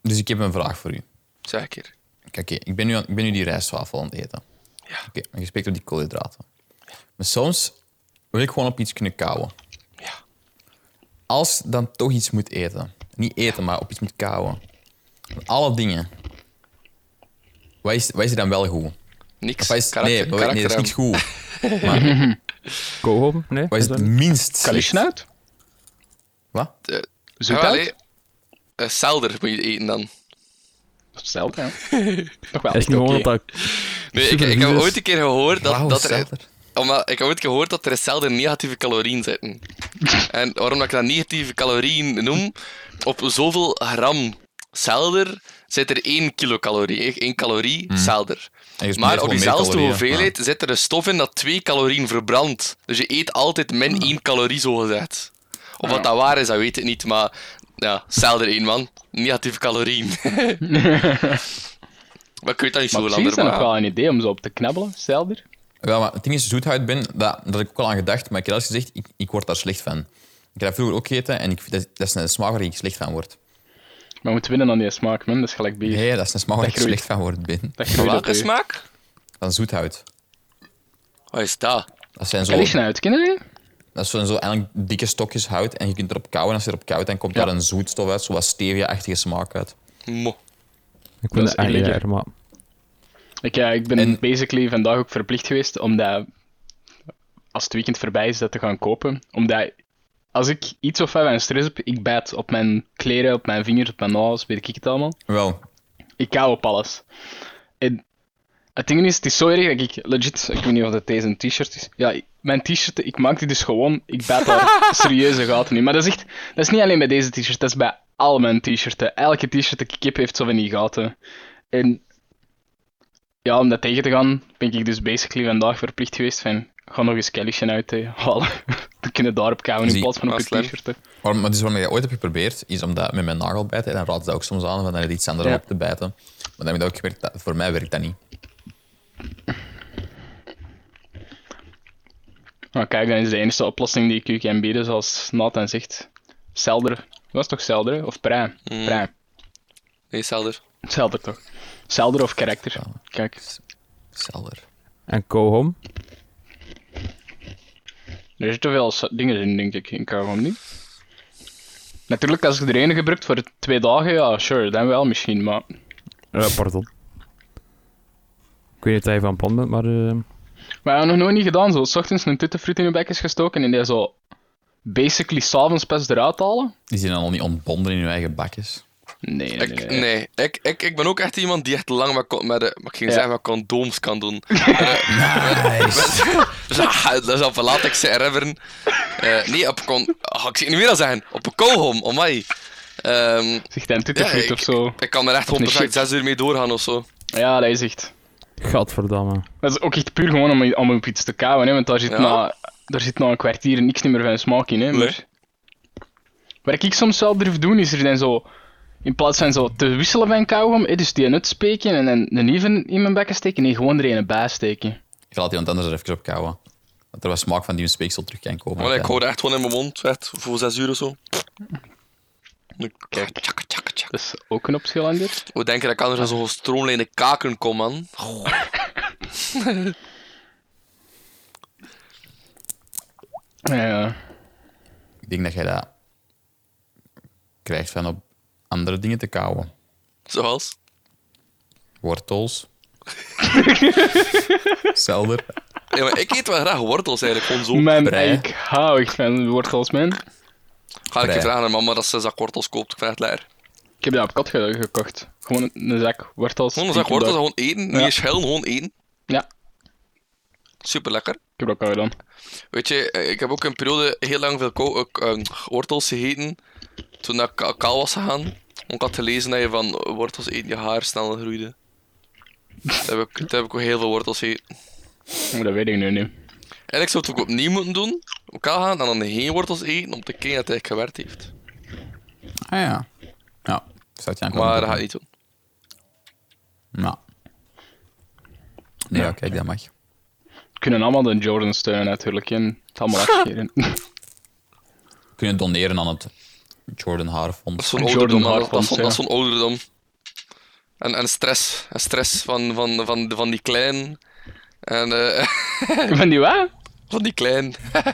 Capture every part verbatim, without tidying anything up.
Dus ik heb een vraag voor u. Zeg een keer. Kijk, okay, ik, ben nu aan, ik ben nu die rijstwafel aan het eten. Ja. Oké, okay, je spreekt op die koolhydraten. Ja. Maar soms wil ik gewoon op iets kunnen kauwen. Ja. Als dan toch iets moet eten. Niet eten, maar op iets moet kauwen. Alle dingen. Wat is, wat is er dan wel goed? Niks. Is, karakter, nee, nee, dat is niks goed. Maar, Koolhoop? Nee? wat is het minst slecht? Kalisjenout? Wat? Uh, Zoethout? Uh, Selder moet je eten dan. Hetzelfde, ja. Nog wel. Dat is niet gewoon dat Nee, ik, ik heb is. ooit een keer gehoord dat, Rauwe dat er... selder. Omdat, ik heb ooit gehoord dat er in selder negatieve calorieën zitten. En waarom dat ik dat negatieve calorieën noem? Op zoveel gram selder zit er één kilocalorie. één calorie Hmm. selder. En je Maar smeert op gewoon meer diezelfde calorieën. hoeveelheid zit er een stof in dat twee calorieën verbrandt. Dus je eet altijd min één calorie, zogezegd. Of wat dat waar is, dat weet ik niet. Maar ja, selder één, man. Negatieve calorieën. Maar ik weet dat niet zo Maar lang. precies, is dat nog Maar wel een idee om zo op te knabbelen, Selder? Ja, maar het ding is, zoethout ben, dat, dat heb ik ook al aan gedacht, maar ik heb al gezegd, ik, ik word daar slecht van. Ik heb dat vroeger ook gegeten en ik, dat, dat is een smaak waar ik slecht van word. Maar we moeten winnen aan die smaak, man. Dat is gelijk bier. Nee, dat is een smaak waar Dat ik groeit. slecht van word, Ben. Dat van groeit welke op u. smaak? Dan zoethout. Wat is dat? Dat zijn zo, Kalisjenout, kennen jullie? dat zijn zo eigenlijk dikke stokjes hout en je kunt erop kauwen. Als je erop kauwt, dan komt Ja. daar een zoetstof uit, zo wat stevia-achtige smaak uit. Mo. Ik Dat vind is het echt echt lekker, maar... Ik, ja, ik ben En- basically vandaag ook verplicht geweest om dat, als het weekend voorbij is, dat te gaan kopen. Omdat als ik iets of wat en stress heb, ik bijt op mijn kleren, op mijn vingers, op mijn nagels, weet ik het allemaal. Wel, Ik kou op alles. En het ding is, het is zo erg dat ik legit, ik weet niet of dat deze een t-shirt is. Ja, ik- mijn t-shirt, ik maak die dus gewoon, ik bijt daar serieuze gaten in. Maar dat is echt, dat is niet alleen bij deze t-shirt, dat is bij al mijn t-shirten. Elke t-shirt dat ik heb heeft zo van die gaten. En ja, om dat tegen te gaan, ben ik dus basically vandaag verplicht geweest van, ga nog eens Kelly'sje uit te halen. Dan kunnen daarop kauwen in Zie, plaats van op dat je is slim. t-shirt. hè. waarom, maar dus waarom ik dat ooit heb geprobeerd, is om dat met mijn nagel bijten. En dan raadt dat ook soms aan, van dan iets anders Ja. op te bijten. Maar dan heb ik dat ook gemerkt, dat, voor mij werkt dat niet. Nou kijk, dan is de enige oplossing die ik u kan bieden, zoals Nathan zegt, Selder. Dat is toch Selder, hè? Of Prij? Mm. Prij. Nee, Selder. Selder toch? Selder of karakter. Kijk, Selder. En kauwgom? er zitten veel sa- dingen in, denk ik, in kauwgom niet. Natuurlijk, als je er ene gebruikt voor twee dagen, ja, sure, dan wel misschien, maar... Uh, pardon. Ik weet niet of je van plan bent, maar... Uh... Maar we hebben nog nooit niet gedaan, zo. 's Ochtends een tuttenfruit in je bek is gestoken en die zo... Basically, s'avonds pas eruit halen. Die zijn dan al niet ontbonden in hun eigen bakjes. Nee, nee, nee. Ik, nee. nee, ik, ik, ik ben ook echt iemand die echt lang met, con- met, de, maar ik ging Ja. zeggen, met condooms kan doen. Dus, ah, dat is op een latex reveren. Uh, nee, op con... Oh, ik zie het niet meer al zeggen. Op een kauwgom, oh my. Ehm Zeg dan tuttenfruit Ja, ik- of zo. ik kan er echt Of een honderd shit. zes uur mee doorgaan of zo. Ja, dat is echt... Gadverdamme. Dat is ook echt puur gewoon om, om op iets te kauwen, hè, want daar zit, Ja. na, daar zit na een kwartier niks meer van smaak in. Hè, Nee. maar... Wat ik soms wel durf doen, is er dan zo... In plaats van zo te wisselen van kauwgom, hè, dus die nut speken en dan een even in mijn bekken steken, nee, gewoon er een bij steken. Ik laat iemand anders er even op kauwen. Dat er wat smaak van die speeksel terug kan komen. Maar ik hou er echt gewoon in mijn mond, echt, voor zes uur of zo. Nu- Kijk. Tjaka, tjaka, tjaka. Dat is ook een optie, Lander. Hoe denk je dat ik anders aan zo'n stroomlijnen kaken kom, man? Goh. Ja, Ik denk dat jij dat krijgt van op andere dingen te kauwen. Zoals? Wortels. Selder. Ja, maar ik eet wel graag wortels eigenlijk, gewoon zo. man, Prei. ik hou echt van wortels, man. Ga ik je Prei. vragen aan mama dat ze een zak wortels koopt, ik vind het lekker. Ik heb dat op kat ge- gekocht. Gewoon een, een zak wortels. Gewoon een zak Ik heb wortels, dat- gewoon eten, Ja. niet schillen, gewoon eten. Ja, Super lekker. ik heb dat ook al gedaan. Weet je, eh, ik heb ook een periode heel lang veel ko- eh, eh, wortels gegeten, toen ik ka- kaal was gegaan. Ik had gelezen dat je van wortels eten je haar sneller groeide. Toen heb ik, toen heb ik ook heel veel wortels gegeten. Maar dat weet ik nu niet. Eigenlijk zou het ook opnieuw moeten doen, op kaal gaan en dan geen wortels eten, om te kijken dat het gewerkt heeft. Ah ja. Ja, zou het je aankomen. Maar dat ga ik niet doen. Nou. Nee, ja, kijk, dat mag. We kunnen allemaal de Jordan steunen natuurlijk, en het allemaal afscheren. Kunnen doneren aan het Jordan Dat Haarfonds. is zo'n Jordan ouderdom, man. dat, Haarfonds, is zo'n- dat is ja. zo'n ouderdom. En, en stress. En stress van, van, van, van die klein. En eh Van die wat? van die klein.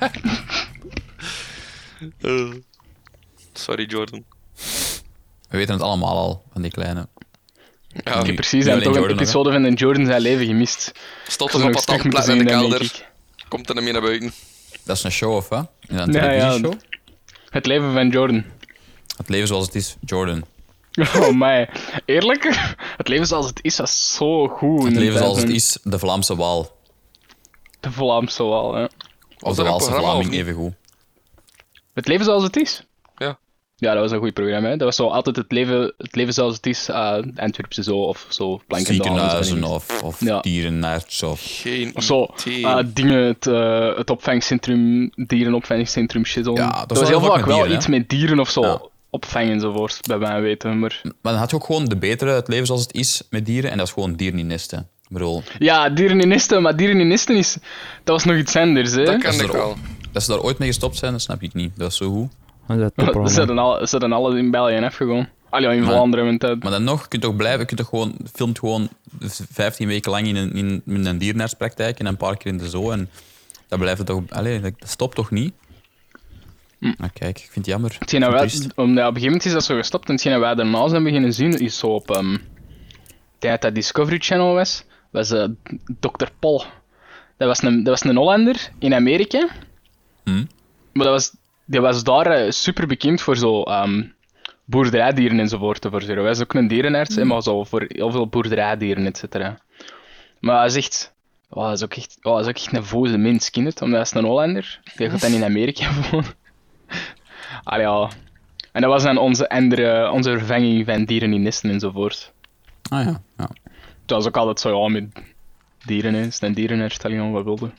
Eh, Sorry, Jordan. We weten het allemaal al, van die kleine. Ja, Nu- Precies, nu en alleen toch een Jordan nog, episode van de Jordan zijn leven gemist. Stond Ik er had op nog een eens terug moeten plek in de zien, dan, denk kelder. ik. Komt er mee naar buiten. Dat is een show, of hè? Is dat een Ja, ja. televisieshow? Het leven van Jordan. Het leven zoals het is, Jordan. Oh my. Eerlijk? Het leven zoals het is, was zo goed. in Het de leven tijd zoals het van is, de Vlaamse Waal. De Vlaamse Waal, hè. Of dat de een Waalse programma, of Vlaming, niet? even goed. Het leven zoals het is. Ja. Ja, dat was een goed programma. Hè. Dat was zo altijd het leven, het leven zoals het is, uh, Antwerpse zo, of zo, Plankendalen. Ziekenhuizen zo. of, of Ja. dierenarts of... Geen Of zo, idee. uh, dingen, het, uh, het opvangcentrum, dierenopvangcentrum shizzle. Ja, er dat was was heel ook vaak met wel dieren, iets hè? met dieren of zo Ja. opvangen enzovoort, bij mijn weten. Maar... Maar dan had je ook gewoon de betere, het leven zoals het is, met dieren. En dat is gewoon dieren in nesten. Ik bedoel, Ja, dieren in nesten, maar dieren in nesten is... Dat was nog iets anders, hè. dat dat ken is ik er wel. dat ze daar ooit mee gestopt zijn, dat snap ik niet. Dat is zo goed. Dat is het Ze topprogramma. zijn al, ze zijn alle in België afgegaan. Allee, ja, in Maar- Vlaanderen. Want dat... Maar dan nog, je kunt toch blijven, je kunt toch gewoon, filmt gewoon vijftien weken lang in een, in, in een dierenartspraktijk en een paar keer in de zoo. En dat blijft het toch, allee, dat stopt toch niet? Hm. Maar kijk, ik vind het jammer. Hetgeen dat wij, Triest. omdat op een gegeven moment is dat zo gestopt en hetgeen dat wij daarna zijn beginnen zien, is zo op... Um, ik denk dat dat Discovery Channel was, was uh, dokter Paul. Dat was, een, dat was een Hollander in Amerika. Hm. Maar dat was, die was daar eh, super bekend voor zo um, boerderijdieren enzovoort te voorzien. Hij was ook een dierenarts, hè, maar zo voor heel veel boerderijdieren, et cetera. Maar hij zegt... Oh, dat is ook echt, oh, dat is ook echt een voze mens, kind. Omdat hij is een Hollander. Die gaat dan in Amerika wonen. Allee, ja. En dat was dan onze, andere, onze vervanging van dieren in nesten enzovoort. Ah ja, ja. Het was ook altijd zo, ja, met dieren, hè. Het is een dierenherstelling, wat wilde.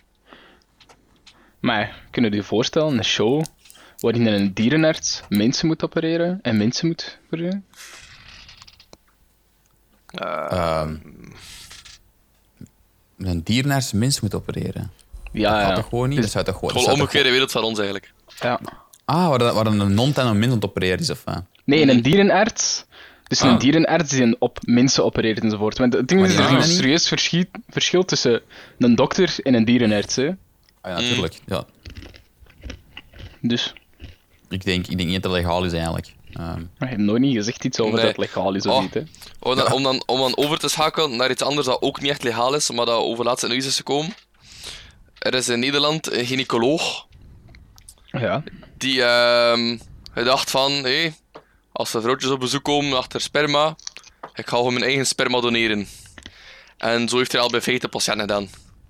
Maar ja, kunnen je je voorstellen, een show waarin een dierenarts mensen moet opereren en mensen moet opereren? Eh, Ehm, een dierenarts mensen moet opereren. Ja, dat ja. gaat toch gewoon niet? Dus- Dat zou toch gewoon... Gewoon dat zou omgekeerde wereld van ons eigenlijk. ja. toch- Ah, waar, dat- waar een hond en een mens aan het opereren is, of wat? Nee, een dierenarts. Dus een Ah. dierenarts die een op mensen opereert enzovoort. Want het ding is, Maar er is ja, een niet. serieus verschil, verschil tussen een dokter en een dierenarts. Hè. Ah ja, natuurlijk. Ja. Dus, Ik, denk, ik denk niet dat het legaal is, eigenlijk. Ehm, maar je hebt nooit niet gezegd iets over Nee. dat het legaal is of Oh. niet. Hè. Om dan, om, dan, om dan over te schakelen naar iets anders dat ook niet echt legaal is, maar dat over laatst in het nieuws is gekomen. Er is in Nederland een gynaecoloog Ja. die ehm gedacht van, hé, als er vrouwtjes op bezoek komen achter sperma, ik ga gewoon mijn eigen sperma doneren. En zo heeft hij al bij vijftig patiënten gedaan.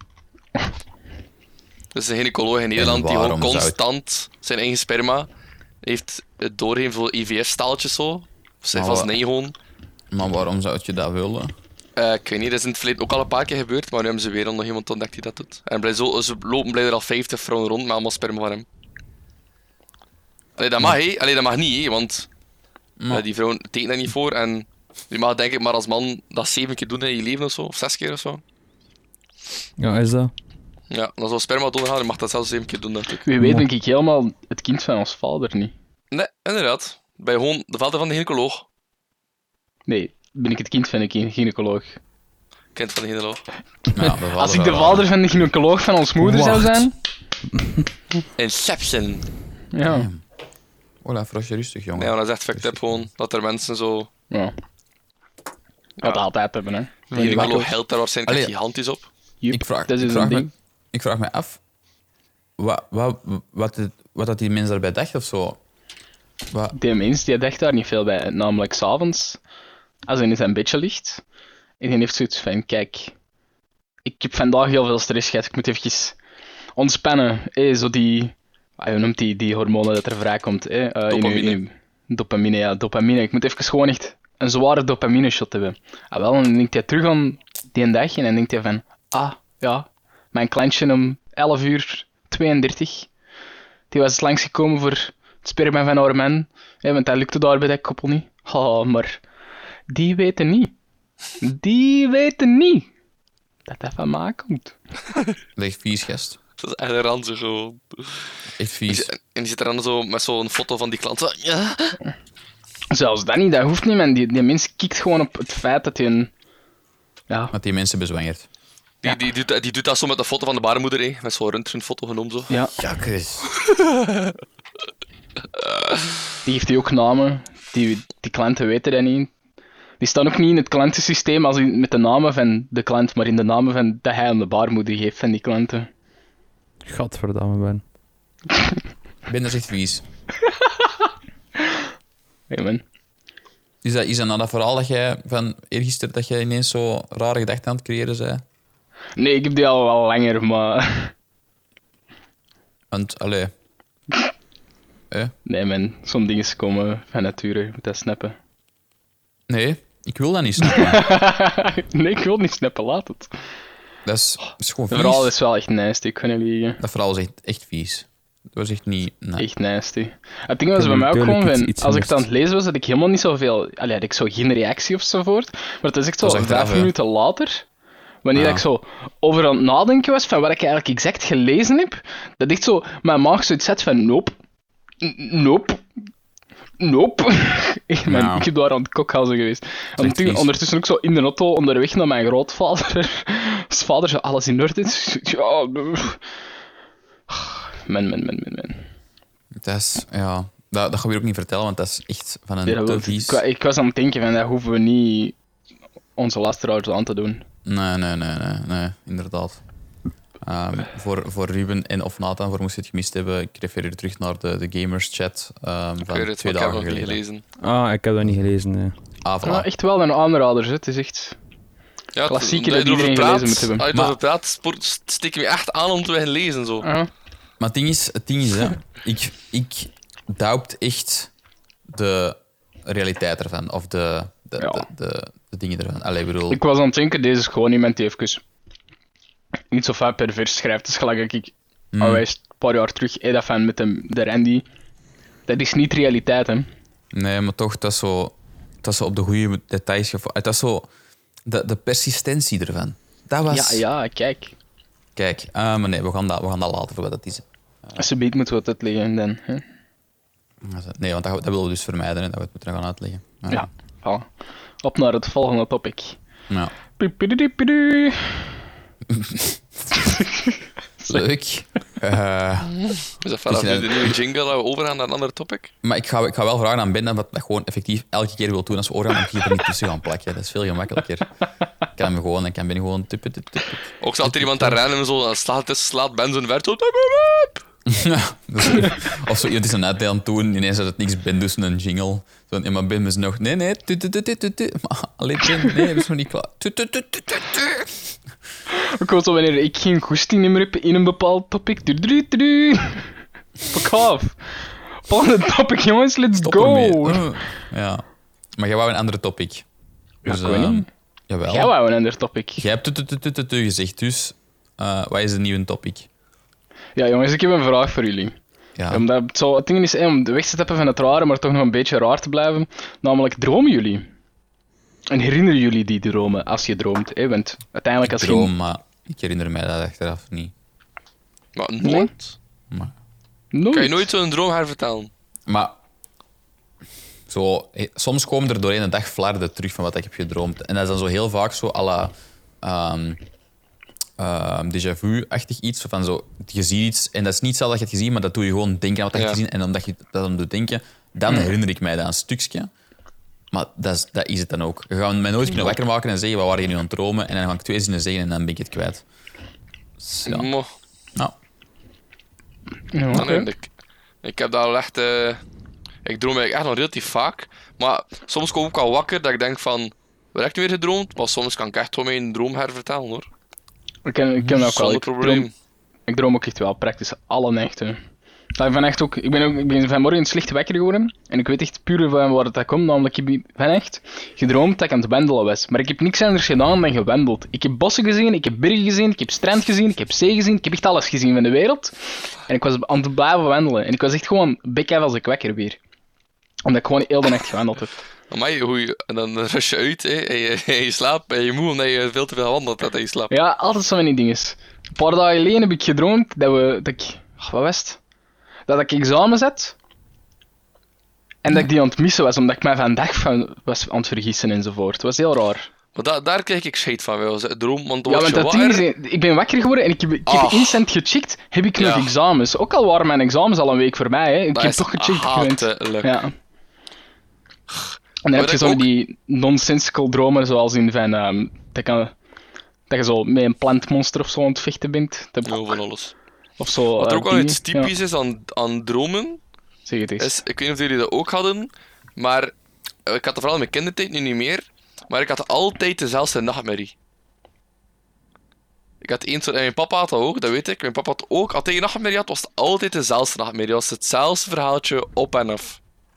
Dus een gynaecoloog in Nederland die gewoon waarom zou het- constant zijn eigen sperma heeft het doorgeven voor I V F-staaltjes zo. Of zijn Maar van wa- zijn gewoon. maar waarom zou je dat willen? Eh, ik weet niet, dat is in het verleden ook al een paar keer gebeurd, maar nu hebben ze weer nog iemand ontdekt die dat doet. En blij zo, ze lopen blij er al vijftig vrouwen rond met allemaal sperma van hem. Allee, dat mag, hé. Allee, dat mag niet, hé, want Maar- eh, die vrouwen tekenen daar niet voor. En je mag denk ik maar als man dat zeven keer doen in je leven of zo, of zes keer of zo. Ja, is dat? Ja, dan zou sperma doorgaan, je mag dat zelfs zeven keer doen, denk ik. Wie weet denk ik helemaal het kind van ons vader niet. Nee, inderdaad. Bij gewoon de vader van de gynaecoloog. Nee, ben ik het kind van een gy- gynaecoloog. Kind van de gynaecoloog. Maar ja, dat Als ik de wel- vader van de gynaecoloog van ons moeder zou Wacht. zijn... Inception. Ja. Oh, laat vooral rustig, jongen. Nee, maar dat is echt fucked up gewoon. Dat er mensen zo... Ja. Wat altijd hebben, hè. De Van die gynaecoloog wakkels. helpt daar waarschijnlijk echt Allee. gigantisch op. Joep, Ik vraag, dat is ik, een vraag me, ding. ik vraag me af wat, wat, wat, het- wat dat die mens daarbij dacht of zo. Wat, Die mens die dacht daar niet veel bij. Namelijk s'avonds, als hij in zijn bedje ligt, en hij heeft zoiets van, kijk, ik heb vandaag heel veel stress gehad, ik moet even ontspannen. Hé, zo die, ah, hoe noemt die, die hormonen dat er vrijkomt? Hé, eh, in uw- Dopamine. in uw- dopamine, ja, dopamine. Ik moet even gewoon echt een zware dopamine shot hebben. Ah, wel, dan denkt hij terug aan die dag en dan denkt hij van, ah, ja, mijn klantje om elf uur tweeëndertig, die was langsgekomen voor het sperma van haar man, hè, want dat lukte daar bij dat koppel niet. Oh, maar die weten niet. Die weten niet dat dat van mij komt. dat is echt vies, gast. Dat is echt een ranzig gewoon. Echt En vies. je- en je zit er dan zo met zo'n foto van die klant. Zo, ja. Zelfs dat niet, dat hoeft niet, man. Die, die mens kikt gewoon op het feit dat hij een... Ja, Want die mensen bezwangerd. Die, die, doet, die doet dat zo met een foto van de baarmoeder, hè. Met zo'n röntgenfoto genomen zo. ja. Ja, Chris. Die heeft die ook namen. Die, die klanten weten dat niet. Die staan ook niet in het klantensysteem als in, met de namen van de klant, maar in de namen van dat hij aan de baarmoeder geeft van die klanten. Gadverdamme, Ben. Ben, dat is echt vies. Hey man. Is dat, is dat nou dat verhaal dat jij van eergisteren dat jij ineens zo rare gedachten aan het creëren zei? Nee, ik heb die al wel langer, maar... Want, allee... Eh? Nee man, sommige dingen komen van nature, je moet dat snappen. Nee, ik wil dat niet snappen. Nee, ik wil niet snappen, laat het. Dat is, dat is gewoon Het vies. verhaal is wel echt nasty, ik kan niet liegen. Dat verhaal is echt, echt vies. Dat was echt niet... Nee. Echt nasty. Het ding was Ik bij heb mij ook duidelijk gewoon, iets- van, iets als ik het gemist. aan het lezen was, had ik helemaal niet zoveel... Allee, had ik zo geen reactie of zo voort. Maar het is echt zo Dat is achteraf, vijf hè. minuten later, wanneer Ja. ik zo over aan het nadenken was van wat ik eigenlijk exact gelezen heb, dat echt zo mijn maag zoiets zet van nope, N- nope, nope. Echt, man, Ja. ik heb daar aan het kokhalzen geweest. En echt toen, vies. ondertussen ook zo in de auto onderweg naar mijn grootvader. Als vader zo alles in orde is. Ja, man, man, man, man, man. Dat is... Ja... Dat, dat gaan we hier ook niet vertellen, want dat is echt van een Ja, dat te wil- vies... ik, wa- ik was aan het denken van dat hoeven we niet onze luisteraars aan te doen. Nee, nee, nee, nee, nee, inderdaad. Ehm, voor, voor Ruben en of Nathan, voor moest je het gemist hebben, ik refereer terug naar de, de gamers-chat ehm, Ik van weet het, twee maar ik heb dagen nog niet geleden. gelezen. Ah, ik heb dat niet gelezen, nee. Ah, voilà. Ja, echt wel een aanrader, hè. Het is echt... Ja, Klassieker het- dat je erover iedereen praat- gelezen moet hebben. Als je Maar- erover praat, spoort- steek je me echt aan om te gaan lezen. Zo. Uh-huh. Maar het ding is, het ding is hè, ik, ik doubt echt de realiteit ervan, of de, de, Ja. de, de, de dingen ervan. Allee, ik bedoel... Ik was aan het denken, deze is gewoon iemand die even niet zo vaak pervers schrijft. Dus gelijk dat ik Hmm. alweer een paar jaar terug Eda fan met de, de Randy. Dat is niet realiteit, hè. Nee, maar toch, dat is zo, dat is zo op de goede details gevo- Dat is zo... De, de persistentie ervan. Dat was... Ja, ja, kijk. Kijk, ah, maar nee, we gaan, dat, we gaan dat laten voor wat dat is. Alsjeblieft moeten we het uitleggen dan. Hè? Nee, want dat, dat willen we dus vermijden, hè, dat we het moeten gaan uitleggen. Ja, voilà. Op naar het volgende topic. Ja. Pipidipidu. Leuk. Eh, Is dat vanaf Het is nu een- de nieuwe jingle dat we overgaan naar een ander topic? maar ik ga, ik ga wel vragen aan Ben dat we dat gewoon effectief elke keer wil doen als we oorgaan, dan kun je er niet tussen gaan plakken. Dat is veel gemakkelijker. Ik kan hem gewoon, ik kan Ben gewoon... Tup, tup, tup, tup. Ook staat er iemand daar rennen en zo, dan slaat, het, slaat Ben zijn vert zo. Ja, dat is- of zo iemand is een uitdeel aan het doen, ineens dat het niks Ben doet, een jingle. Zo, ja, maar Ben is nog... Nee, nee, tu, tu, tu, tu, tu, tu. Maar alleen Ben, nee, dat is nog niet klaar. Tu, tu, tu, tu, tu, tu. Ik hoor zo wanneer ik geen goesting meer heb in een bepaald topic. Du, du, du, du. Fuck off. Volgende topic, jongens, let's Stop go. ermee. Uh, ja. Maar jij wou een andere topic. Dus, ik weet ehm, niet. Jawel. Jij wou een ander topic. Jij hebt tu, tu, tu, tu, tu, tu gezegd, dus uh, wat is een nieuwe topic? Ja, jongens, ik heb een vraag voor jullie. Ja. Omdat het, zo, het ding is eh, om de weg te stappen van het rare, maar toch nog een beetje raar te blijven. Namelijk, dromen jullie? En herinneren jullie die dromen als je droomt? Hè? Want uiteindelijk Ik als droom, maar ik herinner mij dat achteraf niet. Maar nooit? Maar, je... Nooit. Kan je nooit zo'n droom hervertellen? maar zo, he- soms komen er doorheen een dag flarden terug van wat ik heb gedroomd. En dat is dan zo heel vaak zo à la ehm, ehm, déjà vu-achtig iets. Zo van zo, je ziet iets en dat is niet hetzelfde dat je het gezien, maar dat doe je gewoon denken aan wat je Ja. hebt gezien. En omdat je dat dan doet denken, dan herinner ik mij dat een stukje. Maar dat is, dat is het dan ook. Je gaat mij nooit kunnen wakker maken en zeggen, wat waren je nu aan het dromen? En dan ga ik twee zinnen zeggen en dan ben ik het kwijt. Dus, ja. Mo. Nou, Ja, Ah, oké. nee, ik, ik heb daar al echt... eh, ik droom eigenlijk echt nog relatief vaak. Maar soms kom ik al wakker dat ik denk van... Wat heb ik nu weer gedroomd? Maar soms kan ik echt wel mijn droom hervertellen, hoor. Ik ken, ik ken dat ook wel. Zonder Ik probleem. droom, ik droom ook echt wel praktisch alle nachten. Dat ik van echt ook, ik, ben ook, ik ben vanmorgen slecht wakker geworden. En ik weet echt puur van waar het dat komt. Namelijk, ik heb van echt gedroomd dat ik aan het wandelen was. Maar ik heb niks anders gedaan dan gewandeld. Ik heb bossen gezien, ik heb bergen gezien, ik heb strand gezien, ik heb zee gezien. Ik heb echt alles gezien van de wereld. En ik was aan het blijven wandelen. En ik was echt gewoon bek als ik wakker weer. Omdat ik gewoon heel de nacht gewandeld heb. Amai, hoe je, en dan rust je uit, hè, en je, en je slaapt en je moe omdat je veel te veel gewandeld hebt en je slaapt. Ja, altijd zo van die dingen. Een paar dagen geleden heb ik gedroomd dat we... Dat ik, ach, wat was het? Dat ik examen zat. En dat ik die aan het missen was, omdat ik mij vandaag van was aan het vergissen enzovoort. Het was heel raar. Maar da daar krijg ik scheid van, wel. Droom, want dan Ja, word want je dat ding wakker. is, ik ben wakker geworden en ik heb, ik heb Ach. instant gecheckt, heb ik nog Ja. examens. Ook al waren mijn examens al een week voorbij, hè. Ik Dat heb is toch gecheckt. gewend. hatelijk. Ja. En dan heb je ik zo ook- die nonsensical dromen, zoals in van... ehm, dat, kan, dat je zo met een plantmonster of zo aan het vechten bent. Dat heb ik Ja, ook. van alles. Of zo. Wat er eh, ook wel dingen. iets typisch is aan, aan dromen, Ja, zeg het eens. is, ik weet niet of jullie dat ook hadden, maar eh, ik had het vooral in mijn kindertijd, nu niet meer, maar ik had altijd dezelfde nachtmerrie. Ik had één soort, en mijn papa had dat ook, dat weet ik. Mijn papa had ook, als hij een nachtmerrie had, was het altijd dezelfde nachtmerrie. Het was hetzelfde verhaaltje op en af.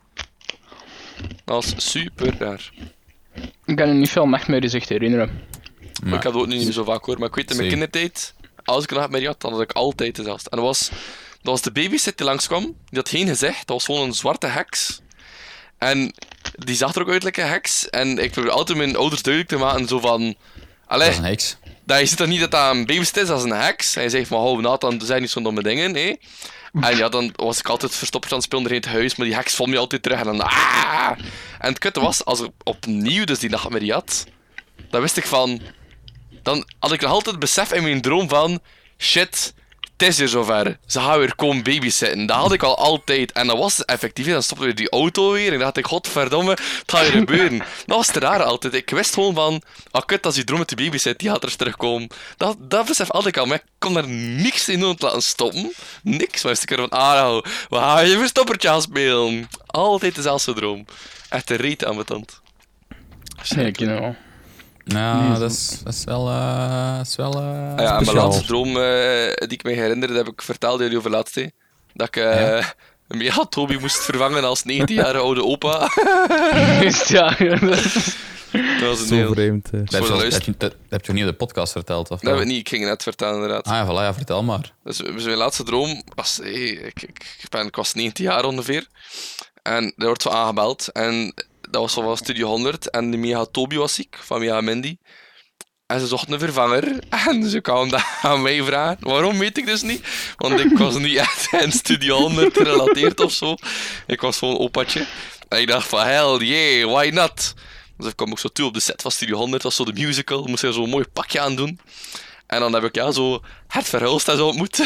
Dat was super raar. Ik kan me niet veel nachtmerries echt herinneren. Maar, Ik heb het ook niet meer zo vaak hoor, maar ik weet in mijn Zie. kindertijd, als ik een nachtmerrie had, dan had ik altijd dezelfde. En dat was, dat was de babysit die langskwam, die had geen gezicht, dat was gewoon een zwarte heks. En die zag er ook uit like een heks. En ik probeer altijd mijn ouders duidelijk te maken, zo van... Allee, dat is een heks. dat je ziet dat niet dat dat een babysit is, dat is een heks. En je zegt van, oh Nathan, er zijn niet zo'n domme dingen, hè. En ja, dan was ik altijd verstoppertje aan het spelen in het huis, maar die heks vond me altijd terug en dan... Ah! En het kutte was, als ik opnieuw dus die nachtmerrie had, dan wist ik van... Dan had ik nog altijd het besef in mijn droom van... Shit, het is hier zover. Ze gaan weer komen babysitten. Dat had ik al altijd. En dat was effectief. Dan stopte weer die auto weer. En dan dacht ik, godverdomme, het gaat weer gebeuren. Dat was te raar altijd. Ik wist gewoon van... Ah, kut, als die droom met die babysit, die gaat er eens terugkomen. Dat, dat besef had ik al. Maar ik kon daar niks in doen om te laten stoppen. Niks. Maar wist ik er van... Ah, nou, we gaan je verstoppertje aan spelen. Altijd dezelfde droom. Echt een reet aan mijn tand. Nee, ik ken het wel. Nou, dat is, dat is wel... eh, dat is wel eh, Ah ja, en mijn Speciaal. laatste droom eh, die ik me herinner, dat heb ik verteld aan jullie over laatst. Hè. Dat ik eh Ja. een ja, Toby moest vervangen als negentien-jarige oude opa. Juist, ja. Dat was een Zo heel... vreemd. eh. dat, voor heb de je, luister- dat, dat, dat heb je niet op de podcast verteld, of Dat heb wel? ik niet, ik ging het net vertellen inderdaad. Ah ja, voilà, ja, vertel maar. Dus dus mijn laatste droom was, hey, ik, ik, ik, ben, ik was negentien jaar ongeveer. En er wordt zo aangebeld. En dat was van Studio honderd. En die Mia Toby was ziek, van Mia Mindy. En ze zochten een vervanger. En ze kwamen dat aan mij vragen. Waarom weet ik dus niet. Want ik was niet echt aan Studio honderd gerelateerd of zo. Ik was gewoon opatje. En ik dacht van, hell yeah, why not? Dus ik kwam ook zo toe op de set van Studio honderd. Dat was zo de musical. Moest er zo'n mooi pakje aan doen. En dan heb ik ja, zo het Verhulst en zo ontmoet.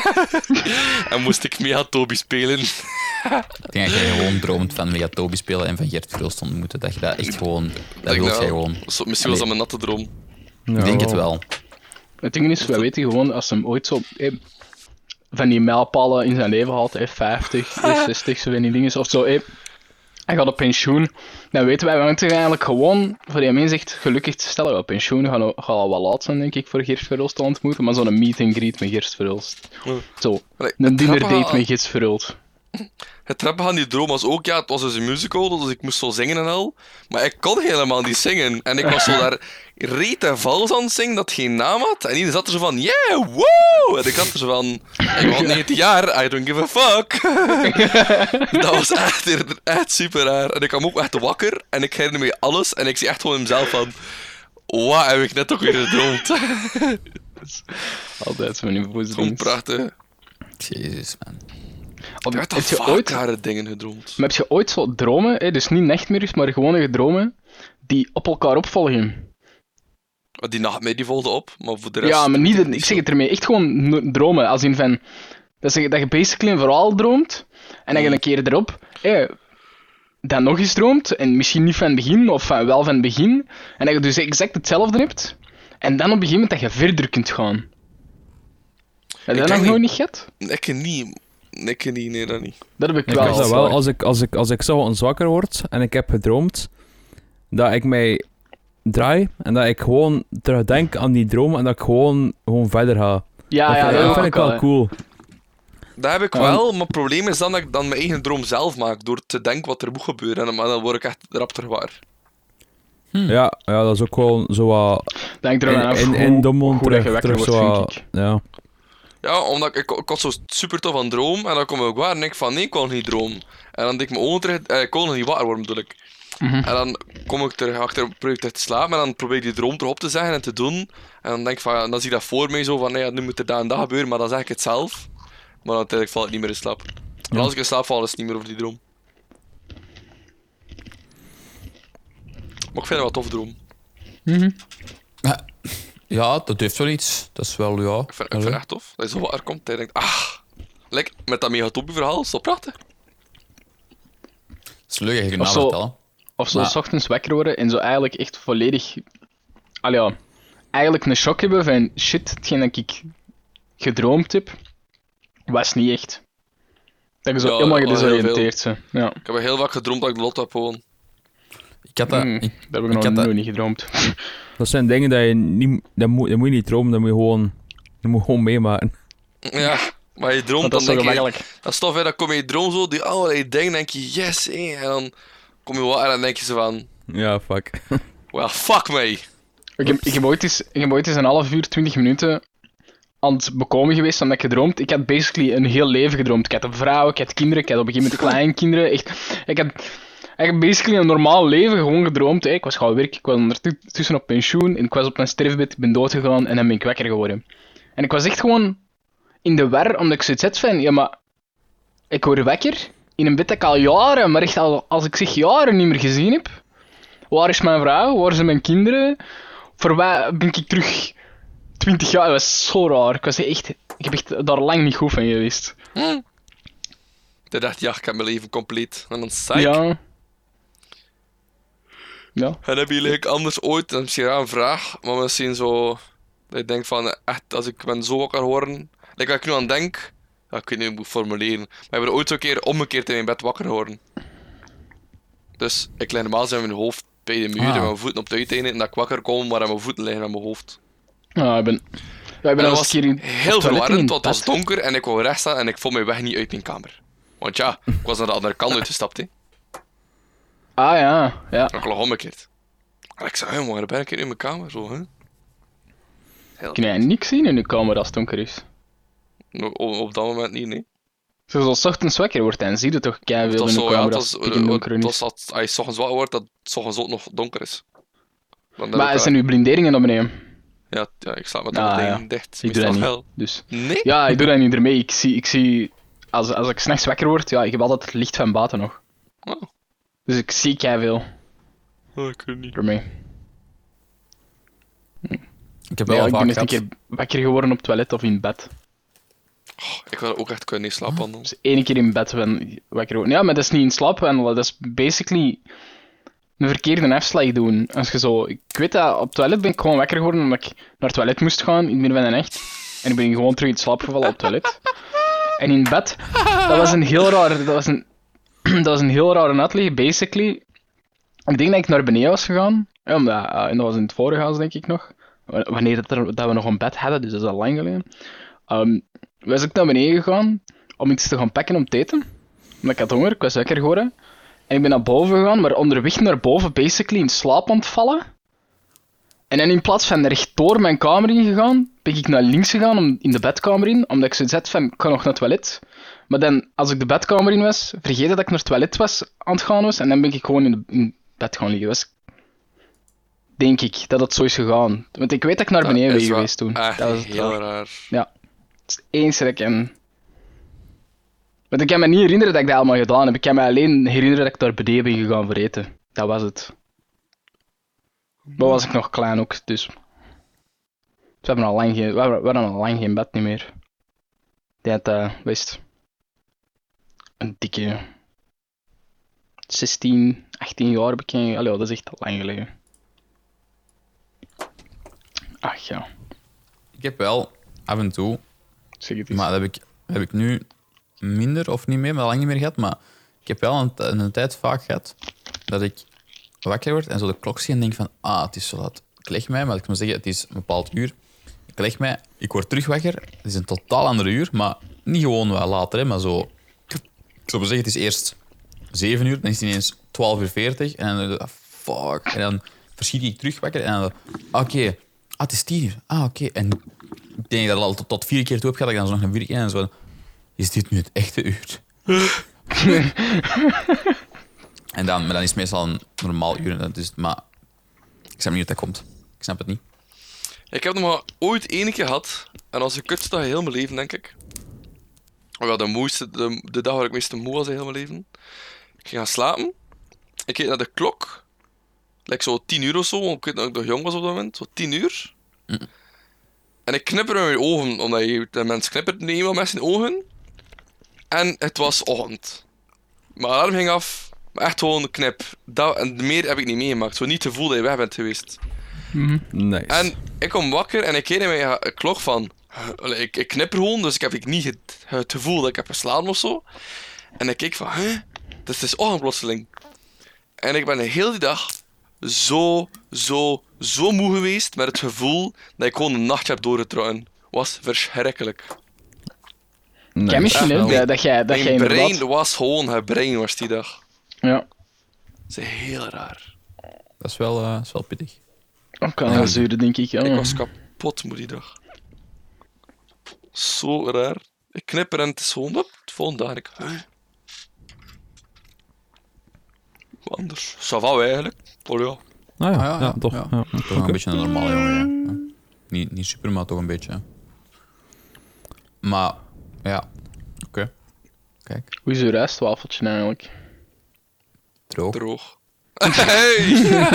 En moest ik Mia Toby spelen. Ik denk dat jij gewoon droomt van Mega Toby spelen en van Gert Verhulst ontmoeten. Dat je dat echt gewoon... Dat Denk wil nou, jij gewoon. zo- misschien was dat mijn natte droom. Ja, Ik denk het wel. Het ding is, wij weten gewoon, als hem ooit zo... eh, van die mijlpalen in zijn leven had, eh, vijftig, eh, zestig, zo van die dingen, of zo, eh, hij gaat op pensioen, dan weten wij, we moeten eigenlijk gewoon, voor die mens echt gelukkig te stellen, op pensioen gaat al, gaat al wel laat zijn, denk ik, voor Gert Verhulst te ontmoeten, maar zo'n meet and greet met Gert Verhulst. Ja. Zo, Allee, een het dinner grappige date aan- met Gert Verhulst. Het grappige aan die droom was ook, ja, het was dus een musical, dus ik moest zo zingen en al. Maar ik kon helemaal niet zingen. En ik was zo daar reet en vals aan het zingen dat geen naam had. En iedereen zat er zo van, yeah, wow! En ik had er zo van, ik was negentien jaar, I don't give a fuck. Dat was echt, echt super raar. En ik kwam ook echt wakker en ik herinner me alles. En ik zie echt gewoon mezelf van, wat heb ik net toch weer gedroomd? Altijd zo'n Gewoon invoersdings. prachtig. Jezus, man. Ik heb Heb toch je vaak ooit... rare dingen gedroomd. Maar heb je ooit zo dromen, hè, dus niet nachtmerries, maar gewone dromen, die op elkaar opvolgen? Die nachtmerrie die volgde op, maar voor de rest... Ja, maar weet niet, ik de- ik zo. zeg het ermee, echt gewoon no- dromen, als in van... Dat je, dat je basically een verhaal droomt, en dat je een keer erop hè, dat nog eens droomt, en misschien niet van het begin, of van, wel van het begin, en dat je dus exact hetzelfde hebt, en dan op een gegeven moment dat je verder kunt gaan. Heb je dat ken nog niet- nooit niet gehad? Ik niet. Ik niet, nee, dat niet. Dat heb ik Ik wel. heb dat al wel, vaak. als ik, als ik, als ik zo wakker word en ik heb gedroomd dat ik mij draai en dat ik gewoon terugdenk aan die droom en dat ik gewoon, gewoon verder ga. Ja, dat ja, vind- dat, dat heb vind ik wel hè. cool. Dat heb ik Ja. wel, maar het probleem is dan dat ik dan mijn eigen droom zelf maak, door te denken wat er moet gebeuren. En maar dan word ik echt rap terugwaar. Ja, ja, dat is ook wel zo wat... Dat hangt er In, wel af in, hoe- in Dommel hoe dat je terug, wakker terug wordt, zo vind wat... ik. Ja. Ja, omdat ik, ik, ik had zo super tof aan droom, en dan kom ik ook waar en denk ik van, nee, ik kon niet dromen. En dan denk ik mijn ogen terug, eh, ik kon nog niet wakker worden, bedoel ik. Mhm. En dan kom ik terug achter, probeer ik terug te slapen, en dan probeer ik die droom erop te zeggen en te doen. En dan denk ik van, ja, dan zie ik dat voor mij zo van, nee, ja, nu moet er dat en dat gebeuren, maar dan zeg ik het zelf. Maar dan uiteindelijk val ik niet meer in slaap. En Ja. als ik in slaap val, is het niet meer over die droom. Maar ik vind het wel tof droom. Mhm. Ja, ja, dat heeft wel iets. Dat is wel, ja... Ik vind, ik vind het echt tof. Dat je zo wakker komt en je denkt, ah, lekker, met dat Megatoppie verhaal, is toch prachtig? Dat is leuk dat je kunt Of zo- navertellen. Of zo Maar- 's ochtends wakker worden en zo eigenlijk echt volledig... Allee, ja. Eigenlijk een shock hebben van shit, hetgeen dat ik gedroomd heb, was niet echt. Dat je zo Ja, helemaal wel heel gedesoriënteerd bent. Ja. Ik heb heel vaak gedroomd dat ik de lotto heb gewonnen. Ik had dat... Mm, ik- dat heb ik ik nog had dat- nooit niet gedroomd. Dat zijn dingen dat je niet... Dat moet, dat moet je niet dromen, dat moet je gewoon... Dat moet je gewoon meemaken. Ja, maar je droomt Want dat is zo dan denk je... gemakkelijk. Dat is tof, hè, dan kom je in je droom zo, die allerlei dingen, denk je, yes, hé. En dan kom je wakker en dan denk je zo van, Ja, fuck. well, fuck me. Ik heb, ik, heb ooit eens, ik heb ooit eens een half uur, twintig minuten aan het bekomen geweest omdat ik gedroomd. Ik had basically een heel leven gedroomd. Ik had een vrouw, ik had kinderen, ik had op een gegeven moment kleinkinderen. Echt, ik had, ik heb basically een normaal leven gewoon gedroomd. Hè. Ik was gaan werken, ik was ondertussen op pensioen en ik was op mijn sterfbed, ik ben doodgegaan en dan ben ik wakker geworden. En ik was echt gewoon in de war, omdat ik zoiets had van, ja maar, ik word wakker in een bed dat ik al jaren, maar echt al, als ik zeg jaren niet meer gezien heb. Waar is mijn vrouw? Waar zijn mijn kinderen? Voor wat ben ik terug twintig jaar? Dat was zo raar. Ik was echt, ik heb echt daar lang niet goed van geweest. Hm. Ik dacht, ja, ik heb mijn leven compleet. En dan zei ik, Ja. Ja. en hebben jullie eigenlijk anders ooit, en misschien raar een vraag, maar misschien zo, dat je denkt van, echt, als ik ben zo wakker geworden, like wat ik nu aan denk, ja, ik weet niet hoe ik moet formuleren, maar ik ben ooit zo'n keer omgekeerd in mijn bed wakker geworden. Dus ik lig normaal zo met mijn hoofd bij de muur Ah. en mijn voeten op de uiteinde en dat ik wakker kom, maar mijn voeten liggen aan mijn hoofd. Ja, ik ben... Ja, ik ben En al dat eens was een keer in heel op het toilet in verwarrend, want het was bed. donker en ik wou recht staan en ik vond mijn weg niet uit mijn kamer. Want ja, ik was naar de andere kant uitgestapt, hè. Ah ja, ja. En ik lag omgekeerd. En ik zei, hé, maar ben ik hier in mijn kamer? Zo, hè? Heel Kun jij niks zien in de kamer als het donker is? op, op dat moment niet, nee. Als je zo 's ochtends wakker wordt, dan zie je toch Het keiveel was in de zo, ja, kamer het als was, het eh, in donker het is. was dat als je 's ochtends wakker wordt, dat het 's ochtends ook nog donker is. Want dan Maar ook, zijn eh, uw blinderingen naar beneden? ja, ja, ik slaap met de Ah, gordijnen ja. dicht. Ik doe dat meestal niet. wel. Dus. Nee? Ja, ik doe dat niet ermee. Ik zie, ik zie als, als ik s'nachts wakker word, ja, ik heb altijd het licht van buiten nog. Oh. Dus ik zie keiveel Oh, ik weet niet. ermee. Ik heb Ja, wel ik ben vaak eens een gehad... keer wakker geworden op het toilet of in bed. Ik wil ook echt kunnen slapen wandelen. Dus één keer in bed ben wakker geworden. Ja, maar dat is niet in slaap wandelen. Dat is basically een verkeerde afslag doen. Als je zo... Ik weet dat, op het toilet ben ik gewoon wakker geworden omdat ik naar het toilet moest gaan in het midden van de nacht. En ik ben gewoon terug in slaap gevallen op het toilet. En in bed, dat was een heel raar... Dat was een, dat was een heel rare uitleg. Basically, ik denk dat ik naar beneden was gegaan. Ja, omdat, eh, en dat was in het vorige huis, denk ik nog. W- Wanneer dat, er, dat we nog een bed hadden, dus dat is al lang geleden. Ehm was ik naar beneden gegaan om iets te gaan pakken om te eten. Omdat ik had honger, ik was wakker geworden. En ik ben naar boven gegaan, maar onderweg naar boven basically in slaap aan het vallen. En dan in plaats van rechtdoor mijn kamer ingegaan, ben ik naar links gegaan, om, in de bedkamer in, omdat ik zoiets had van, ik ga nog naar het toilet. Maar dan, als ik de bedkamer in was, vergeten dat ik naar het toilet was aan het gaan was, en dan ben ik gewoon in, de, in bed gaan liggen. Dus denk ik dat dat zo is gegaan. Want ik weet dat ik naar beneden Dat ben is wel geweest toen. echt Dat was het heel raar. raar. Ja. Het is het enige dat ik kan... Want ik kan me niet herinneren dat ik dat allemaal gedaan heb. Ik kan me alleen herinneren dat ik daar beneden ben gegaan voor eten. Dat was het. Maar was ik nog klein ook, dus... We hebben al lang geen, we hebben, we hebben al lang geen bed niet meer. Die had, uh, wist... Een dikke... zestien, achttien jaar heb ik geen... Allee, dat is echt al lang geleden. Ach ja, Ik heb wel af en toe... zeg het eens. Maar dat heb ik, heb ik nu minder of niet meer, maar lang niet meer gehad. Maar ik heb wel een, t- een tijd vaak gehad dat ik wakker word en zo de klok zie en denk van, ah, het is zo laat. Ik leg mij, maar ik moet zeggen, het is een bepaald uur. Ik leg mij, ik word terug wakker. Het is een totaal ander uur, maar niet gewoon wat later, hè, maar zo... Ik zou maar zeggen, het is eerst zeven uur, dan is het ineens twaalf uur veertig en dan... ah, fuck. En dan verschiet ik terug wakker en dan... ah, Oké, ah, het is tien uur. Ah, oké. En ik denk dat ik dat al tot, tot vier keer toe heb gehad, dat ik dan zo nog een vier keer en zo... Is dit nu het echte uur? En dan, maar dan is het meestal een normaal uur. en Dat is, maar ik snap niet hoe dat komt. Ik snap het niet. Ik heb nog maar ooit één keer gehad, en als een kutste dag heel mijn leven, denk ik. Wel de mooiste, de, de dag waar ik meest moe was in heel mijn leven. Ik ging gaan slapen. Ik keek naar de klok. like zo tien uur of zo, want ik weet dat ik nog jong was op dat moment, zo tien uur. Mm. En ik knipperde met mijn ogen, omdat je, de mens knippert niet eenmaal met zijn ogen. En het was ochtend. Mijn alarm ging af, maar echt gewoon knip. Dat, en meer heb ik niet meegemaakt, zo niet het gevoel dat je weg bent geweest. Nice. En ik kom wakker en ik keer in mijn ge- klok van... Allee, Ik, ik knipper gewoon, dus ik heb ik niet het, het gevoel dat ik heb geslapen of zo. En ik keek van, hè? Dat is ochtend plotseling. En ik ben de hele dag zo, zo, zo moe geweest met het gevoel dat ik gewoon een nachtje heb doorgetrokken. Was verschrikkelijk. Nice. Ken misschien, hè, Echt, dat, dat jij, dat jij Mijn brein inderdaad... was gewoon gebrainwashed die dag. Ja, Dat is heel raar. Dat is wel, uh, is wel pittig. ook kan wel zuren, denk ik. Ja. Ik was kapot moe die dag. Zo raar. Ik knipper en het is gewoon... Hop, het volgende dag. Ik, huh? Wat anders. Ça va eigenlijk. Oh ja. Ah ja, Ah, ja, toch. ja. Ja. Toch een beetje een normale jongen, ja. Ja. Niet, niet super, maar toch een beetje. Ja. Maar, ja. Oké. Kijk, Hoe is uw rijstwafeltje eigenlijk? droog. Droog. Hey!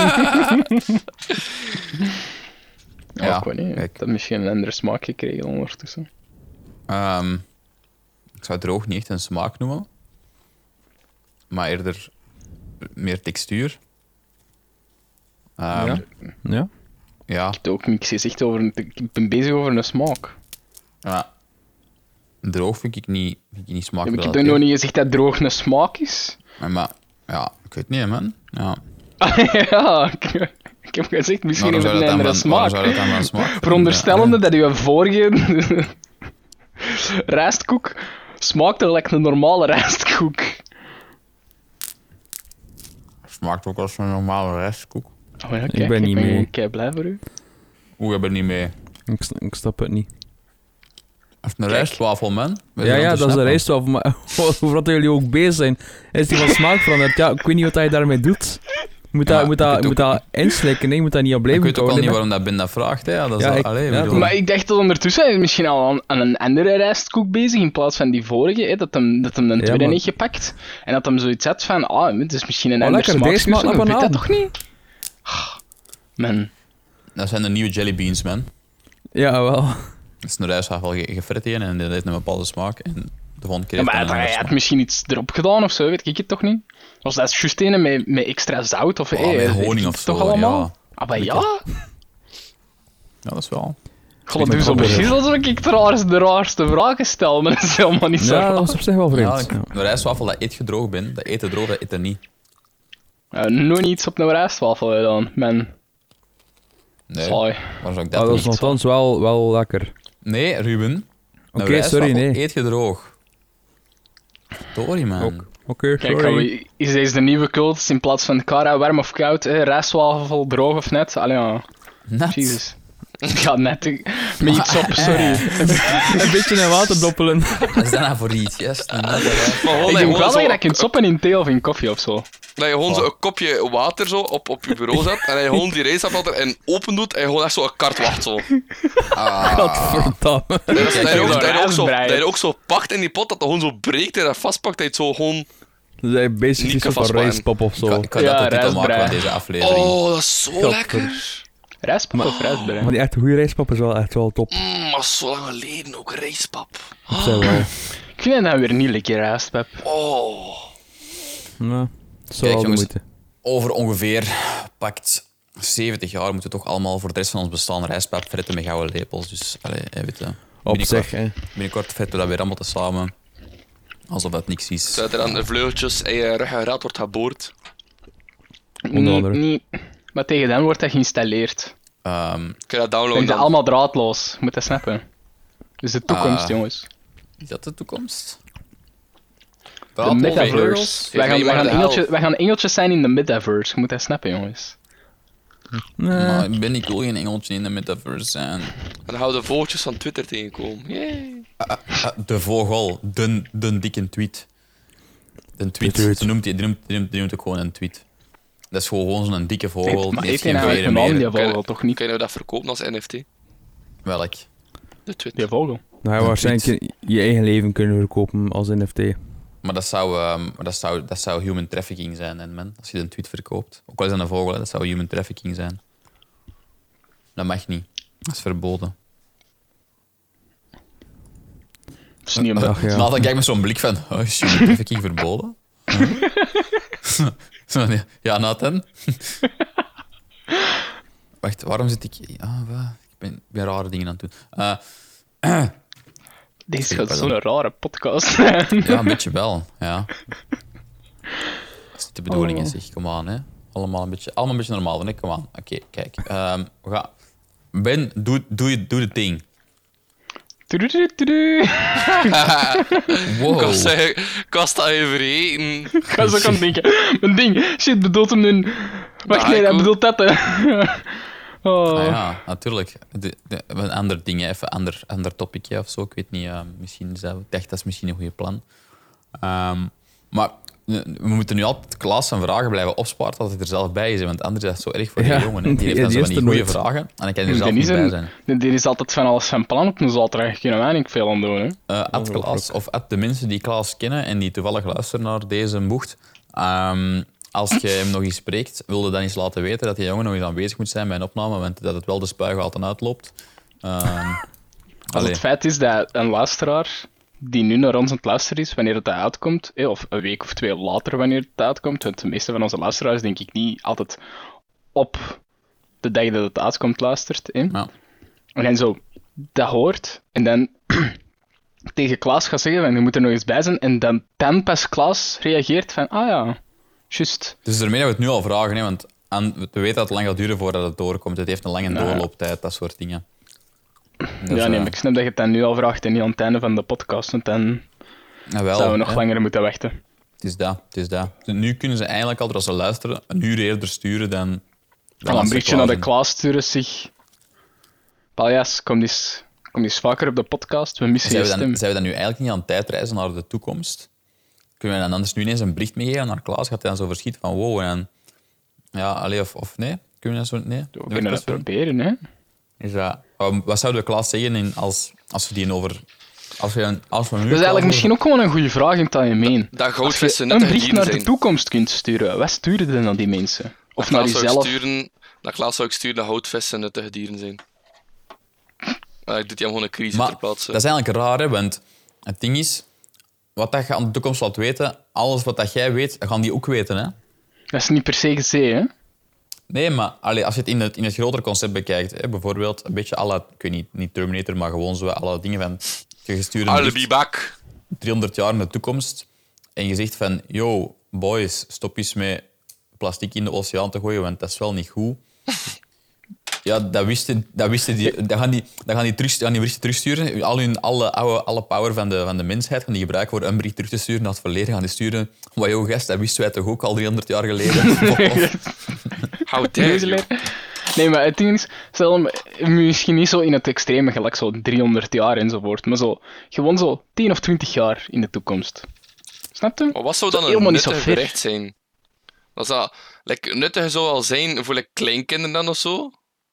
Ja, Ja, ik weet niet. kijk. Dat heeft misschien een andere smaak gekregen ondertussen. Ehm, ik zou droog niet echt een smaak noemen. Maar eerder meer textuur. Ehm, Ja. Ja? ja. Ik heb ook niks gezegd over... een- Ik ben bezig over een smaak. Ja. Droog vind ik niet, vind ik niet Heb ik heb smaakgerelateerd. nog niet gezegd dat droog een smaak is? Maar, maar, ja, ik weet niet, man. Ja. Ja, ik, ik heb gezegd, misschien Waarom heeft zou het dat een dan andere van- waarom zou smaak. dat dan van smaak vinden? Veronderstellende Ja, dat uw vorige rijstkoek smaakte gelijk een normale rijstkoek. smaakt ook als een normale rijstkoek. Oh ja, kijk, Ik ben niet mee. Ik ben blij voor u. Oeh, ik ben niet mee. Ik, sta- ik snap het niet. Als een rijstwafel, man. We Ja, zijn ja, om te dat is een snappen. rijstwafel, maar over wat jullie ook bezig zijn. Is die van smaak veranderd? Ja, ik weet niet wat je daarmee doet. Je moet Ja, dat, je moet ik dat, weet je moet ook dat inslikken, nee, je moet dat niet op Ik blijven weet ook al houden, niet hè. waarom dat Ben dat vraagt. Hè. Ja, dat is Ja, al- ik- allee, ja, bedoel- Maar ik dacht dat ondertussen hij is misschien al aan, aan een andere rijstkoek bezig in plaats van die vorige. Hè, dat hem, dat hem een Ja, tweede maar- heeft gepakt. En dat hem zoiets had van, ah, het is misschien een Oh, ander lekker, deze smaakje. smaakt naar Ik weet dat banaan. toch niet? Ah, Man. Dat zijn de nieuwe jellybeans, man. Ja, wel. Dat is een rijstwafel ge- gefrit in en dat heeft een bepaalde smaak. En de volgende keer Ja, heeft maar dat een hij andere had smaak. misschien iets erop gedaan of zo, weet ik het toch niet? Was dat juist een met, met extra zout of Oh, hey, met weet honing ik of het zo, toch allemaal? ja. Ah, maar ja? Ja, dat is wel... God, met doe zo hamburger. precies alsof ik de raarste, de raarste vragen stel, maar dat is helemaal niet zo Ja, raar. dat was op zich wel Ja, vreemd. ik- Ja. een rijstwafel, dat eet je droog ben. Dat eet je droog, dat eet je niet. Ja, nooit iets op een rijstwafel gedaan, man. Nee, Saai. waarom zou ik Ah, dat dat is doen? nogthans wel, wel lekker. Nee, Ruben. Een Oké, sorry, rijstwafel nee. eet je droog. Sorry, man. Ook. Oké, Kijk, gaan sorry. we, is deze de nieuwe cult in plaats van Cara, warm of koud, hè? Rijstwafel, droog of net? Allee, ja. Net. Jezus. Ja, net. ik- Met iets op, sorry. Een beetje in water doppelen. Wat is dat nou voor iets? Yes, een nette rijst- Maar gewoon, Ik dat je denk gewoon wel zo- dat je dat kunt stoppen in thee of in koffie of zo. Dat je gewoon zo een kopje water zo op, op je bureau zet en dat je gewoon die rijstwafel en open doet en je gewoon echt zo een kart wacht zo. Godverdamme. Dat je dat je ook, dat je ook zo, rijstbrei. dat je ook zo pakt in die pot, dat het gewoon zo breekt en dat vastpakt, dat je het zo gewoon... Dat is basically Niet een soort van vastpakken. rijstpop of Ik ga, zo. ik ga Ja, dat de titel maken rijstbrei. van deze aflevering. Oh, dat is zo Godver- lekker. Rijstpap of rijstbrei? Maar die echt goede rijstpop is wel echt wel top. Mm, maar zo lang geleden ook rijstpap. Dat zijn wel. Ik vind dat weer niet lekker rijstpap. Oh. Ja, dat is Kijk, wel de jongens. moeite. Over ongeveer pakt zeventig jaar moeten we toch allemaal voor de rest van ons bestaan rijstpap fretten met gouden lepels. Dus, allee, hè, weet je. Op Binnenkort- zich, hè. Binnenkort fretten we dat weer allemaal tezamen. Alsof dat niks is. Dat er aan de vleugeltjes en je ruggengraat wordt geboord. Onder Nee, andere. niet. Maar tegen dan wordt dat geïnstalleerd. Ehm, Kun je dat Dan downloaden is dat dan? allemaal draadloos. Je moet dat snappen. Dus de toekomst, Ah. jongens. is dat de toekomst? De Draadloze metaverse. vleugels? Wij gaan, Geef mij wij, gaan maar de engeltje, helft. wij gaan engeltjes zijn in de metaverse. Je moet dat snappen, jongens. Nee. Maar ik ben ik wil geen engeltje in de metaverse zijn. En dan gaan we de vogeltjes van Twitter tegenkomen. Yay. Ah, de vogel, de, de dikke tweet. De tweet, De tweet. Ze noemt die, die, noemt, die, noemt, die noemt ook gewoon een tweet. Dat is gewoon zo'n dikke vogel. Maar die heeft heeft hij geen nou veren een naam, die meer. vogel, toch niet? Kun je dat verkopen als N F T? Welk? De Twitter. Die vogel. Dan ga je Een waarschijnlijk je, je eigen leven kunnen verkopen als N F T. Maar dat zou, um, dat, zou, dat zou human trafficking zijn, hè, man. Als je een tweet verkoopt. Ook al is dat een vogel, hè, dat zou human trafficking zijn. Dat mag niet. Dat is verboden. Dat is niet een Ach, ja. Nathan kijkt met zo'n blik van... Oh, is human trafficking verboden? Huh? Zo, nee. Ja, Nathan? Wacht, waarom zit ik... Ah, wat? Ik ben, ik ben rare dingen aan het doen. Uh, Deze Pardon. gaat zo'n rare podcast zijn. Ja, een beetje wel, ja. Dat is niet de bedoeling, Oh. is, zeg. Kom aan, hè. Allemaal een beetje, allemaal een beetje normaal, hè. Kom aan. Oké, kijk. Ehm, we gaan... Ben, doe, doe, je- doe het ding. Tududududu. Wow. Ik was, eh, ik was dat even vergeten. Ik ga zo gaan denken. Mijn ding. Shit, bedoelt hem nu... Wacht, Ja, nee, ik hij ook. bedoelt dat, hè. Oh. Ah, ja, natuurlijk. De, de, een ander ding, hè. Even een ander, ander topicje of zo. Ik weet niet, uh, misschien is dat... Ik dacht, dat is misschien een goede plan. Ehm, maar eh, we moeten nu altijd Klaas zijn vragen blijven opsparen dat hij er zelf bij is. hè, Want anders is dat zo erg voor die Ja, jongen. Hè. Die heeft die- dan zo die van is die er goede nooit. vragen en dan kan hij er Die zelf niet is bij een- zijn. Die is altijd van alles van plan op een zaterdag. Kunnen wij niet veel aan doen, hè. Uh, at Klaas, of at de mensen die Klaas kennen en die toevallig luisteren naar deze bocht. Ehm, als je hem nog eens spreekt, wilde dan eens laten weten dat die jongen nog eens aanwezig moet zijn bij een opname, want dat het wel de spuigaten uitloopt. Ehm Als allee. het feit is dat een luisteraar die nu naar ons aan het luisteren is, wanneer het uitkomt, eh, of een week of twee later wanneer het uitkomt, want de meeste van onze luisteraars denk ik niet altijd op de dag dat het uitkomt luistert. Eh. Ja. En dan zo dat hoort, en dan tegen Klaas gaat zeggen van je moet er nog eens bij zijn, en dan, dan pas Klaas reageert van ah ja, juist. Dus daarmee dat we het nu al vragen, hè, want aan, we weten dat het lang gaat duren voordat het doorkomt. Het heeft een lange Ja. doorlooptijd, dat soort dingen. Dus, Ja, nee, eh, maar ik snap dat je het dan nu al vraagt en niet aan het einde van de podcast, want dan jawel, zouden we nog hè. langer moeten wachten. Het is dat, het is dat. Dus nu kunnen ze eigenlijk al, als ze luisteren, een uur eerder sturen dan... dan Kan als een ze berichtje klaar naar de zijn. Klaas sturen, zeg. Paljas, kom eens, kom eens vaker op de podcast, we missen Zijn je we, dan, stem. zijn we dan nu eigenlijk niet aan het tijdreizen naar de toekomst? Kunnen we dan anders nu ineens een bericht meegeven naar Klaas? Gaat hij dan zo verschieten van wow en... Ja, allee, of, of nee? Kunnen we dat zo... Nee? We kunnen dat proberen, hè. Is dat... Wat wat zouden we Klaas zeggen in als, als we die over... Als we, een- als we nu Dat is eigenlijk misschien ook gewoon een goede vraag in het algemeen. Dat Als goudvissen je een nuttige bericht dieren naar de zijn. toekomst kunt sturen, wat stuur je dan naar die mensen? Of Naar naar Klaas zou ik jezelf? sturen, naar Klaas zou ik sturen dat houtvissen nuttige dieren zijn. Uh, ik doe die hem gewoon een crisis Maar ter plaatse. dat is eigenlijk raar, hè, want het ding is... Wat dat je aan de toekomst laat weten, alles wat dat jij weet, gaan die ook weten, hè? Dat is niet per se gezegd, hè. Nee, maar allee, als je het in het, in het grotere concept bekijkt, hè, bijvoorbeeld een beetje alle, ik weet niet, niet Terminator, maar gewoon zo alle dingen van, je stuurt een I'll bericht be back. driehonderd jaar in de toekomst en je zegt van, yo, boys, stop eens met plastic in de oceaan te gooien, want dat is wel niet goed. Ja, dat wisten, dat wisten die, dat gaan die, dat gaan die, terug, gaan die berichten terugsturen. Al hun, alle, oude, alle power van de, van de mensheid gaan die gebruiken voor een bericht terug te sturen naar het verleden. Gaan die sturen, maar joh, gast, dat wisten wij toch ook al driehonderd jaar geleden? How dare you. Neuzeler. Nee, maar het ding is, stel, misschien niet zo in het extreme, gelijk zo driehonderd jaar enzovoort, maar zo, gewoon zo tien of twintig jaar in de toekomst. Snap je? Maar wat zou Zo dan een helemaal niet zo nuttig ver. bericht zijn? Was dat like, nuttig zou al zijn voor like, kleinkinderen dan of zo?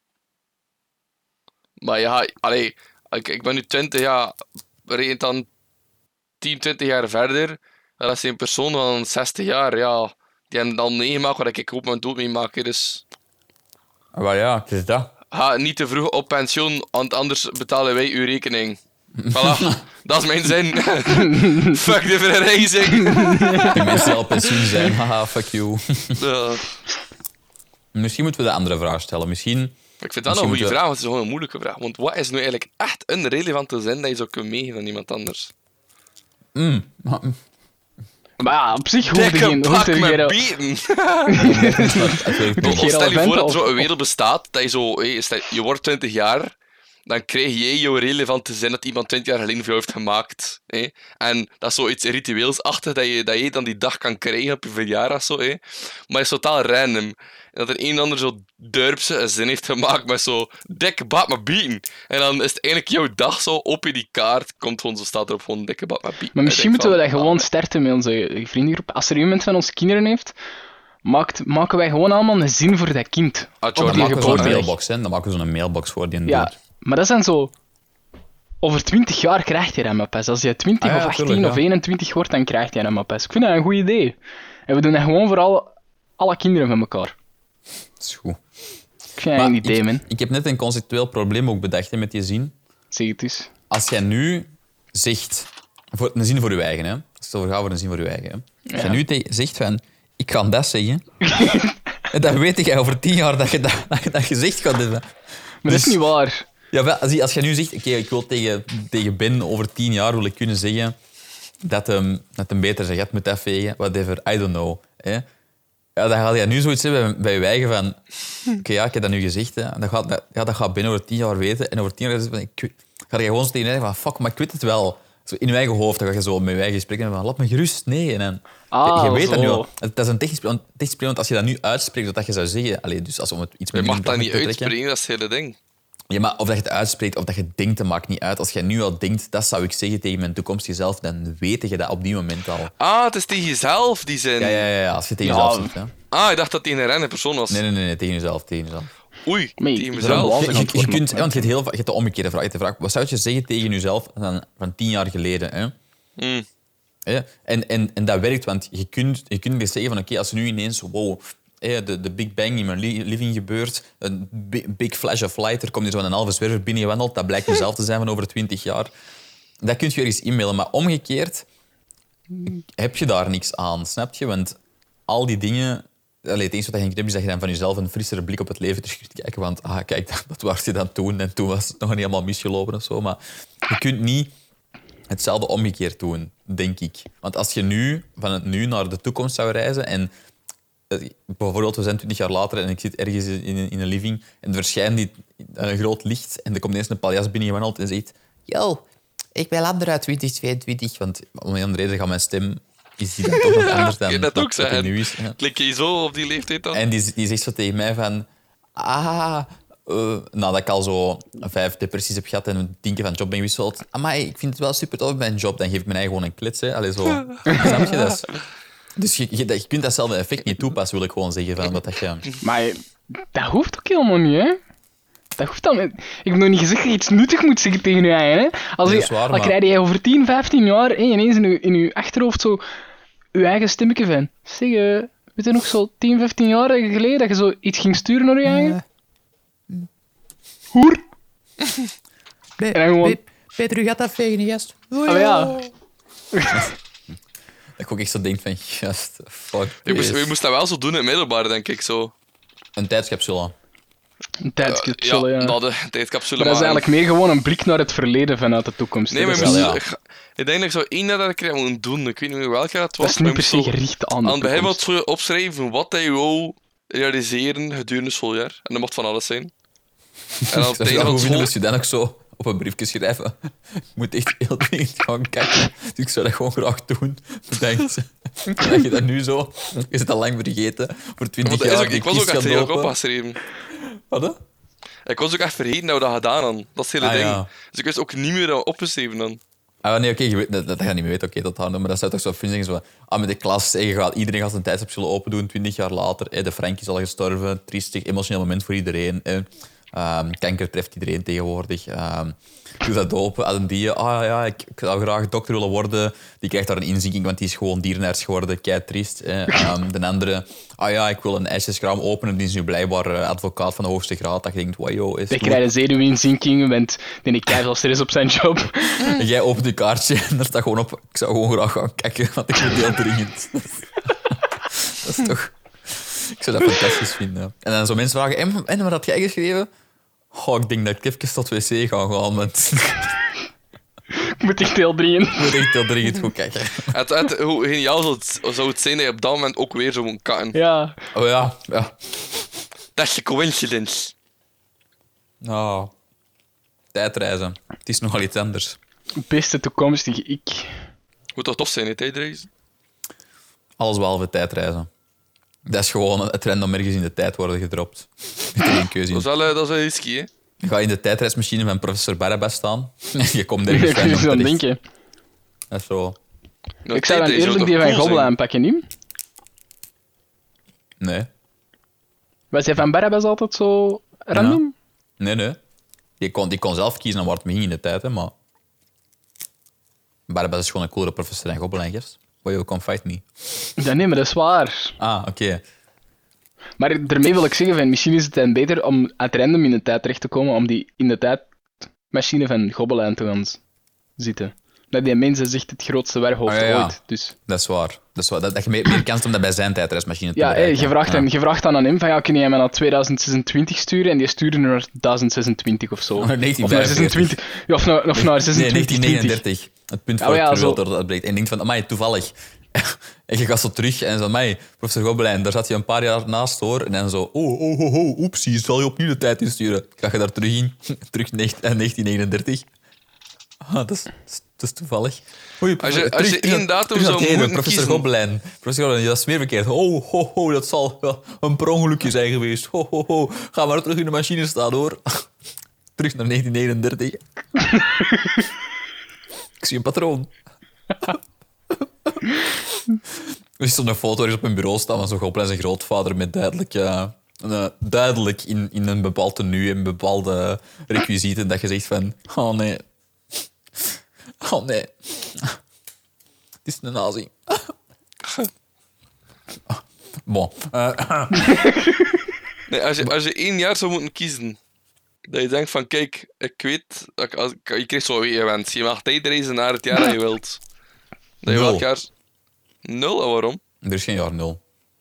Maar ja, allee, ik, ik ben nu twintig jaar, rekent dan tien, twintig jaar verder. En dat is een persoon van zestig jaar, ja, die hebben dan meegemaakt wat ik ook mijn dood meemaak. hè, Dus Maar ja, het is dat. ga niet te vroeg op pensioen, want anders betalen wij uw rekening. Voilà, dat is mijn zin. Fuck de verrijzing. Die mensen die al op pensioen zijn, haha, fuck you. Ja. Misschien moeten we de andere vraag stellen. Misschien... Ik vind dat Misschien een goede moeten we- vraag, want het is gewoon een moeilijke vraag. Want wat is nu eigenlijk echt een relevante zin dat je zou kunnen meegeven aan iemand anders? Mm, maar- Maar ja, op zich hoeft er Dikke geen... bak hoeft er met geen- bieten! Natuurlijk Toch niet. geen Stel je voor relevante dat zo'n of- wereld bestaat, dat je zo... hé, stel, je wordt twintig jaar, dan krijg jij jouw relevante zin dat iemand twintig jaar geleden voor jou heeft gemaakt. Hé. En dat is zoiets ritueelsachtig, dat je, dat je dan die dag kan krijgen op je verjaardag. Zo, hé. Maar het is totaal random. En dat er een en ander zo durpse een zin heeft gemaakt met zo... Dikke bak met bieten. En dan is het eigenlijk jouw dag zo, op je die kaart, komt gewoon zo, staat erop gewoon dikke bak met bieten. Maar En misschien ik denk moeten we van, dat ah, gewoon starten met onze vriendengroep. Als er iemand van onze kinderen heeft, maakt, maken wij gewoon allemaal een zin voor dat kind. Ah, Op Dan Jordan, die maken we zo'n geboortedag. mailbox, hè. Dan maken we zo'n mailbox voor die een Ja, doet. maar dat zijn zo over twintig jaar krijg je een M A P S. Als je twintig Ah ja, of achttien tuurlijk, ja. of eenentwintig wordt, dan krijg je een M A P S. Ik vind dat een goed idee. En we doen dat gewoon voor alle, alle kinderen met elkaar. Dat is goed. Ik vind dat Maar een idee, ik, man. ik heb net een conceptueel probleem ook bedacht hè, met die zin. Zeg het eens. Als jij nu zegt... Voor, een zin voor je eigen, hè. Als het over gaat voor een zin voor je eigen, hè. Als Ja. je nu te- zegt van... Ik ga dat zeggen... dan weet jij over tien jaar dat je dat, dat, je dat gezegd gaat hebben. Maar dat is Dus- niet waar. Ja, wel, als, je, als je nu zegt... Oké, ik wil tegen, tegen Ben over tien jaar wil ik kunnen zeggen... Dat hem, dat hem beter zijn gat moet afvegen. Whatever, I don't know. Hè. Ja, dan ga je nu zoiets hebben bij je eigen van... Oké, ja, ik heb dat nu gezegd. Hè. En dat gaat, dat, ja, dat gaat Ben over tien jaar weten. En over tien jaar van, ik, ga je gewoon zo tegen je eigen van... Fuck, maar ik weet het wel. Zo in je eigen hoofd, dan ga je zo met je eigen spreken van... Laat me gerust. Nee. En dan, Ah, je, je weet dat nu zo. al. Het is een technisch probleem, technisch probleem, want als je dat nu uitspreekt, dat je zou zeggen... Allee, dus als om het iets Je meer mag dat niet te trekken. uitspreken, dat is het hele ding. Ja, maar of dat je het uitspreekt of dat je denkt, dat maakt niet uit. Als jij nu al denkt, dat zou ik zeggen tegen mijn toekomstige zelf, dan weet je dat op die moment al. Ah, het is tegen jezelf, die zin. Ja, ja, ja, ja, als je tegen Ja. jezelf zegt. Hè. Ah, ik dacht dat het tegen een random persoon was. Nee, nee, nee, nee, tegen jezelf, tegen jezelf. Oei, Nee, tegen dat is een mezelf. balans. Je, je, je kunt, want je hebt, heel, va- je hebt de omgekeerde vraag. Je hebt de vraag, wat zou je zeggen tegen jezelf van, van tien jaar geleden? Hè? Mm. Ja, en, en, en dat werkt, want je kunt, je kunt dus zeggen van oké, als er nu ineens wow, hè, de, de Big Bang in mijn li- living gebeurt, een bi- big flash of light, er komt hier zo'n halve zwerver binnengewandeld, dat blijkt mezelf te zijn van over twintig jaar. Dat kun je ergens e-mailen, maar omgekeerd heb je daar niks aan, snap je? Want al die dingen... Allee, het enige wat je hebt is dat je dan van jezelf een frissere blik op het leven terug kunt kijken. Want ah, kijk, dat, dat was je dan toen en toen was het nog niet helemaal misgelopen of zo. Maar je kunt niet hetzelfde omgekeerd doen, denk ik. Want als je nu van het nu naar de toekomst zou reizen en eh, bijvoorbeeld we zijn twintig jaar later en ik zit ergens in, in een living en er verschijnt die, een groot licht en er komt ineens een paljas binnengewandeld en zegt yo, ik ben later uit twintig tweeëntwintig, want om een andere reden gaat mijn stem is die dan toch nog anders dan Kun je dat ook wat die zeggen? nu is. Ja. Klik je zo op die leeftijd dan? En die, die zegt zo tegen mij van... Ah, uh, nadat ik al zo vijf depressies heb gehad en tien keer van job ben gewisseld. Amai, ik vind het wel super tof bij mijn job. Dan geef ik mijn eigen gewoon een klets. Hè. Allee, zo. Snap je dat? Dus je, je, je kunt datzelfde effect niet toepassen, wil ik gewoon zeggen. Van wat dat je... Maar dat hoeft ook helemaal niet, hè? Dat hoeft dan. Ik heb nog niet gezegd dat je iets nuttig moet zeggen tegen je eigen, hè? Als Nee, je, dat is waar, dan maar- krijg je over tien, vijftien jaar hè, ineens in je, in je achterhoofd zo je eigen stemmetje van. Zeg, uh, weet je nog zo tien, vijftien jaar geleden dat je zo iets ging sturen naar je eigen? Hoer! En dan gewoon... Peter, u gaat dat vegen, gast. Oh ja. Dat ik ook echt zo denk van... Gast, fuck Je moest, this. je moest dat wel zo doen in het middelbaar, denk ik. Zo. Een tijdscapsule. Een tijdscapsule, ja. ja. Dat de tijdcapsule Maar dat is maken. eigenlijk meer gewoon een blik naar het verleden vanuit de toekomst. Nee, hè. maar dat, je is, wel, moest- ja. ik, ik denk dat ik zo één dat ik krijg moeten doen. Ik weet niet meer welke het was. dat is maar niet je per moest se zo gericht aan aan de het begin toekomst. wat zo opschrijven wat hij wou realiseren gedurende het schooljaar. En dat mocht van alles zijn. En aan Ik het zou het einde wel van goed het vinden school... als je dan ook zo op een briefje schrijven. Ik moet echt heel dringend gaan kijken. Dus ik zou dat gewoon graag doen. Bedankt. En dat je dat nu zo... Je zit al lang vergeten. Voor twintig Want dat is jaar ook- die ik was ook kist echt gaat heel erg lopen. opgeschreven. Wat, hè? Ik was ook echt vergeten dat we dat gedaan hadden. Dat is het hele Ah, ding. ja. Dus ik wist ook niet meer dat we opgeschreven dan. Ah, nee, oké, je weet- dat, dat ga je niet meer weten. Oké, dat houden. Maar dat zou toch zo fun zijn. Zo, ah, met de klas, eh, je gaat, iedereen gaat zijn tijdscapsule open doen, twintig jaar later. Eh, de Frank is al gestorven. Triestig, emotioneel moment voor iedereen. Eh. Ehm, kanker treft iedereen tegenwoordig. Ehm, doe dat open. Aan die, ah ja, ik, ik zou graag dokter willen worden. Die krijgt daar een inzinking, want die is gewoon dierenarts geworden. Kei triest. Eh. Ehm, de andere, ah ja, ik wil een ijsjeskraam openen. Die is nu blijkbaar eh, advocaat van de hoogste graad. Dat je denkt, wow, joh, is Ik goed. krijg een zenuwinzinking, want die kijkt al stress op zijn job. En jij opent je kaartje en er staat gewoon op... Ik zou gewoon graag gaan kijken, want ik moet heel dringend. Dat is toch... Ik zou dat fantastisch vinden. En dan zo mensen vragen, en, en wat had jij geschreven? Oh, ik denk dat ik even tot wc ga gaan, want Ik moet echt heel dringend. ik moet echt heel dringend goed kijken. Het, het, hoe geniaal zou het, zou het zijn dat je op dat moment ook weer zou moeten katten. Ja. Oh ja, ja. Dat is de coincidence. Nou, tijdreizen. Het is nogal iets anders. Beste toekomstige ik. Moet toch tof zijn, hè, tijdreizen? Alles behalve tijdreizen. Dat is gewoon het random ergens in de tijd worden gedropt. Met één keuze Dat in. is wel, eh, dat is wel risky, hè? Je gaat in de tijdreismachine van professor Barabbas staan. Je komt Daar ergens kun je random zo aan terecht. denken. Dat is zo... Nou, Ik zou dan tijdreizen eerlijk toch die van cool Gobbel zijn? aanpakken, niet? Nee. Was jij van Barabbas altijd zo random? Nee, nee. Die kon, die kon zelf kiezen aan waar het me ging in de tijd, hè, maar Barnabas is gewoon een coolere professor dan Gobelijn, gers. Will you come fight me? Ja, nee, maar dat is waar. Ah, oké. Okay. Maar daarmee wil ik zeggen, van, misschien is het dan beter om uit random in de tijd terecht te komen, om die in de tijdmachine van Gobelijn te gaan z- zitten. Dat die mens is echt het grootste werkhoofd Ah, ja, ja. ooit. Dus. Dat is waar. Dat, is waar. dat, dat je meer, meer kans hebt om dat bij zijn tijdreismachine te Ja, hey, bereiken. je, vraagt Ja. hem, je vraagt dan aan hem van, ja, kun jij mij naar tweeduizend zesentwintig sturen? En die stuurde naar duizend zesentwintig of zo. Naar negentien Of naar vijfenveertig. zesentwintig. Ja, of naar, of naar Nee, zesentwintig twintig. negentien negenendertig. Het punt Oh, voor ja, het zo. dat dat breekt. En je denkt van, amai, toevallig. En je gaat zo terug en zo, amai, professor Gobelijn, daar zat je een paar jaar naast hoor. En dan zo, oh, oh, oh, oh, oepsie, zal je opnieuw de tijd insturen? Ga je daar terug in? Terug negentien negenendertig. Ah, dat is, dat is toevallig. Oei, Als je- terug- als je terug- één datum terug naar zou het heden, moeten professor kiezen. Gobelijn. Professor Gobelijn, dat is meer verkeerd. Oh, ho, ho, dat zal wel een per ongelukje zijn geweest. Ho, ho, ho. Ga maar terug in de machine staan, hoor. Terug naar negentien negenendertig. Ik zie een patroon. Er is zo'n foto er is op mijn bureau staan van zo'n Gobelijn zijn grootvader met duidelijk, uh, uh, duidelijk in, in een bepaald tenue en bepaalde requisieten dat je zegt van, oh nee. Oh nee. Het is een nazi. Bon. Uh, Nee, als, je, als je één jaar zou moeten kiezen, dat je denkt van, kijk, ik weet, dat ik- als, ik- je krijgt zo weer je wens. Je mag tijdreizen naar het jaar dat je wilt. Dat je Nul. welk jaar... Nul? En waarom? er is geen jaar nul.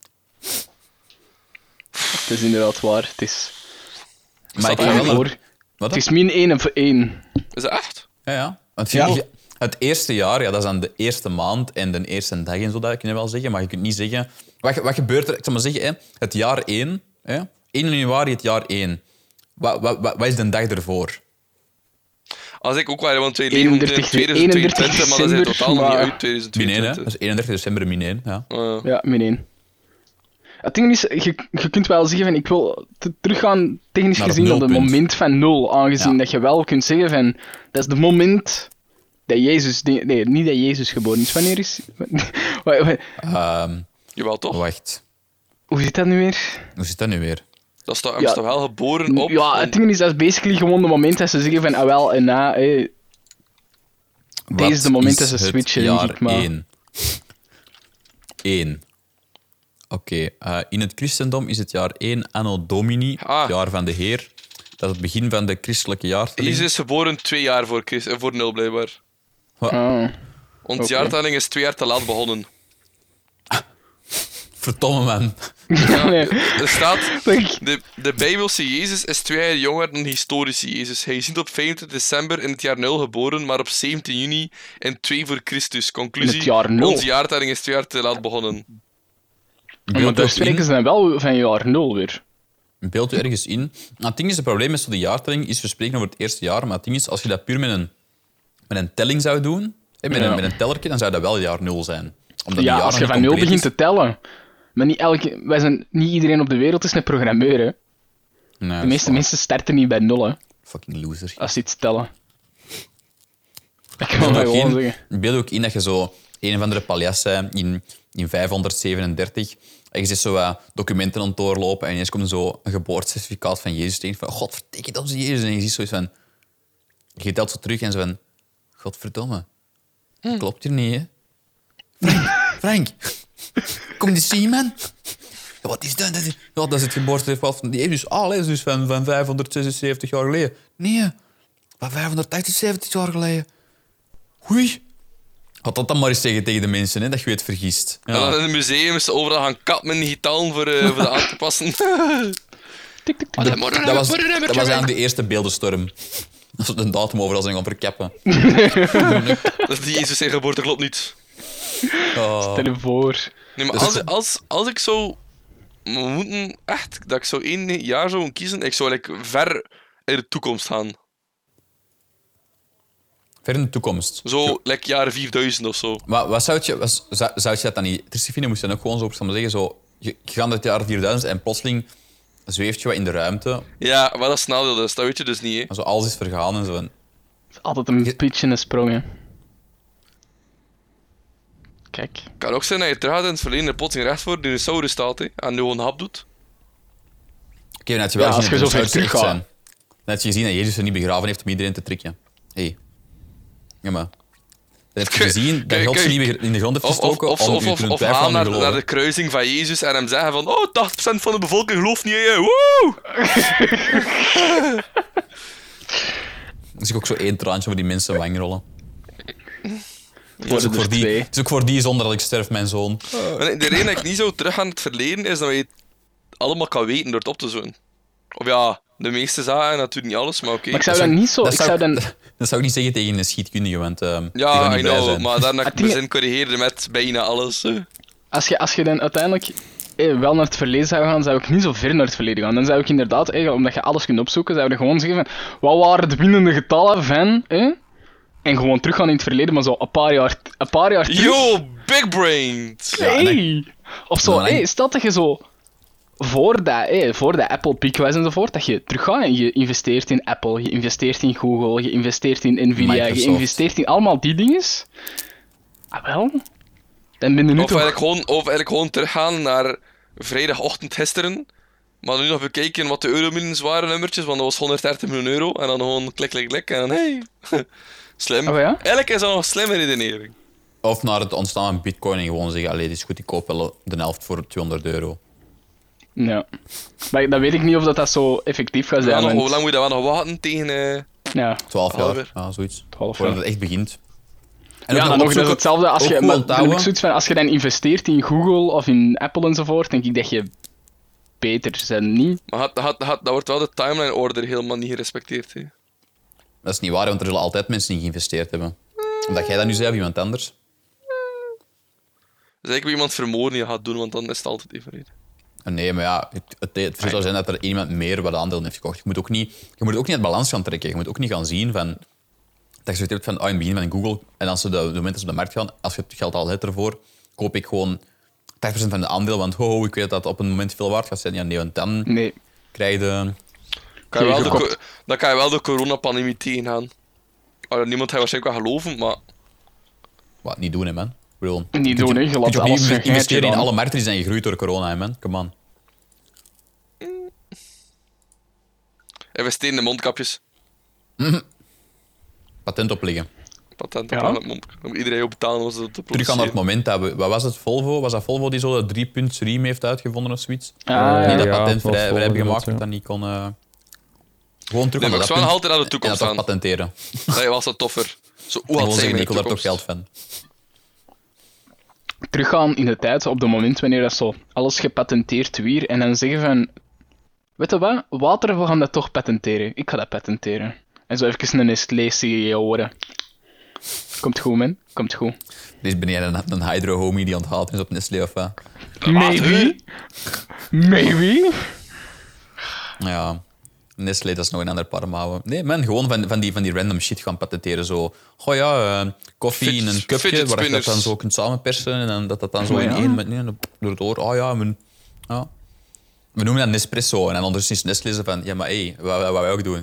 Het is inderdaad waar. Het is... Maar ik dat ga wel wel... Hoor. Wat? Het is min één of één. Is dat echt? Ja, ja. Want je- Ja. je- het eerste jaar, ja, dat is dan de eerste maand en de eerste dag en zo, dat kun je wel zeggen. Maar je kunt niet zeggen... Wat, wat gebeurt er? Ik zal maar zeggen, hè, het jaar één, hè, één januari het jaar één. Wat, wat, wat, wat is de dag ervoor? Als ik ook waren, want wij leven in eenendertig tweeduizend tweeëntwintig, maar dat is in december, totaal nog niet maar- uit tweeduizend Min één, hè? tweeëntwintig. Dat is eenendertig december min één, ja. Uh, Ja, min één. Het ding is, je, je kunt wel zeggen van, ik wil te- teruggaan technisch Naar het gezien op het nulpunt. moment van nul, aangezien Ja. dat je wel kunt zeggen van, dat is de moment dat Jezus, nee, nee, niet dat Jezus geboren is. Wanneer is... Wa- wa- Ehm, jawel, toch? wacht, Hoe zit dat nu weer? hoe zit dat nu weer? Dat is toch, Ja. hem is toch wel geboren op... Ja, het ding is, dat is basically gewoon de moment dat ze zeggen van, ah wel, en na, eh, Deze is de moment dat ze het switchen, denk jaar ik, maar- één. één. Oké, eh, in het christendom is het jaar één Anno Domini, Ah. het jaar van de Heer. Dat is het begin van de christelijke jaartelling. Jezus is geboren twee jaar voor, Christ, eh, voor nul, blijkbaar. ah. Onze Oké. jaartelling is twee jaar te laat begonnen. Verdomme, man. Ja, nee. Er staat... Denk- De, de Bijbelse Jezus is twee jaar jonger dan de historische Jezus. Hij is niet op vijfentwintig december in het jaar nul geboren, maar op zeventien juni in twee voor Christus. Conclusie, In het jaar nul? onze jaartelling is twee jaar te laat begonnen. Maar Beeld daar ook spreken in, ze dan wel van jaar nul weer. beeld u ergens in. Nou, het ding is, het probleem met zo de jaartelling is, we spreken over het eerste jaar, maar het ding is, als je dat puur met een, met een telling zou doen, hè, met, Ja. een, met een tellertje, dan zou dat wel jaar nul zijn. Omdat die Ja, jaar als nog je niet van nul compleet begint is. te tellen. Maar niet, elke, wij zijn, niet iedereen op de wereld is een programmeur, hè. Nee, De dat is meeste waar. mensen starten niet bij nul, hè, Fucking loser. als ze iets tellen. Ik kan Beeld dat ook gewoon in- zeggen. beeld ook in dat je zo een of andere paljas bent in, in vijfhonderdzevenendertig en je zit zo wat documenten aan het doorlopen en ineens komt er zo een geboortecertificaat van Jezus tegen van godverdikke onze Jezus. En je ziet zoiets van... Je telt zo terug en zo van... Godverdomme. Dat klopt hier niet, hè? Frank, Frank. Kom eens zien, man. Ja, wat is dat? Dat is, ja, dat is het geboortecertificaat van Jezus. Ah, dat is dus van, van vijfhonderdzesenzeventig jaar geleden. Nee, van vijfhonderdachtenzeventig jaar geleden. Oei. Had dat dan maar eens zeggen tegen de mensen, hè, dat je het vergist. En dan Ja. in het museum is ze overal gaan kappen met getallen voor, eh, voor dat aan te passen. Tik, tik, tik. Maar dat, dat was, dat was eigenlijk de eerste beeldenstorm. Dat ze de datum overal zijn gaan verkeppen. Dat is die Jezus zijn geboorte klopt niet. Oh. Stel je voor. Nee, maar Dus als, het- als, als ik zou moeten, echt, dat ik zo één jaar zou kiezen, ik zou like, ver in de toekomst gaan. Ver in de toekomst. Zo, like jaren vierduizend of zo. Maar wat zou je, was, zou, zou je dat dan niet... Tristiefine moest dan ook gewoon zo, ik zal maar zeggen, zo... Je, je gaat naar het jaar vierduizend en plotseling zweeft je wat in de ruimte. Ja, maar dat is het nadeel, dus, dat weet je dus niet. Hè. En zo alles is vergaan en zo. En Altijd een pitch en een sprong, hè. Kijk. Het kan ook zijn dat je terug gaat in het verleden en plotseling recht voor de dinosaurus staat hè, en nu een hap doet. Oké, dan had je wel Ja, gezien als dat je zo de ver dinosaurissen echt teruggaat. zijn. Dan had je gezien dat Jezus er niet begraven heeft om iedereen te trikken. Hé. Hey. Ja, maar... Dat heb je gezien, dat Kijk, geld kijk. niet in de grond heeft Of, of, gestoken of, om of, u te of, doen of twijfelen gaan aan naar, uw naar geloven. de kruising van Jezus en hem zeggen van oh, tachtig procent van de bevolking gelooft niet in je. Woe! Dan zie ik ook zo één traantje voor die mensen wang rollen. Voor Het is, de ook voor die, twee. het is ook voor die zonder dat ik sterf, mijn zoon. Maar De reden dat ik niet zo terug aan het verleden is dat je het allemaal kan weten door het op te zoeken. Of ja, de meeste zaken, natuurlijk niet alles, maar oké. Maar ik zou Dat dat zou- niet zo... Dat Ik zou, zou dan... dat zou ik niet zeggen tegen een schietkundige, want ehm die Ja, gaan I niet blij know, zijn. maar daarna ik Het mijn ding- zin corrigeerde met bijna alles. hè. Als je, als je dan uiteindelijk eh, wel naar het verleden zou gaan, zou ik niet zo ver naar het verleden gaan. Dan zou ik inderdaad, eh, omdat je alles kunt opzoeken, zou je gewoon zeggen van, wat waren de winnende getallen van, eh? En gewoon teruggaan in het verleden, maar zo een paar jaar, een paar jaar terug. Yo, big brains! Ja, en Hey! Of zo, Ja, en dan- hey, stel dat je zo, voordat, hey, voordat Apple piek was enzovoort, dat je teruggaat en je investeert in Apple, je investeert in Google, je investeert in Nvidia, Microsoft. je investeert in allemaal die dingen. Ah wel, dan ben je nu Of toch... eigenlijk, gewoon, of eigenlijk gewoon teruggaan naar vrijdagochtend gisteren. Maar nu nog bekijken wat de eurominnens waren, nummertjes, want dat was honderddertig miljoen euro. En dan gewoon klik, klik, klik. En dan hey. Slim. Oh ja? Eigenlijk is dat nog een slimme redenering. Of naar het ontstaan van bitcoin en gewoon zeggen, allee, dit is goed, ik koop wel de helft voor tweehonderd euro. Ja. Maar dan weet ik niet of dat, dat zo effectief gaat Ja, zijn. nog, want- hoe lang moet je dat wel nog wachten tegen... eh, Ja, twaalf Alweer. jaar, ja, zoiets. twaalf Voordat jaar. het echt begint. En Ja, ook dan nog, dat is opzoeken- hetzelfde als ook je, goed maar, onthouden. ik zoiets van, als je dan investeert in Google of in Apple enzovoort, denk ik dat je beter bent. Niet? Maar had, had, had, dat wordt wel de timeline order helemaal niet gerespecteerd. Hè. Dat is niet waar, want er zullen altijd mensen die geïnvesteerd hebben. Omdat jij dat nu zei of iemand anders. Dus eigenlijk wie iemand vermoorden je gaat doen, want dan is het altijd evenredig. Nee, maar ja, het, het, het verschil zou zijn dat er iemand meer wat aandelen heeft gekocht. Je moet ook niet, je moet ook niet het balans gaan trekken. Je moet ook niet gaan zien van... Dat je zoiets hebt van, oh, in het begin van Google, en als ze de, de moment dat ze op de markt gaan, als je het geld al hebt ervoor, koop ik gewoon tachtig procent van de aandeel, want ho, ho, ik weet dat dat op een moment veel waard gaat zijn. Ja, nee, want dan Nee. krijg je de... Kan je wel de, gekocht. co- dan kan je wel de coronapandemie tegengaan. Oh, niemand gaat waarschijnlijk wel geloven, maar... Wat, niet doen, hè, man. Ik bedoel, Niet je doen, kunt- hè. Je je laat kunt ook alles niet zijn investeren in gedaan. alle markten die zijn gegroeid door corona, hè, man. Come on. Investeren in mondkapjes. Patent opleggen. Patent Ja. op het mondkapje. Dan moet iedereen op betalen om ze te produceren. Terug aan naar het moment dat we... Wat was het? Volvo? Was dat Volvo die zo de drie-punt riem heeft uitgevonden of zoiets? Ah, Ja, die dat ja, patent was vrij, vrij Volvo hebben inderdaad, gemaakt, dat ja. dat niet kon... eh, Gewoon terug Nee, aan maar dat ik zou nog punt altijd naar de en toekomst dat toch gaan. patenteren. Dat was dat toffer. Zo, hoe En had gewoon zij zeggen, mijn ik wil daar toch toekomst? geld van. Teruggaan in de tijd, op het moment wanneer dat zo alles gepatenteerd weer, en dan zeggen van... Weet je wat? Water, we gaan dat toch patenteren. Ik ga dat patenteren. En zo even een Nestlé-C E O worden. Komt goed, man. Komt goed. Dus ben jij een, een hydro-homie die onthaald is op Nestlé of wat? Maybe. Maybe. Ja, Nestlé, dat is nog een ander paar mouwen. Nee, man, gewoon van, van, die, van die random shit gaan patenteren. Zo, goh ja, eh, koffie Fidget- in een cupje, fidget waar je dat spinners. dan zo kunt samenpersen en dan, dat dat dan zo Oh, in ja. één met nee, door het oor. Oh ja, men, ja. We noemen dat Nespresso en dan ondertussen is Nestlé zo van, ja maar hé, wat, wat wij ook doen.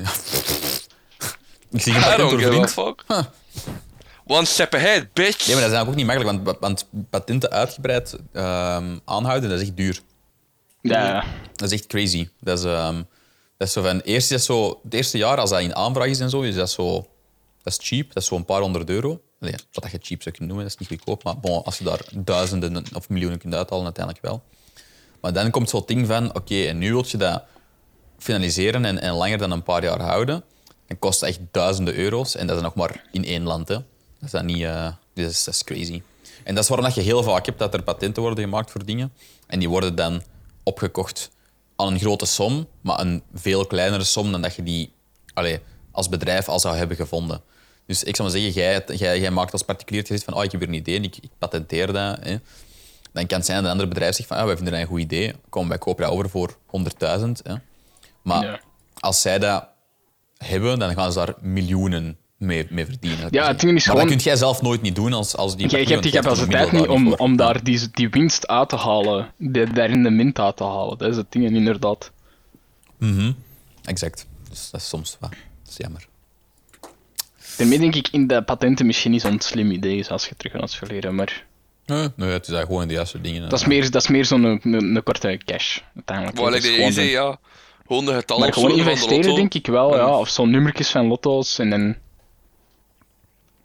Ik zie je I patent don't door give a vriend. fuck. Huh. One step ahead, bitch. Nee, maar dat is eigenlijk ook niet makkelijk, want, want patenten uitgebreid ehm, aanhouden, dat is echt duur. Ja. Dat is echt crazy. Dat is, ehm, dat is zo van, eerst is dat zo, het eerste jaar, als dat in aanvraag is en zo, is dat zo, dat is cheap, dat is zo'n paar honderd euro. Allee, wat je cheap zou kunnen noemen, dat is niet goedkoop, maar bon, als je daar duizenden of miljoenen kunt uithalen, uiteindelijk wel. Maar dan komt zo'n ding van, oké, en nu wil je dat finaliseren en, en langer dan een paar jaar houden, dan kost dat echt duizenden euro's en dat is nog maar in één land. Hè. Dat is dan niet, eh, dat is, dat is crazy. En dat is waarom dat je heel vaak hebt dat er patenten worden gemaakt voor dingen en die worden dan opgekocht aan een grote som, maar een veel kleinere som dan dat je die allee, als bedrijf al zou hebben gevonden. Dus ik zou maar zeggen, jij, jij, jij maakt als particulier gezegd van oh, ik heb hier een idee en ik, ik patenteer dat. Hè. Dan kan het zijn dat een ander bedrijf zegt van ah, wij vinden dat een goed idee, kom, wij kopen dat over voor honderdduizend. Hè. Maar Ja. als zij dat hebben, dan gaan ze daar miljoenen mee, mee verdienen. Ja, het ding is maar gewoon- dat kun jij zelf nooit niet doen als, als die... Jij hebt die want jij hebt er capaciteit niet middelen om, daar voor. om daar die, die winst uit te halen. Die, daarin de mint uit te halen. Dat is het ding, inderdaad. Mhm. Exact. Dus dat is soms wat. Dat is jammer. Daarmee denk ik in de patenten misschien niet zo'n slim idee is als je terug gaat als verleden, maar... Nee, nee, het is eigenlijk gewoon de juiste dingen. Dat is meer, dat is meer zo'n een, een, een korte cash, uiteindelijk. Wat Dat ik is de gewoon idee, de- ja. Gewoon de getallen Maar gewoon opzoeken van de investeren lotto. denk ik wel, En- ja. Of zo'n nummertjes van lotto's en dan... Het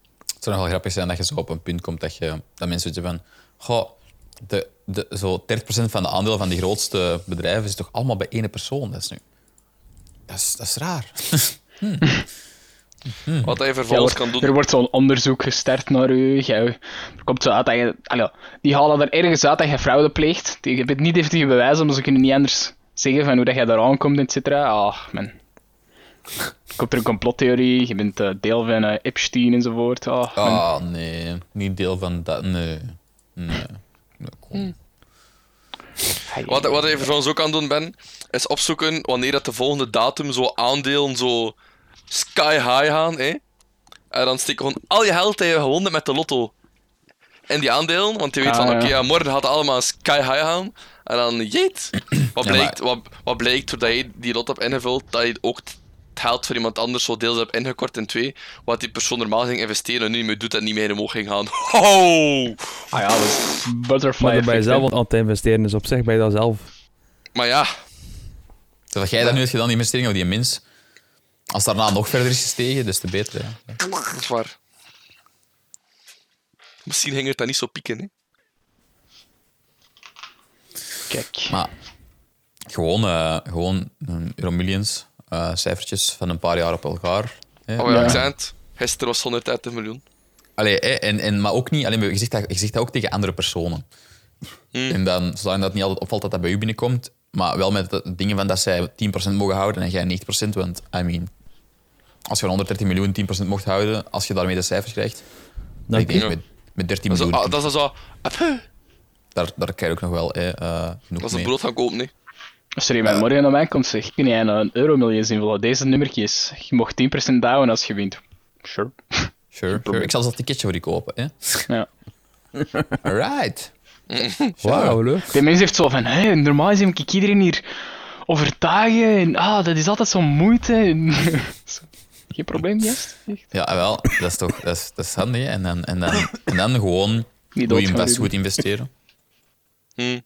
zou nog wel grappig zijn dat je zo op een punt komt dat, je, dat mensen zeggen van... Goh, de, de, zo dertig procent van de aandelen van die grootste bedrijven is toch allemaal bij één persoon. Dat is nu... Dat is, dat is raar. hm. Hm. Wat hij Ja, vervolgens er- kan doen. Er wordt zo'n onderzoek gestart naar u. Jij- Er komt zo uit dat je... Allee, die halen er ergens uit dat je fraude pleegt. Die- Je hebt niet deftige bewijzen, maar ze kunnen niet anders zeggen van hoe dat jij daar aankomt, et cetera. Ah, man. Komt er een complottheorie, je bent eh, deel van eh, Epstein enzovoort. Ah, man. Ah, nee. Niet deel van dat. Nee. Nee. nee kom. Wat, wat je vervolgens ook kan doen, Ben, is opzoeken wanneer dat de volgende datum zo aandelen zo sky high gaan. Hè? En dan steek je gewoon al je geld dat je gewonnen hebt met de lotto in die aandelen. Want je weet Ah, van, ja. oké, ja, morgen gaat het allemaal sky high gaan. En dan, jeet. Wat Ja, blijkt, wat, wat blijkt doordat je die lot hebt ingevuld, dat je ook het geld voor iemand anders zo deels hebt ingekort in twee. Wat die persoon normaal ging investeren en nu niet meer doet en niet meer omhoog ging gaan. Ho! Ah ja, dat is butterfly Maar bij effect, jezelf hè. aan het investeren is op zich bij dat zelf. Maar ja, Zodat jij dat nu hebt gedaan, die investering of die mens. Als daarna nog verder is gestegen, des te beter. Ja. dat is waar. Misschien ging het dat niet zo pieken, hè. Kijk. Maar gewoon, eh gewoon een Euromillions, eh cijfertjes van een paar jaar op elkaar. Hè. Oh ja, Ja. ik zei het. Gisteren was honderddertig miljoen. Allee, hè, en, en, maar ook niet, alleen, je, zegt dat, je zegt dat ook tegen andere personen. Hmm. En dan, zolang dat niet altijd opvalt dat dat bij u binnenkomt, maar wel met de dingen van dat zij tien procent mogen houden en jij negentig procent, want, I mean, als je van honderddertig miljoen tien procent mocht houden, als je daarmee de cijfers krijgt, Dan ik denk Ja. met, met dertien Dat is, miljoen, ah, dat is zo... Apuh, daar, daar krijg je ook nog wel hè, eh, genoeg dat is een mee. brood gaan kopen, hè. Als er iemand morgen naar mij komt, zeg, kun jij een euromiljoen invullen? Deze nummertjes. Je mag tien procent houden als je wint. Sure. Sure, sure. Ik zal zelfs dat ticketje voor je kopen. Hè? Ja. Alright. Wauw, leuk. Die mens heeft zo van, hé, normaal is ik iedereen hier overtuigen en ah, dat is altijd zo'n moeite. En... Geen probleem, gast. Echt. Ja, wel, dat is toch dat is, dat is handig. Hè? En, dan, en, dan, en dan gewoon Niet goede doodgaan, invest, Ruben. goed investeren. Hm.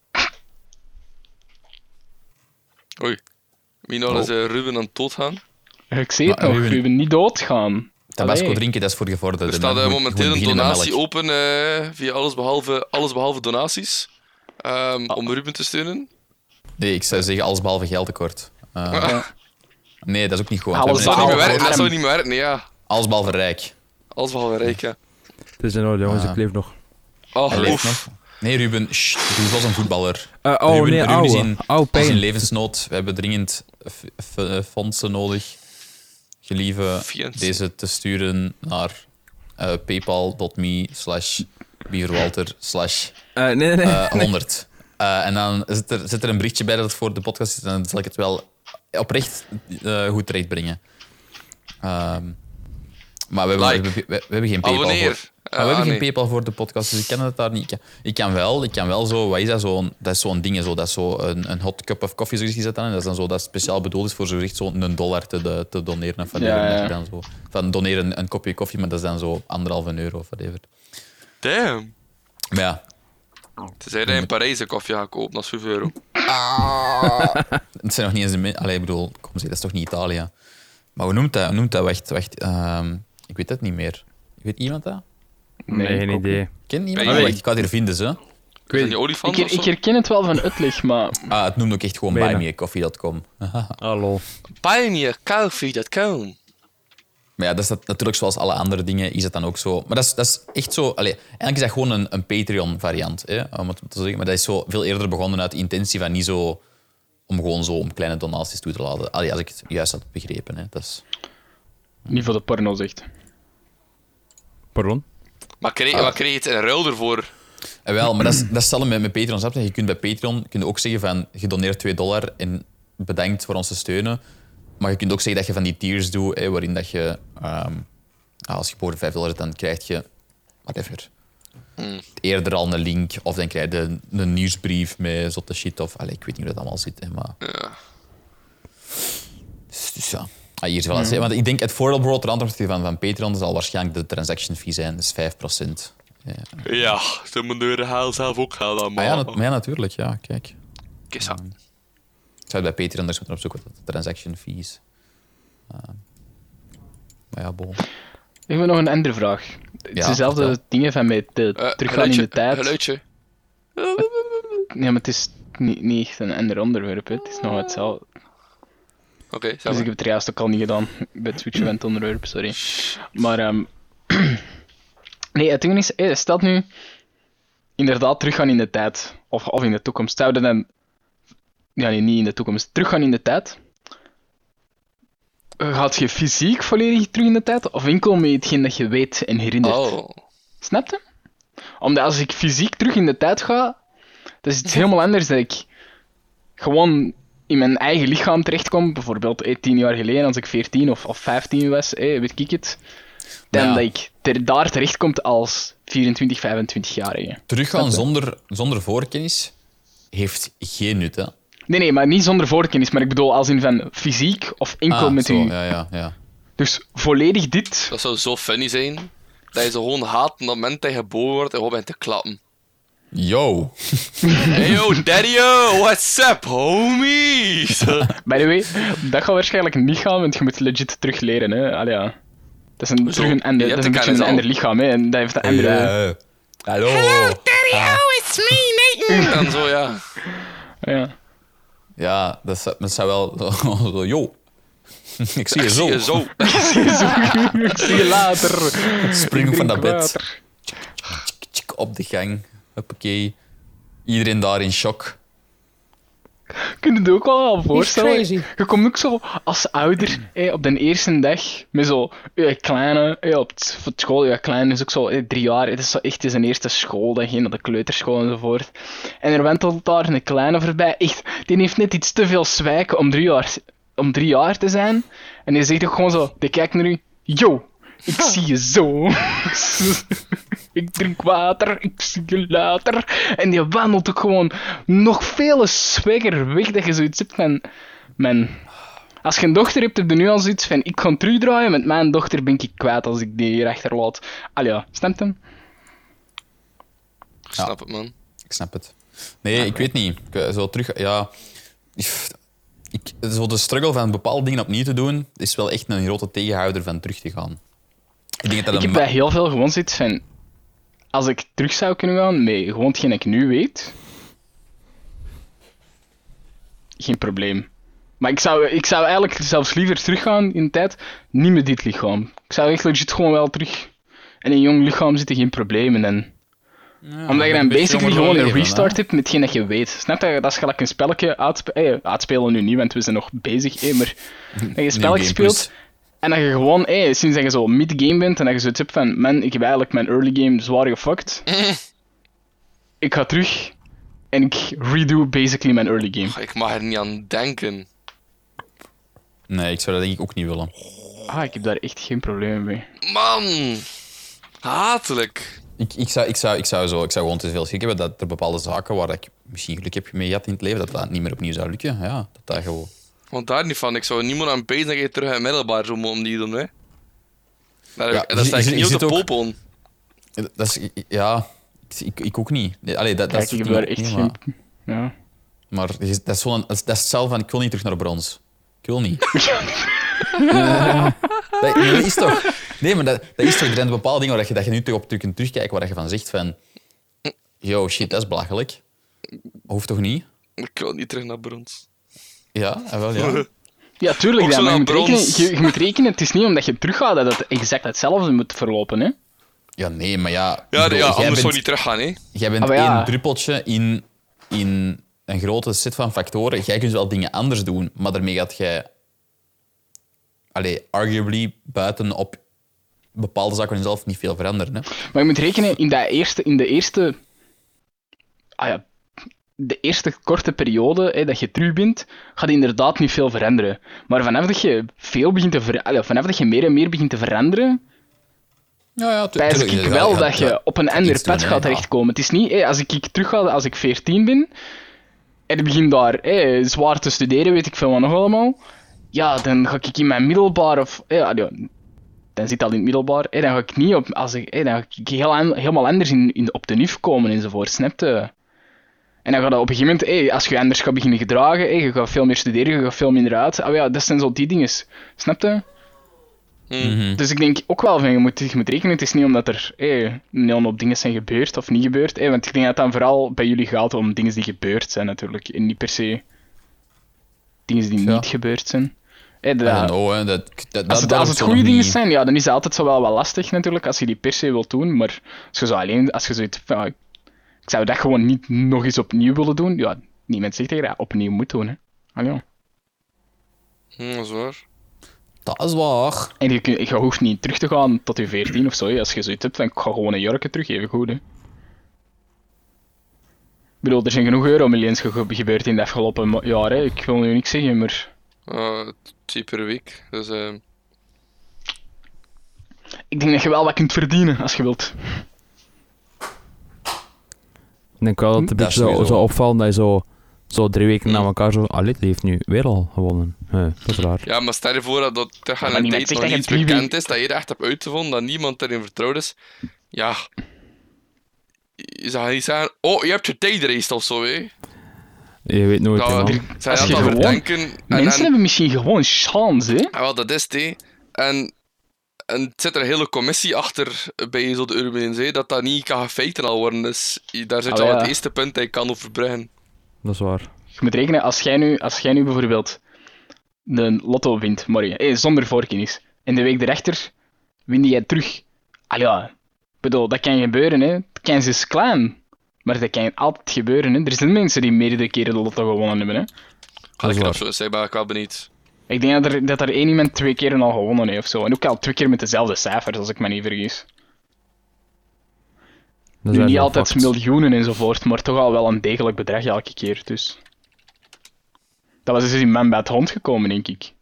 Oei. Wie nou eens eh, Ruben aan het doodgaan? Ik zie het Maar, nog, Ruben- Ruben, niet doodgaan. Tabasco Allee. drinken, dat is voor gevorderden. Er staat eh, Goed- momenteel goed een beginnen met donatie melk. open eh, via alles behalve, alles behalve donaties. Ehm, om Ruben te steunen. Nee, ik zou zeggen alles behalve geldtekort. Uh, Ah, nee, dat is ook niet goed. Alles We dat hebben zou niet net meer behalve werken, dat arm. zou niet meer werken, nee ja. alles behalve rijk. Alles behalve rijk, ja. Het is in orde, jongens, Ah. ik leef nog. Oh, Hij leeft oef. nog. Nee, Ruben, sst, doe zoals een voetballer. Uh, oh Ruben, nee, Ruben ouwe. is in, Oude is in pijn. levensnood. We hebben dringend f- f- eh, fondsen nodig. Gelieve Fiat. deze te sturen naar uh, paypal.me slash bieverwalter slash Uh, nee, nee, nee. eh, honderd. Eh, en dan zit er, zit er een berichtje bij dat het voor de podcast is. En dan zal ik het wel oprecht eh, goed terechtbrengen. Ehm maar we hebben, Like. we, hebben- we, we hebben geen PayPal voor. Abonneer. Maar we hebben Ah, geen nee. PayPal voor de podcast, dus ik ken het daar niet. Ik kan, ik kan wel, ik kan wel zo, wat is dat? Zo'n, dat is zo'n ding, zo, dat is zo een, een hot cup of koffie zoals je zet dan. En dat is dan zo dat speciaal bedoeld is voor zo echt zo'n een dollar te, de- te doneren. Of whatever, Ja, ja. dat je dan zo, van doneren een, een kopje koffie, maar dat is dan zo anderhalve euro of whatever. Damn. Maar ja, Tenzij hij in Parijs een koffie gaat kopen, dat is vijf euro. het zijn nog niet eens de... min- Allee, ik bedoel, kom zeg, dat is toch niet Italië? Maar hoe noemt dat? Hoe noemt dat? Wacht, wacht. ehm, ik weet het niet meer. Weet iemand dat? Nee, ik geen ook idee. Ken iemand Nee. dat? Wacht, ik ga het hier vinden, zo. Ik weet die olifant Ik, of ik zo? herken het wel van uitleg, maar Ah, het noemt ook echt gewoon Bijna. buymeacoffee dot com. Hallo. Buy me a coffee dot com. Maar ja, dat is dat, natuurlijk zoals alle andere dingen, is het dan ook zo. Maar dat is, dat is echt zo... Allee, eigenlijk is dat gewoon een, een Patreon-variant, hè, om het te zeggen. Maar dat is zo veel eerder begonnen uit de intentie van niet zo... Om gewoon zo om kleine donaties toe te laten. Allee, als ik het juist had begrepen. Hè. Dat is... niet voor de porno zegt. Pardon? Maar kreeg, Ah. wat kreeg je het in ruil ervoor? En wel, maar dat is, dat is hetzelfde met, met Patreon. Snap je? Je kunt bij Patreon kun je ook zeggen van... Je doneert twee dollar en bedankt voor ons te steunen. Maar je kunt ook zeggen dat je van die tiers doet, hè, waarin dat je... ehm, ah, als je boven de vijf dollar hebt, dan krijg je... Whatever. Hmm. Eerder al een link, of dan krijg je een, een nieuwsbrief met zotte shit, of... Allee, ik weet niet hoe dat allemaal zit, hè, maar... Ja. Dus, dus ja. Ah, hier is wel eens, hè. Want ik denk, het voordeel bijvoorbeeld ten aantal van, van Patreon zal waarschijnlijk de transaction fee zijn. Dat is vijf procent. Ja. Ja, ze moeten de haal zelf ook gaan dan, Ah, maar... ja, nat- maar ja, natuurlijk. Ja, kijk. Kies aan. Ik zou bij Patreon dus moeten opzoeken wat de transaction fee is. Uh, maar ja, bon. Ik heb nog een andere vraag. Het is Ja, dezelfde vertel. dingen van met de Eh, teruggaan in geluidje, de tijd. Geluidje. Ja, maar het is niet, niet echt een ander onderwerp. Hè. Het is nog hetzelfde. Oké, zeg Dus maar. ik heb het er juist ook al niet gedaan. Bij het switchen van het onderwerp, sorry. Maar, ehm nee, het ding is, hey, stel nu inderdaad teruggaan in de tijd. Of, of in de toekomst. Zouden dan... Ja, nee, niet in de toekomst. Teruggaan in de tijd. Gaat je fysiek volledig terug in de tijd? Of enkel met hetgeen dat je weet en herinnert? Oh. Snap je? Omdat als ik fysiek terug in de tijd ga, dat is iets helemaal anders dan ik gewoon in mijn eigen lichaam terechtkom. Bijvoorbeeld eh, tien jaar geleden, als ik veertien of, of vijftien was, eh, weet ik het. Dan Ja. dat ik ter, daar terechtkomt als vierentwintig, vijfentwintig-jarige. Teruggaan Snap je? zonder, zonder voorkennis heeft geen nut, hè. Nee, nee, maar niet zonder voorkennis. Maar ik bedoel als in van fysiek of enkel Ah, met zo, u. ja, ja, ja. Dus volledig dit. Dat zou zo funny zijn. Dat je zo gewoon haat op het moment dat je geboren wordt en gewoon bent te klappen. Yo. Hey yo, daddy-o, what's up, homies? By the way, dat gaat waarschijnlijk niet gaan, want je moet legit terug leren. Hè. Allee, ja. Dat is een, Zo, terug een, ander, je dat hebt is een de beetje een kennis al. ander lichaam. Hè. En dat heeft een andere... Ja. Hallo. En zo, ja. Ja. Ja, dat zou, dat zou wel... Zo, yo. Ik zie je Ik zo. zie je zo. Ik zie je later. Spring Ik van dat drink bed. water. Tsk, op de gang. Hoppakee. Iedereen daar in shock. Kun je het ook wel al voorstellen? crazy. Je komt ook zo als ouder hé, op de eerste dag met zo je kleine, hé, op het, voor het school, je kleine is ook zo hé, drie jaar. Het is zo echt zijn eerste schooldag, hé, naar de kleuterschool enzovoort. En er wentelt daar een kleine voorbij. Echt, die heeft net iets te veel zwijk om drie jaar, om drie jaar te zijn. En die zegt ook gewoon zo, die kijkt naar u. Yo, ik zie je zo. Ik drink water, ik zie je later. En die wandelt ook gewoon nog veel swagger weg dat je zoiets hebt van... Man, als je een dochter hebt, heb je nu al zoiets van... Ik ga terugdraaien, met mijn dochter ben ik kwijt als ik die hier achterlaat. Allee, ja, stemt hem? Ik snap het, man. Ik snap het. Nee, ik weet niet. Ik, eh, zo terug... Ja... Ik, zo de struggle van bepaalde dingen opnieuw te doen, is wel echt een grote tegenhouder van terug te gaan. Ik denk dat Ik dat heb een... bij heel veel gewoon zoiets van... Als ik terug zou kunnen gaan met gewoon hetgeen ik nu weet... Geen probleem. Maar ik zou, ik zou eigenlijk zelfs liever teruggaan in de tijd, niet met dit lichaam. Ik zou echt legit gewoon wel terug in een jong lichaam zitten, geen probleem. En dan... Ja, Omdat je een dan beetje basically jonger gewoon een leven, restart hè. hebt met hetgeen dat je weet. Snap je? Dat is gelijk een spelletje uitspe eh, uitspelen nu niet, want we zijn nog bezig. Eh, maar dat je een spelletje New Game speelt en dat je gewoon, eh, sinds dat je zo mid-game bent en dat je zoiets hebt van, man, ik heb eigenlijk mijn early game zwaar gefucked. Ik ga terug en ik redo basically mijn early game. Ik mag er niet aan denken. Nee, ik zou dat denk ik ook niet willen. Ah, ik heb daar echt geen probleem mee. Man! Hatelijk. Ik, ik, zou, ik, zou, ik, zou zo, ik zou gewoon te veel schrik hebben dat er bepaalde zaken waar ik misschien geluk heb mee gehad in het leven, dat dat niet meer opnieuw zou lukken. Ja, dat dat gewoon... Want daar niet van. Ik zou niemand aan pezen dat je terug in het middelbaar zo moet opnieuw doen, hè. Daar, Ja, dat je- sta je- ik je niet op zit de ook- popon. Dat is, ja, ik, ik, ik ook niet. Nee, allee, dat, dat Kijk, is ik heb het daar ding echt ook niet, geen... Ja. Maar, maar dat is, dat, is zo'n- dat, is, dat is hetzelfde van, ik wil niet terug naar brons. Ik wil niet. Ja. dat, nee, dat is toch... Nee, maar dat, dat is toch... Er zijn bepaalde dingen waar je, dat je nu terug op terug kunt terugkijken, waar je van zegt van... Yo, shit, dat is belachelijk. Hoeft toch niet? Ik wil niet terug naar brons. Ja, ah, wel, ja. Ja, tuurlijk, Ook ja, zo maar je naar moet, rekenen, brons. je, je moet rekenen, het is niet omdat je teruggaat dat het exact hetzelfde moet verlopen, hè. Ja, nee, maar ja... ik Ja, bedoel, ja jij anders bent- zou je niet teruggaan, hè. Jij bent Ah, maar ja. één druppeltje in, in een grote set van factoren. Jij kunt wel dingen anders doen, maar daarmee gaat jij... Allee, arguably buiten op bepaalde zaken zelf niet veel veranderen. Hè? Maar je moet rekenen, in, dat eerste, in de eerste... Ah ja, de eerste korte periode hè, dat je terug bent, gaat inderdaad niet veel veranderen. Maar vanaf dat je veel begint te ver... Allee, vanaf dat je meer en meer begint te veranderen, Ja, ja, tu- wijs tuurlijk, ik je wel gaat- dat ja, je op een gaat ander iets doen, pad hè, gaat ja. terechtkomen. Het is niet, hè, als ik terug ga als ik veertien ben, en ik begin daar hè, zwaar te studeren, weet ik veel wat nog allemaal, ja, dan ga ik in mijn middelbaar of... Ja, ja, dan zit al in het middelbaar, hè, dan ga ik niet op... Als ik, hè, dan ga ik heel an- helemaal anders in, in, op de N I F komen enzovoort, snap je? En dan gaat dat op een gegeven moment, hè, als je anders gaat beginnen gedragen, hè, je gaat veel meer studeren, je gaat veel minder uit. Oh ja, dat zijn zo die dingen, snap je? Mm. Mhm. Dus ik denk ook wel van, je moet, je moet rekenen, het is niet omdat er hey, een hele hoop dingen zijn gebeurd of niet gebeurd. Hey, want ik denk dat het dan vooral bij jullie gaat om dingen die gebeurd zijn natuurlijk. En niet per se dingen die Ja. niet gebeurd zijn. Hey, I dat- don't know, hè. Dat, dat, dat, als het, dat als heb het ik zo goede nog dingen niet- zijn, ja, dan is het altijd zo wel wat lastig natuurlijk, als je die per se wilt doen. Maar als je zo alleen, als je zoiets van, ja, ik zou dat gewoon niet nog eens opnieuw willen doen, ja, niemand zegt tegen je, ja, opnieuw moet doen, hè. Allee, ja. Hm, dat is waar. Dat is waar. En je, kun- je hoeft niet terug te gaan tot je veertien of zo, hè. Als je zoiets hebt, dan ik ga gewoon een jurken terug, even goed, hè. Ik bedoel, er zijn genoeg euromillions ge- gebeurd in de afgelopen ma- jaar, hè. Ik wil nu niks zeggen, maar Uh, twee per week. Dus uh, ik denk dat je wel wat kunt verdienen, als je wilt. Ik denk wel dat het een Dat is beetje zo, sowieso. zo opvalt dat je zo, zo drie weken na elkaar zo... Ah, dit heeft nu weer al gewonnen. Huh, dat is raar. ja, maar stel je voor dat dat er maar aan een niemand tijd zegt nog dat je niet drie bekend weken- is, dat je er echt hebt uitgevonden, dat niemand erin vertrouwd is. Ja. Je zou niet zeggen, oh, je hebt je tijd geraced of zo, hè. Je weet nooit, hè, Dat, man. zij Als dat je dan gewoon- verdenken. En, Mensen en, hebben misschien gewoon chance, hè. ah, wel, dat is het, hè. En, en er zit er een hele commissie achter bij zo de Euromillions, hè, dat dat niet kan gefeiten al worden. Dus je- daar zit Ah, je al ja. het eerste punt dat je kan overbruggen. Dat is waar. Je moet rekenen, als jij nu, als jij nu bijvoorbeeld de lotto wint, morgen, hey, zonder voorkennis, en de week erachter win jij terug. Al ja, ik bedoel, dat kan gebeuren, hè. De kans is klein, maar dat kan altijd gebeuren, hè. Er zijn mensen die meerdere keren de lotto gewonnen hebben, hè. Ga is ik waar. dat zo zeggen, maar ik ben benieuwd. Ik denk dat er, dat er één iemand twee keer al gewonnen heeft, of zo. En ook al twee keer met dezelfde cijfers, als ik me niet vergis. Dat is Nu niet eigenlijk altijd fucked. miljoenen enzovoort, maar toch al wel een degelijk bedrag elke keer, dus... Dat was dus in Man bij het Hond gekomen, denk ik.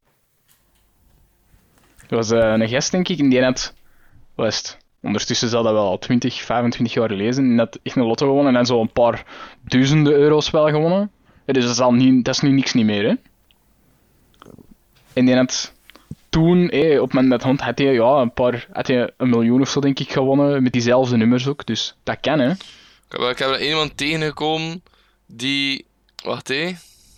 Er was eh, een gast, denk ik, en die had... Wat is het? Ondertussen zal dat wel al twintig, vijfentwintig jaar lezen. En dat echt een lotto gewonnen en zo een paar duizenden euro's wel gewonnen. Ja, dus dat is, al niet, dat is nu niks niet meer, hè. En die had toen, hé, op Man bij het Hond, had hij, ja, een paar... Had hij een miljoen of zo, denk ik, gewonnen. Met diezelfde nummers ook, dus dat kan, hè. Ik heb, ik heb er iemand tegengekomen die. Wacht hé.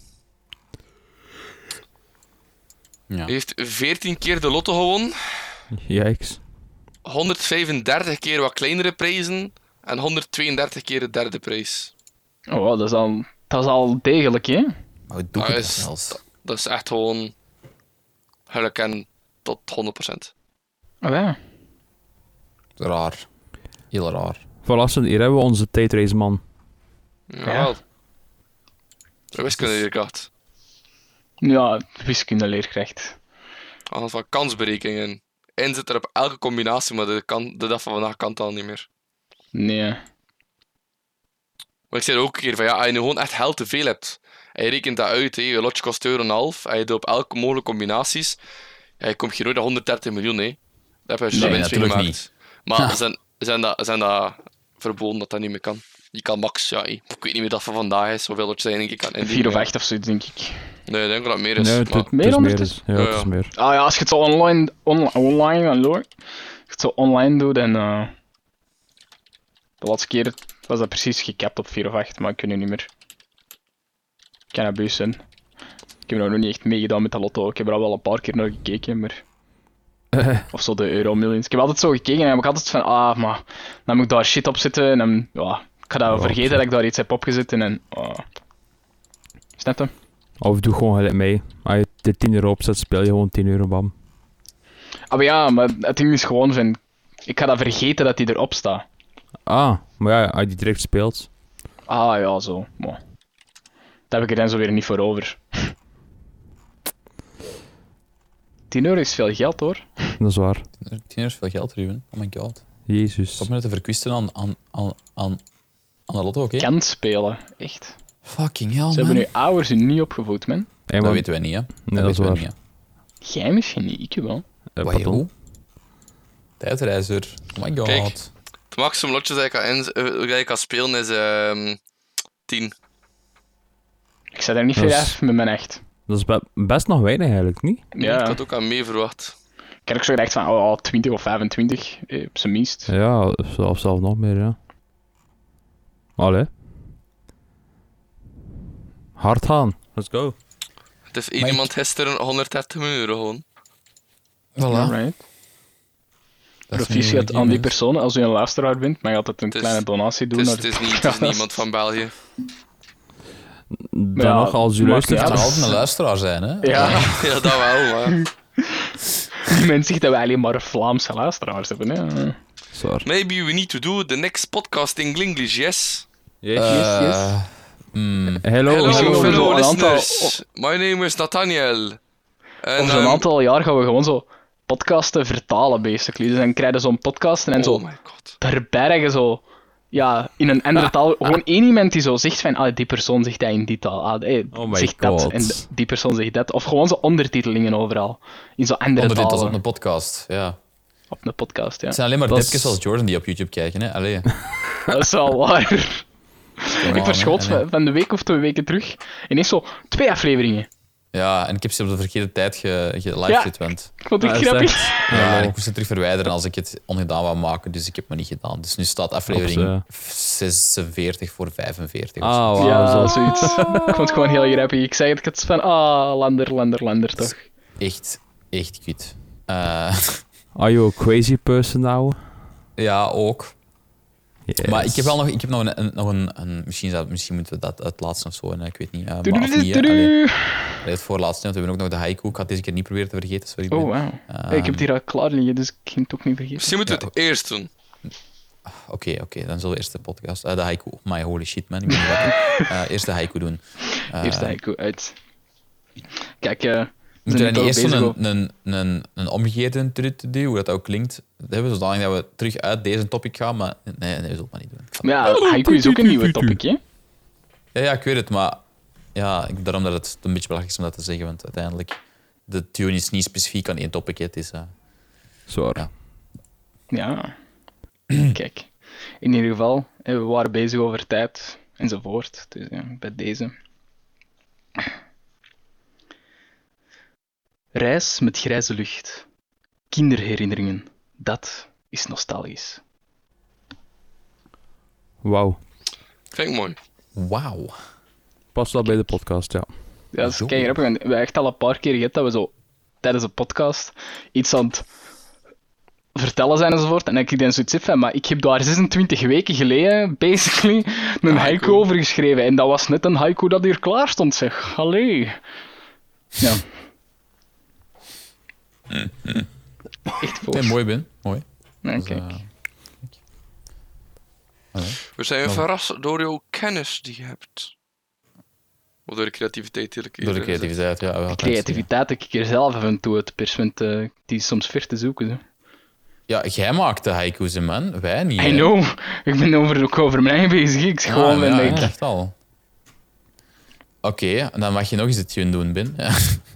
Ja. Heeft veertien keer de lotto gewonnen, Yikes. honderdvijfendertig keer wat kleinere prijzen en honderdtweeëndertig keer de derde prijs. Oh, wow, dat is al, dat is al degelijk, hè? Maar hoe doe ik Dat dat is- zelfs? Dat is echt gewoon. Gelijk en tot honderd procent. Oh, ja. Raar. Heel raar. Verrassend, hier hebben we onze tijdraceman. Jawel. De wiskundeleerkracht. Ja, wiskundeleerkracht. Aan de hand van kansberekeningen. En zit er op elke combinatie, maar de, kan, de dag van vandaag kan het al niet meer. Nee. Maar ik zei er ook een keer van ja, als je nu gewoon echt geld te veel hebt. En je rekent dat uit, hè, je lotje kost euro en een half. En je doet op elke mogelijke combinaties. Ja, je komt hier nooit naar honderddertig miljoen, hè. Daar heb je Nee, zo winst mee natuurlijk gemaakt. Maar zijn, zijn, dat, zijn dat verboden dat dat niet meer kan? Je kan max, ja, hè. Ik weet niet meer dat van vandaag is, hoeveel lotjes zijn, denk ik, kan indienen. Vier of ja. acht of zoiets, denk ik. Nee, ik denk dat het meer is. Nee, het, maar- het Meer is meer. ondertussen? Dus, ja, Ja, het is ja. meer. Ah ja, als je het zo online, on, online, hallo. Als je het zo online doet, dan... eh, de laatste keer was dat precies gekapt op vier of acht, maar ik weet nu niet meer. Kan dat bus zijn. Ik heb nog niet echt meegedaan met de lotto. Ik heb er al wel een paar keer naar gekeken, maar... Of zo de Euromillions. Ik heb altijd zo gekeken en dan heb ik altijd van, ah, maar dan moet ik daar shit op zetten en dan, ja, ik ga dat Ja, vergeten zo. dat ik daar iets heb opgezet en dan, ah. Snap je? Of doe gewoon gelijk mee. Als je de tien euro opzet, speel je gewoon tien euro, bam. Ah, maar ja, maar het ding is gewoon van, ik ga dat vergeten dat die erop staat. Ah, maar ja, als je die direct speelt. Ah, ja, zo. Maar. Daar heb ik er dan zo weer niet voor over. tien euro is veel geld, hoor. Dat is waar. tien euro is veel geld, Ruben. Oh my god. Jezus. Stop me te verkwisten aan, aan, aan, aan, aan de lotto, oké? Kan spelen, echt. Fucking hell, Ze man. hebben nu ouders niet opgevoed, man. Hey, Dat man. weten wij niet, hè. Nee, dat is weten wij waar. niet, Jij misschien niet, ik wel. Eh, hè. pardon. Wat, Tijdreizer. Oh my god. Kijk. Het maximum lotjes dat je kan, in, eh, dat je kan spelen is ehm tien. Ik sta daar niet Dat veel is- af met mijn echt. Dat is be- best nog weinig eigenlijk, niet? Ja. Ik had ook aan mee verwacht. Ik heb ook zo gedacht van, oh, twintig of vijfentwintig, eh, op zijn minst. Ja, of of zelfs nog meer, ja. Allee. Hard gaan. Let's go. Het heeft één Maar ik- iemand gisteren honderddertig miljoen euro gewoon. Voilà. Alright. Dat is Proficiat nu aan die mens. personen. Als u een luisteraar bent, mag je altijd een Het is- kleine donatie doen. Het is, naar het de is niet, het is podcast. niemand van België. Dan Ja, nog, als u maakt luistert... niet Het uit. kan altijd een luisteraar zijn, hè? Ja, Ja, dat wel, maar... die mensen zeggen dat wij alleen maar Vlaamse luisteraars hebben. Hè. Zwaar. Maybe we need to do the next podcast in English, yes? Yes. Eh, yes. mm, Hello, Hello, misschien over fellow zo'n aantal- listeners. My name is Nathaniel. En, Over zo'n ehm, aantal jaar gaan we gewoon zo podcasten vertalen, basically. Dus dan krijg je zo'n podcast en zo Oh my god. verbergen zo... Ja, in een andere taal. Gewoon één iemand die zo zegt van, ah, die persoon zegt dat in die taal. Ah, hey, Oh my zegt dat God. en die persoon zegt dat. Of gewoon zo ondertitelingen overal. In zo'n andere ondertitels talen. op een podcast, ja. Op een podcast, ja. Het zijn alleen maar Dat is- dipjes zoals Jordan die op YouTube kijken, hè? Allee. Dat is wel waar. Come Ik on, verschoot hè. van van de week of twee weken terug. Ineens zo twee afleveringen. Ja, en ik heb ze op de verkeerde tijd ge, ge livestreamd. want Ik vond het Ja, is grappig. echt- Ja, en Hallo. ik moest het terug verwijderen als ik het ongedaan wou maken, dus ik heb het niet gedaan. Dus nu staat aflevering Ops, zesenveertig voor vijfenveertig. of Ah, zo. wauw. Ja, zo. zoiets. Ik vond het gewoon heel grappig. Ik zei het, ik had van, ah, lander, lander, lander toch. Echt, echt kut. Eh, Are you a crazy person now? ja, ook. Yes. Maar ik heb wel nog, ik heb nog een, een, nog een, een misschien, zou, misschien moeten we dat uitlaatsen of zo, en ik weet niet. eh, maar of niet, hè. Allee, Tudu-tudu-tudu. allee, het voorlaatste, want we hebben ook nog de haiku. Ik ga het deze keer niet proberen te vergeten, sorry. Ben. Oh, wauw. Ehm, Hey, ik heb het hier al klaar liggen, dus ik ging het ook niet vergeten. Misschien moeten we het eerst doen. Oké, oké, dan zullen we eerst de podcast, eh, de haiku. My holy shit, man. Ik ben niet wakker. Eh, eerst de haiku doen. Eh, Eerst de haiku uit. Kijk, eh we Moeten we zijn dan niet niet eerst al zo'n een, een, een, een omgekeerde truc doen, hoe dat ook klinkt, hebben, zodanig dat we terug uit deze topic gaan, maar nee, nee, we zullen het maar niet doen. Maar ja, haiku is ook een nieuwe topic, hè? Ja, ja, ik weet het, maar ja, ik, daarom dat het een beetje belachelijk is om dat te zeggen, want uiteindelijk, de tune is niet specifiek aan één topic, hè. Het is... eh, Zwaar. Ja. Ja. Kijk. In ieder geval, hè, we waren bezig over tijd enzovoort. Dus ja, bij deze. Reis met grijze lucht. Kinderherinneringen. Dat is nostalgisch. Wauw. Vind ik mooi. Wauw. Past wel bij de podcast, ja. Ja, dat is Zo. kei grappig. want We hebben echt al een paar keer gehad dat we zo tijdens een podcast iets aan het vertellen zijn enzovoort. En dat ik dan zoiets heb van, maar ik heb daar zesentwintig weken geleden, basically, een haiku Haiku. over geschreven. En dat was net een haiku dat hier klaar stond, zeg. Allee. Ja. Echt voor. Nee, mooi, Ben. Mooi. Ja, Dus, kijk. eh, allee. We zijn Nou. verrast door jouw kennis die je hebt. Of door de creativiteit, eerlijk Door de eerlijk gezegd. creativiteit, ja. Wel, kan ik Creativiteit heb ik er zelf af en toe het percent, eh, die is soms ver te zoeken. Zo. zeggen. Ja, jij maakt de haiku's, hè, man. Wij niet. I hè. know. Ik ben over, ook over mij bezig. Ik zeg Ah, gewoon, ja, ben ik ik... dacht al. Oké, dan mag je nog eens het tune doen, Ben. Ja.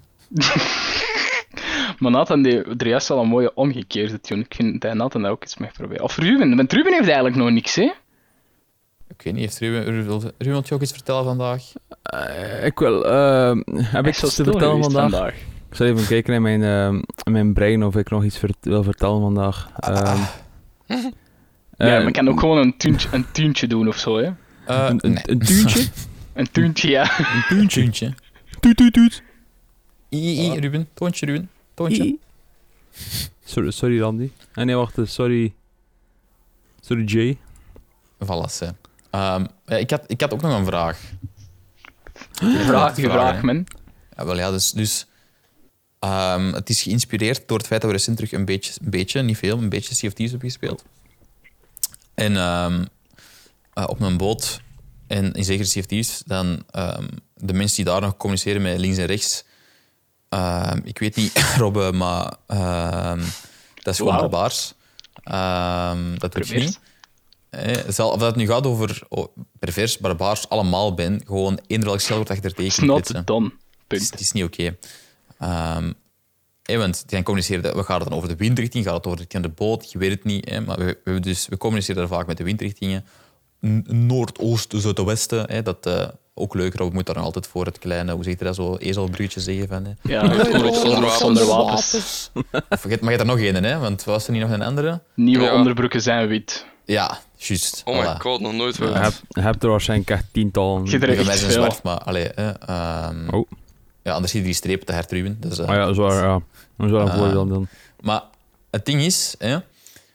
Maar Nathan die er juist al een mooie omgekeerde tune. Ik vind dat Nathan dat ook eens mag proberen. Of Ruben, want Ruben heeft eigenlijk nog niks, hè? Ik weet niet, heeft Ruben, Ruben, Ruben wil je ook iets vertellen vandaag? Eh, ik wil... eh, heb Hij ik is zo iets te stil vertellen geweest vandaag? Ik zal even kijken in mijn, eh, in mijn brein of ik nog iets vert- wil vertellen vandaag. Ehm, Ja, eh, maar ik kan ook gewoon een tuintje, een tuintje doen of zo, hè? Eh, een, een, nee. een tuintje? Een tuintje, ja. Een tuintje? Tuentje. Toet, toet, toet. I, I, I, Ruben. Toontje, Ruben. Toontje. I- Sorry, sorry Randy. Ah nee, wacht, eh, sorry. Sorry Jay. Vallas, hè. Ehm, ja, ik, had, ik had ook nog een vraag. Vraag, Vraag, vraag, hè. man. Ja, wel ja, dus... dus ehm, het is geïnspireerd door het feit dat we recent terug een beetje, een beetje, niet veel, een beetje Sea of Thieves hebben gespeeld. En ehm, eh, op een boot, en in zeker Sea of Thieves, dan ehm, de mensen die daar nog communiceren met links en rechts, ehm, ik weet niet, Robbe, maar ehm, dat is gewoon Wauw. barbaars. Ehm, dat weet je Pervers. niet. Eh, zelf- of dat het nu gaat over oh, pervers, barbaars, allemaal ben, gewoon eender welk scheldwoord dat je er tegen It's kunt not kletsen. done. Het is, Punt. het is niet oké. Ehm, hè, want die gaan communiceren, we gaan het dan over de windrichting, gaat het over de richting van de boot, je weet het niet. Hè, maar we, we, hebben dus, we communiceren daar vaak met de windrichtingen. N- Noordoost, zuidwesten, hè, dat uh, ook leuker, we moeten daar nog altijd voor het kleine, hoe zeg je dat, zo ezelbruggetje zeggen van... Hè. Ja, zonder, zonder, zonder wapens. Of vergeet, maar je hebt er nog één, hè, want was er niet nog een andere? Nieuwe Ja. onderbroeken zijn wit. Ja, juist. Oh my voilà. god, nog nooit Je gehoord. hebt, je hebt er waarschijnlijk echt tientallen. Je er Bij echt mij zijn veel. zwart, maar allee, hè, ehm, Oh, ja, anders zie je die strepen te hertruwen. Dus, uh, ah ja, zo, ja. Dat is wel een Ah. voordeel dan. Maar het ding is, hè,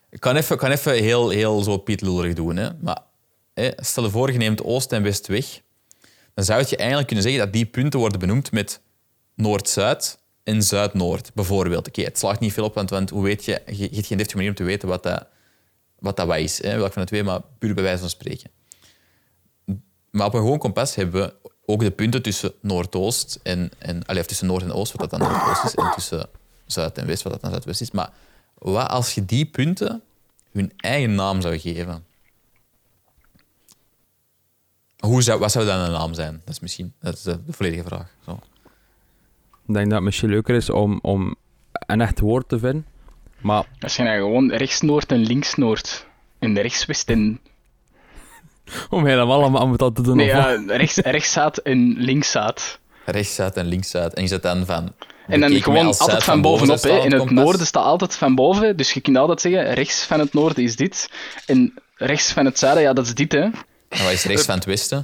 Ik kan even, kan even heel, heel zo pietloerig doen. Hè. Maar hè, stel je voor, je neemt Oost en West weg. Dan zou je eigenlijk kunnen zeggen dat die punten worden benoemd met Noord-Zuid en Zuid-Noord, bijvoorbeeld. Oké, het slaagt niet veel op, want, want hoe weet je, je hebt geen deftige manier om te weten wat dat, wat dat wat is. Hè. Welk van de twee, maar puur bij wijze van spreken. Maar op een gewoon kompas hebben we ook de punten tussen Noordoost en... en allee, tussen Noord en Oost, wat dat dan Noordoost is, en tussen Zuid en West, wat dat dan Zuidwest is. Maar wat als je die punten hun eigen naam zou geven? Hoe zou, wat zou dan een naam zijn? Dat is misschien dat is de, de volledige vraag. Zo. Ik denk dat het misschien leuker is om, om een echt woord te vinden. Maar Dat zijn gewoon rechts-noord en links-noord. En rechts-west en... om helemaal allemaal dat te doen. Nee, of wat? ja, rechts, rechtszaad en linkszaad. Rechts-Zuid en links-Zuid. En je zet dan van... En dan bekeken gewoon wij als altijd Zuid van bovenop. staat Hè. op In het kompas. noorden staat altijd van boven. Dus je kunt altijd zeggen, rechts van het noorden is dit. En rechts van het zuiden, ja, dat is dit, hè. En wat is rechts van het westen?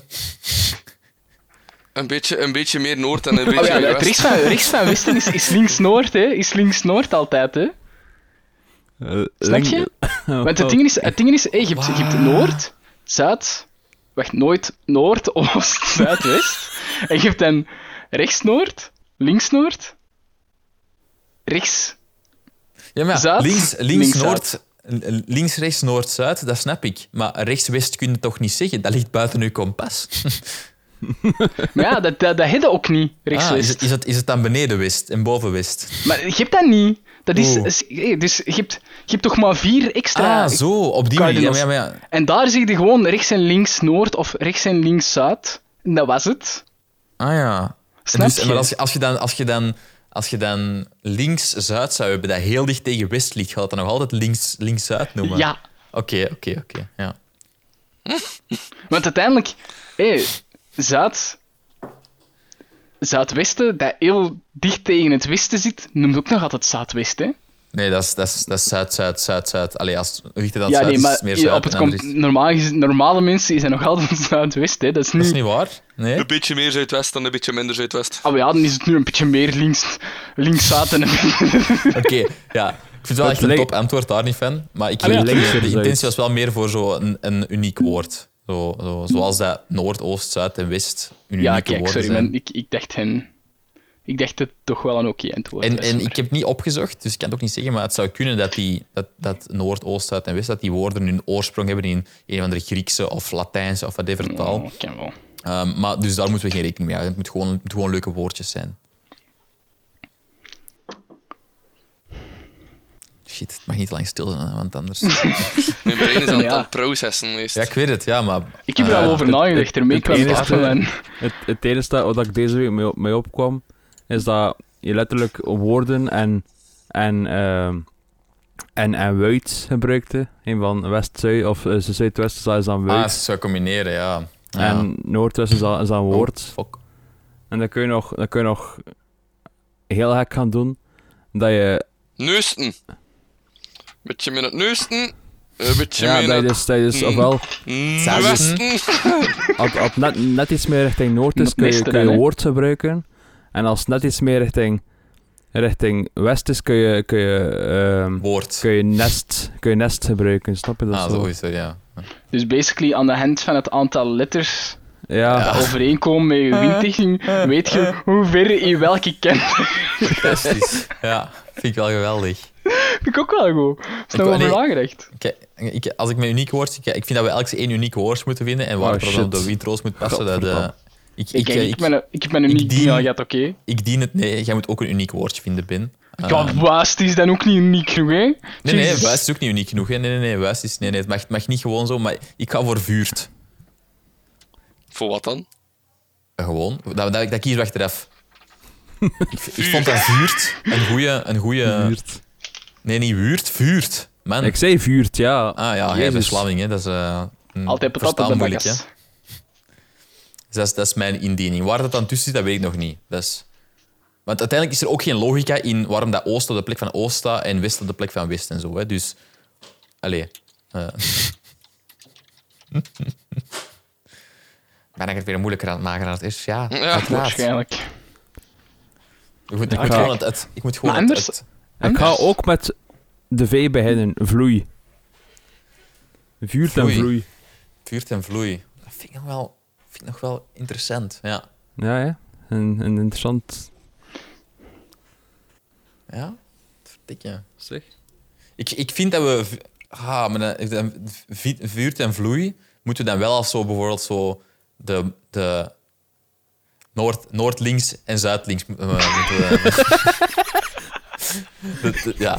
Een beetje, een beetje meer noord en een beetje Oh ja, meer het west. rechts van, rechts van westen is, is links-noord, hè. Is links-noord altijd, hè. Eh, Snap link- je? Want het ding is, het ding is hey, je, hebt, je hebt noord, zuid... Wacht, nooit noord, oost, zuidwest. En je hebt dan rechts-noord, links-noord, rechts... Ja, maar ja, Zuid, links, links, links-zuid. noord, links, rechts, noord, zuid, dat snap ik. Maar rechts, west kun je toch niet zeggen? Dat ligt buiten uw kompas. Maar ja, dat, dat, dat heb je ook niet, Ah, is, rechts-west. het, is, het, is het dan beneden west en boven west? Maar je hebt dat niet. Dat is... Oeh. is- hey, dus je hebt, je hebt toch maar vier extra... Ah, zo, op die manier. Ja, maar ja, maar ja. En daar zeg je gewoon rechts en links noord of rechts en links zuid. En dat was het. Ah ja. Snap Dus, je? maar als je, als je dan... Als je dan Als je dan links-zuid zou hebben, dat heel dicht tegen west ligt, gaat het dan nog altijd links- links-zuid noemen? Ja, Oké, oké, oké. Ja. want uiteindelijk... Hé, zuid... Zuidwesten, dat heel dicht tegen het westen zit, noemt ook nog altijd zuidwest, hè? Nee, dat is, dat is, dat is zuid, zuid, zuid, zuid. Allee, als richten dan Ja, zuid nee, is, maar is het meer ja, zuid. op het en com- anders is- normaal, gez- normale mensen zijn nog altijd zuidwest, hè? Dat is Dat is niet... niet waar? Nee? Een beetje meer zuidwest dan een beetje minder zuidwest. Ah, maar ja, dan is het nu een beetje meer links, links zuid en... Oké, ja. Ik vind het wel echt een lijkt- top antwoord, daar niet van. Maar ik Ah, ja, weet links de verder intentie zuid. was wel meer voor zo een, een uniek woord. Zo, zo, zoals dat Noord, Oost, Zuid en West een Ja, unieke kijk, woorden sorry, zijn. man. Ik, ik dacht hen... Ik dacht het toch wel een oké antwoord En, was, en maar- ik heb niet opgezocht, dus ik kan het ook niet zeggen, maar het zou kunnen dat, die, dat, dat Noord, Oost, Zuid en West, dat die woorden hun oorsprong hebben in een of andere Griekse of Latijnse of whatever taal. Oh, kan wel. Ehm, maar dus daar moeten we geen rekening mee houden. Het moet gewoon, het moet gewoon leuke woordjes zijn. Shit, het mag niet te lang stil zijn, hè, want anders... Mijn brein is aan, Ja. aan het processen geweest. Ja, ik weet het, ja, maar... Ik heb er al eh, over het- nagedacht, het- ermee het kwam enige- tafel en... Het, het enige wat ik deze week mee, op- mee opkwam, is dat je letterlijk woorden en, en, ehm en, en wuit gebruikte. Een van West-Zuid, of uh, Zuidwest is dan Ah, wuit. ze zou combineren, ja. ja. En Noordwest is dan, is dan woord. Oh, fuck. En dan kun, je nog, dan kun je nog heel gek gaan doen, dat je... Neusten. Beetje meer het neusten. Een beetje Ja, meer dat je het dus, dat je dus Mm. ofwel... westen. Als als het net, net iets meer richting Noord is, Dat kun je, miste kun dan, je hè? woord gebruiken. En als het net iets meer richting, richting West is, kun je, kun je, ehm, Woord. kun je, nest, kun je nest gebruiken. Snap je dat? Ah, zo? zo is het, ja. Dus basically, aan de hand van het aantal letters Ja, Ja. overeenkomen met je windrichting, weet je hoe ver in welke kent. Fantastisch. Ja, vind ik wel geweldig. Vind ik ook wel goed. Snel Ik- over nee. nagedacht. Kijk, ik, als ik met uniek woord... Ik, ik vind dat we elk eens één uniek woord moeten vinden en waar Oh, het dan shit. op de windroos moet passen. Dat, eh, Godverdomme. ik, Ik, ik, ik, eh, ik, ben een, ik ben een ik uniek dien- ding al gehad, oké. ik dien het... Nee, jij moet ook een uniek woordje vinden, Ben. Ja, Ehm, waast is dan ook niet uniek genoeg, hè? nee, nee, Jezus. wuist is ook niet uniek genoeg. Hè. Nee, nee, nee, wuist is... Nee, nee, het mag, het mag niet gewoon zo, maar ik ga voor vuurt. Voor wat dan? Eh, Gewoon. Dat, dat, dat kies we achteraf. ik, ik vond dat vuurt een goeie... Een goeie vuurt. nee, niet wuurt, vuurt. Man. Ik zei vuurt, ja. Ah ja, hij Jezus. is Vlaming, hè. Dat is... eh, een Altijd patat op verstaan de moeilijk, bakkas. hè. Dus dat is, dat is mijn indiening. Waar dat dan tussen zit, dat weet ik nog niet. Dat is... Want uiteindelijk is er ook geen logica in waarom dat Oost op de plek van Oost staat en West op de plek van West en zo. Hè. Dus... Allee. Uh... ben ik het weer moeilijker aan het maken dan het is? Ja, Ja, uiteraard. Waarschijnlijk. Ik moet, ik Ja, moet ga- gewoon het... het ik moet gewoon Maar het- anders- het- Ik ga ook met de V beginnen. Vloei. Vuurt en Vloei. vloei. Vuurt en vloei. Dat vind ik nog wel, vind ik nog wel interessant. Ja. Ja, ja. Een, een interessant... Ja? Verdikke. Zeg. Ik, ik vind dat we... v- Ah, maar dan, dan- vi- vuurt en vloei moeten we dan wel als zo bijvoorbeeld zo de, de noord, noord-links en zuid-links uh, moeten we... de, de- ja.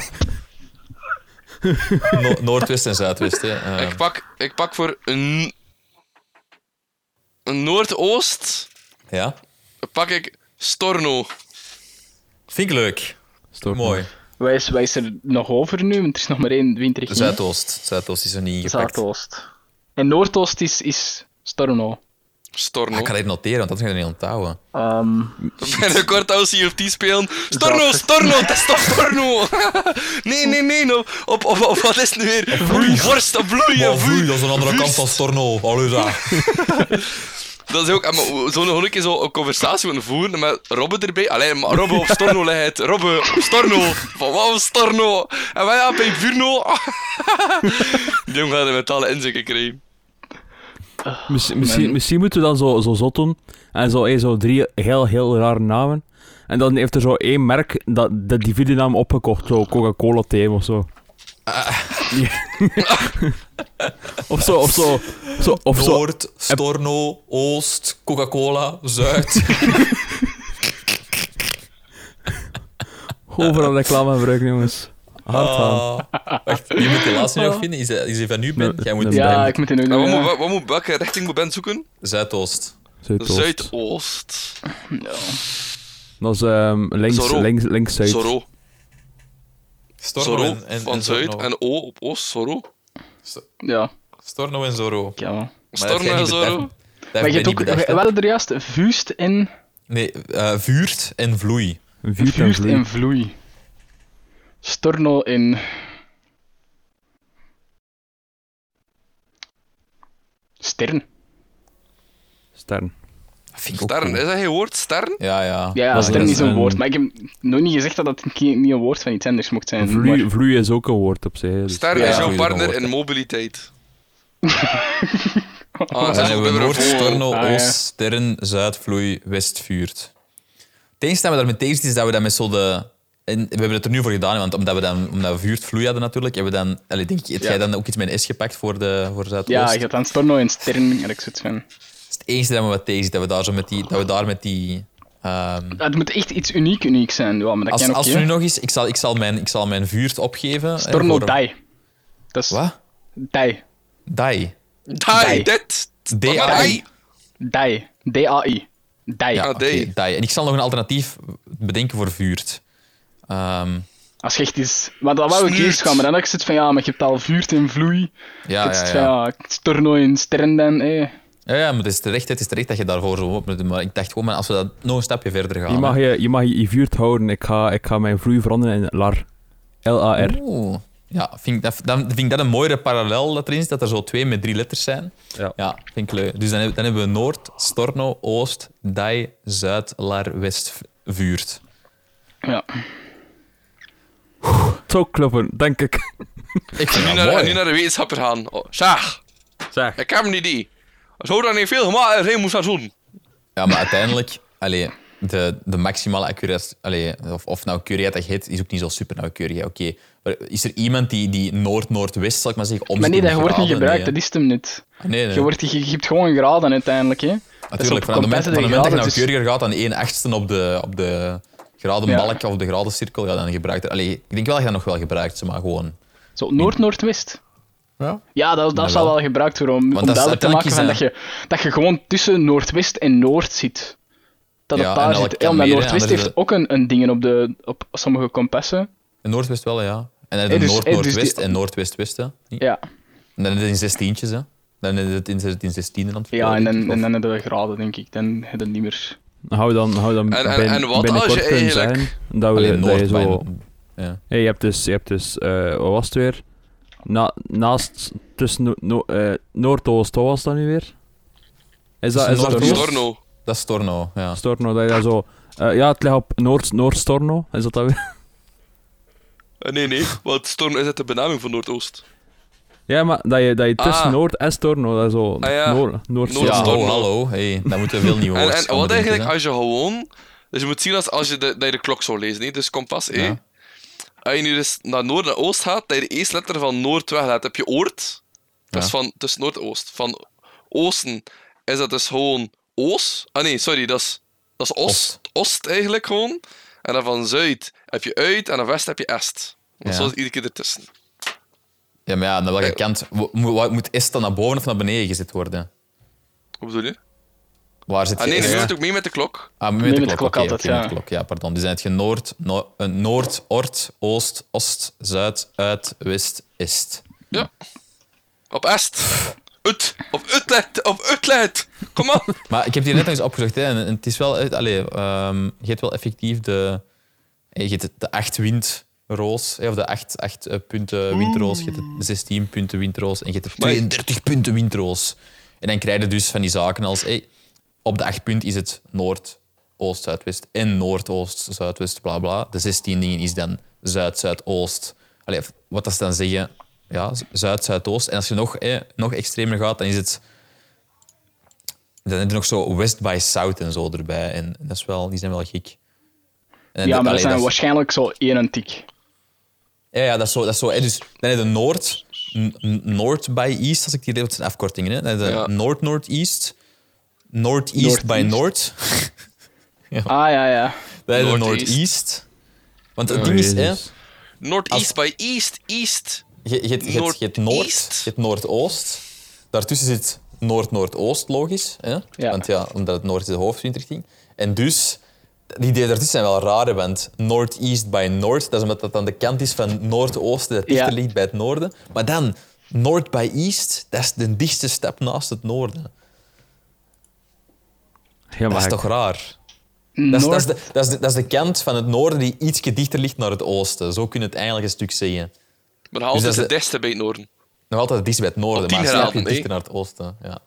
No- Noordwest en zuidwest. Hè. Uh, Ik pak, ik pak voor een, een Noordoost, ja. pak ik Storno. Vind ik leuk. Stop. Mooi. Wij is, wij is er nog over nu, want er is nog maar één windrichting. Zuidoost. Zuidoost is er niet ingepakt. Zuidoost. En Noordoost is, is Storno. Storno. Ah, ik ga dat hier noteren, want dat ga je niet onthouden. Ehm Binnenkort als Sea of Thieves spelen. Storno, Zacht. Storno, dat is toch Storno? nee, nee, nee, no. op, op, op, wat is het nu weer? Vloei, vorst, op vloeien, Maar vloei, vloei. dat is een andere kant van Storno. Allee, daar. Dat is ook, ah, zo nog een keer zo een conversatie moeten voeren met Robbe erbij. Alleen, maar Robbe op Storno leidt. Robbe op Storno. Van wat Storno? En wij ja, bij Vuurno. Die jongen gaat een mentale inzichten krijgen. Misschien, misschien, mijn- misschien moeten we dan zo, zo zot doen. En zo, hey, zo drie heel, heel rare namen. En dan heeft er zo één merk dat, dat die videonaam opgekocht. Zo Coca-Cola thema of zo. Ja. of zo, of zo. zo of zo. Noord, Storno, Oost, Coca-Cola, Zuid. Overal reclame gebruiken, jongens. Hard gaan. Ah, wacht, je moet de laatste nog vinden. Is hij, is hij van nu, Ben? Nee, Jij moet nee, ja, ben- ik moet die nu En doen. wat, ja. moet, wat, wat moet, welke richting moet Ben zoeken? Zuidoost. Zuidoost. Zuidoost. Dat is ehm, links, Zorro. links, links, zuid. Zorro. Storno Zorro en, en, van en Zuid Zorro. en O op Oost. Zorro. Ja, Storno en Zorro. ja. Maar dat Storno heb jij en niet Zorro. bedacht. Dat Maar heb je jij hebt ook, niet bedacht, we hè? hadden er juist vuust en, Nee, eh, vuurt en vloei. Vuurt en vuust vloei. en vloei. Storno en... Stern. Stern. Dat vind ik ook Sterren, cool. is dat geen woord? Sterren? Ja, ja. Ja, Dat stern is is een een- woord, maar ik heb nog niet gezegd dat dat niet niet een woord van iets anders mocht zijn. Vloei, maar- vloei is ook een woord op zich. hè, Dus. Ster Ja, is jouw goeie partner woord, in hè. mobiliteit. Dan Ah, hebben we Noord, Storno, Ah, ja. Oost, Sterren, Zuid, Vloei, West, Vuurt. Het enige dat we daarmee tegen zitten is dat we dat met zo de... En we hebben het er nu voor gedaan, want omdat we dan omdat we Vuurt, Vloei hadden natuurlijk, hebben we dan... Allee, denk ik, heb Ja. jij dan ook iets met een S gepakt voor, de, voor Zuidoost? Ja, je hebt dan Storno en Stern, en ik zoiets van... Dat is het enige dat we wat tegen zitten, dat we daar, zo met die, dat we daar met die... ehm, Het moet echt iets uniek uniek zijn, ja, maar dat als kan ook, als hè. er nu nog is, ik zal, ik zal, mijn, ik zal mijn Vuurt opgeven. hè, Storno voor- Dai. Dat is... Wat? Dai. Dai. Dai, dit. D-A-I. Dai. D A I. Dai. Ja, Ah, oké, Dai. Dai. En ik zal nog een alternatief bedenken voor Vuurt. Ehm, Als je echt is... Maar dat wou ik Snuurt. eerst gaan, maar dan had ik zoiets van, ja, maar je hebt al vuurt en vloei. ja, Het is ja, van, ja. ja, Storno en Stern dan, eh. Ja, ja, maar het is terecht, het is terecht dat je daarvoor zo op moet doen. Maar ik dacht gewoon, maar als we dat nog een stapje verder gaan... Je mag hè. je, je, mag je, je vuurt houden. Ik ga, ik ga mijn vloei veranderen in lar. L A R. Oeh. Ja, vind ik dat, dan vind ik dat een mooiere parallel dat erin zit, dat er zo twee met drie letters zijn. Ja. Ja, vind ik leuk. Dus dan, heb- dan hebben we Noord, Storno, Oost, Dai, Zuid, Lar, West, V- Vuurt. Ja. Zo kloppen, denk ik. Ik vind Nu dat naar, mooi. nu naar de wetenschapper gaan. Oh, zeg, Zeg. ik heb een idee. Zou dat niet veel gemaakt zijn, moest dat doen. Ja, maar uiteindelijk, allee, de, de maximale accuratie, allee, of, of nauwkeurigheid dat je hebt, is ook niet zo super nauwkeurig. hè. Oké, maar is er iemand die, die Noord-Noordwest, zal ik maar zeggen, omzet Maar nee, in dat wordt niet graden? gebruikt, Nee, dat is hem niet. hè. Nee, nee. Je, wordt, je, je hebt gewoon graden uiteindelijk, hè. Natuurlijk, op van het moment, van het moment dat je competitive graden, nauwkeuriger gaat dan één achtste op de, op de gradenbalk of de gradencirkel, ja, dan gebruikt het. Allee, ik denk wel dat je dat nog wel gebruikt, maar gewoon... Zo, Noord-Noordwest. Ja. Ja, dat, dat Ja, zal wel. wel gebruikt worden om, Want om dat is duidelijk te maken van dat, uiteindelijk je, dat je gewoon tussen Noordwest en Noord zit. Dat het Ja, en daar dat zit. kan Ja, maar meer, hè, Noordwest anders heeft de- ook een, een dingen op, de, op sommige kompassen. In Noordwest wel, ja. En dan heb je Eh, dus- eh, Noord-Noordwest dus die- en Noordwest-West, hè. Niet? Ja, En dan is het in zestientjes, hè. Dan is het in, in zestienen aan het ja vertellen, en, denk dan, ik, en of- dan hebben we graden, denk ik. Dan heb je het niet meer... Hou dan, hou dan En- en- bin- en wat als binnenkort je kunnen eigenlijk- zeggen dat we, Alleen dat je Noord, zo... bij- ja. Hey, je hebt dus, je hebt dus eh, wat was het weer? Na, naast, tussen no, no, eh, Noordoost, wat was dat nu weer? Is dat, is dat Noordoost? Noord? Storno. Dat is Storno, ja. Storno, dat je dat zo... eh, ja, het ligt op Noord, Noord-Storno, is dat dat weer? Eh, Nee, nee, want Storno is het de benaming van Noordoost. Ja, maar dat je, dat je tussen Ah. Noord en Storno, dat is zo... Ah, ja. Noord, Noord, Noord- Ja, Storno. hallo, hallo. Hey, dan moeten we veel nieuwe En, woorden en wat eigenlijk hè. als je gewoon... Dus je moet zien als, als je de, dat je de klok zou lezen, hè? Dus kompas, hè? Ja. Als je nu dus naar Noord en Oost gaat, dat je de eerste letter van Noord weglaat, heb je Oort. Dat is Ja. van tussen Noord en Oost. Van Oosten is dat dus gewoon Oos. Ah nee, sorry, dat is, dat is Oost. Oost. Oost eigenlijk gewoon. En dan van Zuid heb je Uit en van West heb je Est. Dat is Ja. zo iedere keer ertussen. Ja, maar ja, aan welke Eh. kant... Mo- mo- wat Moet est dan naar boven of naar beneden gezet worden? Hoe bedoel je? Waar zit Ah nee, je... nu ja. moet ook mee met de klok. Ah, met, Mee de met de klok, klok oké, altijd, oké, met ja. de klok. Ja, pardon. Dus dan heb je Noord, no, eh, Noord, Oort, Oost, Oost, Zuid, Uit, West, Est. Ja. Op Est. Ut. Op Utrecht. Op Utrecht. Kom op. Maar ik heb die net nog eens opgezocht. Hè, en het is wel... Allee, ehm, je hebt wel effectief de... Je hebt de acht windroos, hè, of de acht, acht eh, punten windroos. Je hebt de zestien punten windroos en je hebt de Maar- tweeëndertig punten windroos. En dan krijg je dus van die zaken als... Hey, op de acht punt is het Noord, Oost, Zuidwest en Noordoost, Zuidwest, bla bla. De zestien dingen is dan Zuid, Zuidoost. Allee, wat dat ze dan zeggen... Ja, Zuid, Zuidoost. En als je nog, eh, nog extremer gaat, dan is het... Dan heb je nog zo West by South en zo erbij. En dat is wel, die zijn wel gek. En Ja, maar dat allee, zijn is- waarschijnlijk zo één en tik. Ja, ja, dat is zo. Dat is zo hè. Dus dan heb je Noord, n- n- North by East, als ik die lees, dat zijn afkortingen. Hè. Dan heb je Ja. North, Northeast, Northeast by Northeast. North. Ah, ja, ja. Dan heb je Northeast. Northeast. Want het Ja. ding is, hè, Jezus. Northeast by East. East. je, je, hebt- je, hebt- je hebt Noord, Northeast. je hebt Noordoost. Daartussen zit Noord-Noordoost, logisch. Hè? Ja. Want ja, omdat het Noord is de hoofdwindrichting. En dus, die ideeën daartussen zijn wel raar, want Northeast by North, dat is omdat dat aan de kant is van Noordoosten, dat dichter Ja. ligt bij het noorden. Maar dan, North by East, dat is de dichtste stap naast het noorden. Ja, Dat maar is ik- toch raar? Dat is, dat, is Noord- de, dat, is de, dat is de kant van het noorden die ietsje dichter ligt naar het oosten. Zo kun je het eigenlijk een stuk zeggen. Maar haal Dus dus dat het is dichtste bij het noorden. Nog altijd het dichtst bij het noorden, Op tien maar snap je graden, dichter hè? naar het oosten. Ja.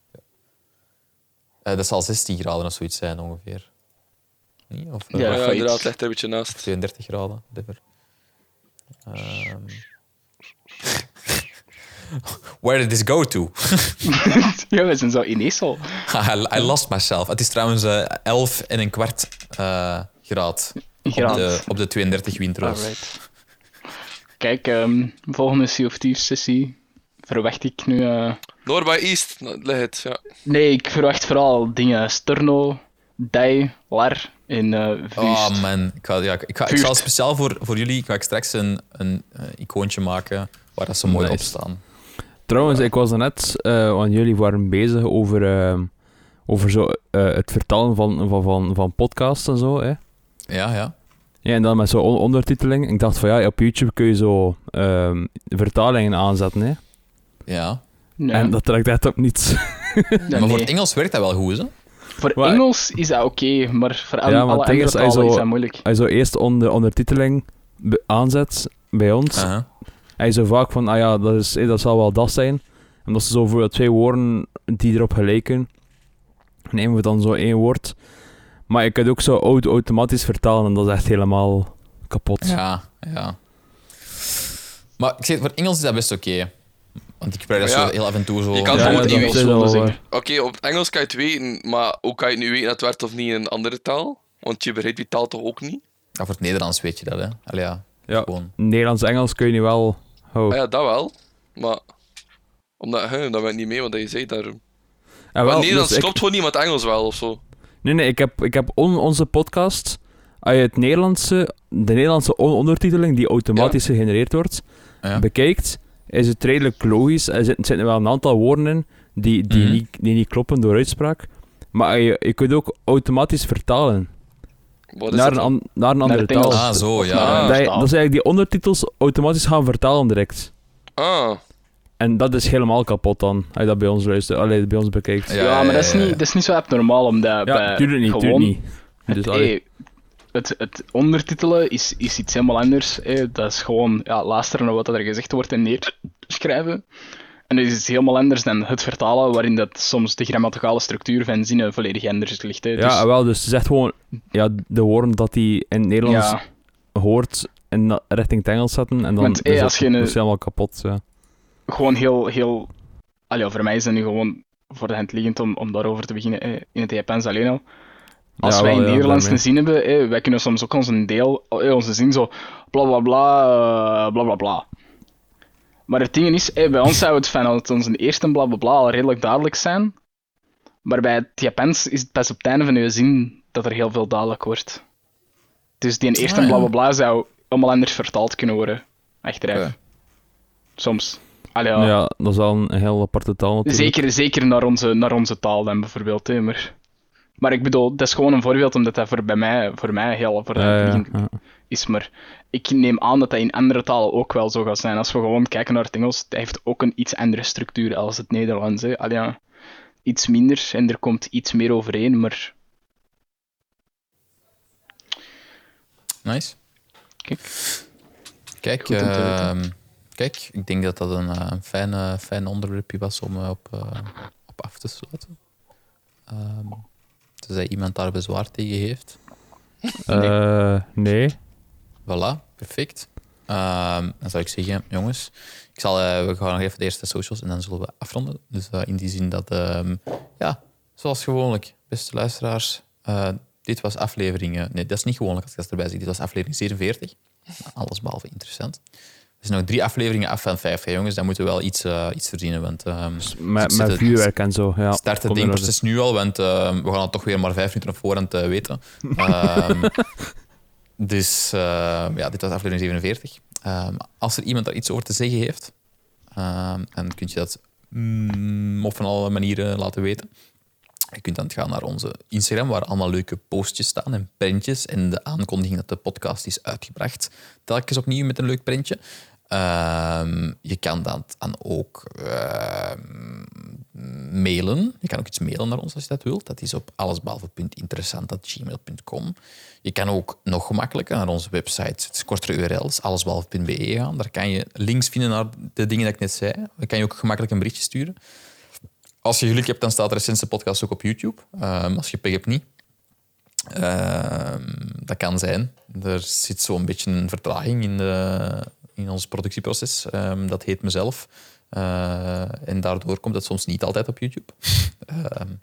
Eh, dat zal zestien graden of zoiets zijn ongeveer. Niet? Of eh, Ja, Ja, ja zoiets. inderdaad, ligt er een beetje naast. tweeëndertig graden, whatever. Ehm. Where did this go to? Ja, we zijn zo ineens al. I, I lost myself. Het is trouwens eh, elf en een kwart eh, graad, Graad. Op, de, op de tweeëndertig windroos. Alright. Kijk, ehm, volgende Sea of Thieves sessie verwacht ik nu... eh, North by East, nou, ligt het, ja. Nee, ik verwacht vooral dingen. Sterno, Dij, Lar en eh Vuust. Oh man, ik ga, ja, ik ga, ik Vuurt. zal speciaal voor, voor jullie ga ik straks een, een eh, icoontje maken waar dat ze mooi Nice. op staan. Trouwens, ik was net, uh, want jullie waren bezig over, uh, over zo, uh, het vertalen van, van, van, van podcasts en zo. Hè? Ja, ja. Ja, en dan met zo'n on- ondertiteling. Ik dacht van ja, op YouTube kun je zo um, vertalingen aanzetten. Hè? ja. Ja. En dat trekt echt op niets. Ja, maar voor nee. het Engels werkt dat wel goed, hè? Voor Maar- Engels is dat oké, maar voor alle, Ja, maar alle het ding andere is, hij talen zo- is dat moeilijk. Als je zo eerst on de ondertiteling be- aanzet bij ons, Uh-huh. hij is zo vaak van, ah ja, dat, is, eh, dat zal wel dat zijn. En dat ze zo voor twee woorden die erop gelijken, nemen we dan zo één woord. Maar je kunt ook zo auto- automatisch vertalen en dat is echt helemaal kapot. Ja, ja. Maar ik zeg, voor Engels is dat best oké. Want ik gebruik dat Maar ja, zo heel af en toe zo. je kan Ja, het ja, ook dat niet is weten. wel wilde waar. zeggen. Oké, op het Engels kan je het weten, maar hoe kan je het nu weten dat het werkt of niet in een andere taal? Want je begrijpt die taal toch ook niet? Ja, voor het Nederlands weet je dat, hè? Allee, ja. Ja, Gewoon. Nederlands-Engels kun je nu wel... Oh. Ah ja, dat wel. Maar... Omdat, hè, dat went niet mee wat je zei daar. En Maar wel, Nederlands dus ik- klopt gewoon niet, maar het Engels wel, of zo. Nee, nee, ik heb, ik heb on, onze podcast, als je het Nederlandse, de Nederlandse on- ondertiteling die automatisch gegenereerd wordt, Ja. bekijkt, is het redelijk logisch. Er zitten, zitten wel een aantal woorden in die, die, Mhm. niet, die niet kloppen door uitspraak. Maar je, je kunt ook automatisch vertalen Wat is naar dat een, dan? an- naar een andere het taal. Engels. Ah, zo, Of ja. naar een dat, je- taal. dat is eigenlijk die ondertitels automatisch gaan vertalen direct. Ah, En dat is helemaal kapot dan, als je dat bij ons luistert, allee, bij ons bekijkt. Ja, Ja, maar dat is, ja, ja. niet, dat is niet zo abnormaal, omdat Ja, bij tuurlijk niet, gewoon... tuurlijk niet. Het, Dus, allee. hey, het, het ondertitelen is, is iets helemaal anders. Hey. Dat is gewoon ja, luisteren naar wat er gezegd wordt en neerschrijven. En dat is iets helemaal anders dan het vertalen, waarin dat soms de grammaticale structuur van zinnen volledig anders ligt. Hè. Ja, Dus, wel, dus ze zegt gewoon ja, de woorden dat hij in het Nederlands ja, hoort en na- richting het Engels zetten en dan Want, is hey, dat- als je een- dat is helemaal kapot. Ja. gewoon heel, heel... Allee, ja, voor mij is het nu gewoon voor de hand liggend om, om daarover te beginnen, eh, in het Japans alleen al. Als Ja, wij wel, in ja, Nederlands daarmee. een zin hebben, eh, wij kunnen soms ook onze deel, eh, onze zin zo bla bla bla, eh, bla bla bla. Maar het ding is, eh, bij ons zou het fijn dat onze eerste bla bla bla al redelijk duidelijk zijn. Maar bij het Japans is het pas op het einde van je zin dat er heel veel duidelijk wordt. Dus die eerste Ah, ja. bla bla bla zou allemaal anders vertaald kunnen worden. Achteraf. Oké. Soms. Allee, ja. Ja, dat is al een heel aparte taal natuurlijk. Zeker, zeker naar, onze, naar onze taal dan bijvoorbeeld. Hè, maar, maar ik bedoel, dat is gewoon een voorbeeld omdat dat voor, bij mij, voor mij heel voor de Ja, hand ja, liggend ja. is. Maar ik neem aan dat dat in andere talen ook wel zo gaat zijn. Als we gewoon kijken naar het Engels, dat heeft ook een iets andere structuur als het Nederlands. Hè. Allee, ja, iets minder en er komt iets meer overeen, maar... Nice. Kijk. Kijk, Goed om te weten. ehm, kijk, ik denk dat dat een, eh, een fijn, eh, fijn onderwerpje was om eh, op, eh, op af te sluiten. Ehm tenzij iemand daar bezwaar tegen heeft. Eh, nee. Voilà, perfect. Ehm, dan zou ik zeggen, jongens, ik zal, eh, we gaan nog even de eerste socials en dan zullen we afronden. Dus eh, in die zin dat, ehm, ja, zoals gewoonlijk, beste luisteraars, eh, dit was aflevering... eh, nee, dat is niet gewoonlijk als ik dat erbij zeg. Dit was aflevering zevenenveertig. Alles behalve interessant. Er zijn nog drie afleveringen af van vijftig, jongens. Dan moeten we wel iets, eh, iets verdienen, want... ehm, Met, ik met zit het- vuurwerk en zo. Ja, start het komt in denkproces nu al, want eh, we gaan het toch weer maar vijf minuten op voorhand eh, weten. Ehm, dus eh, ja, dit was aflevering zevenenveertig. Ehm, als er iemand daar iets over te zeggen heeft, ehm, dan kun je dat mm, op van alle manieren laten weten. Je kunt dan gaan naar onze Instagram, waar allemaal leuke postjes staan en printjes en de aankondiging dat de podcast is uitgebracht. Telkens opnieuw met een leuk printje. Ehm, je kan dat dan ook ehm, mailen. Je kan ook iets mailen naar ons als je dat wilt. Dat is op allesbehalve punt interessant punt gmail punt com. Je kan ook nog gemakkelijker naar onze website, het is kortere U R L's, allesbehalve punt be gaan. Daar kan je links vinden naar de dingen dat ik net zei. Dan kan je ook gemakkelijk een berichtje sturen. Als je geluk hebt, dan staat de recentste podcast ook op YouTube. Um, als je pech hebt, niet. Um, dat kan zijn. Er zit zo'n beetje een vertraging in, de, in ons productieproces. Um, dat heet mezelf. Uh, en daardoor komt het soms niet altijd op YouTube. um,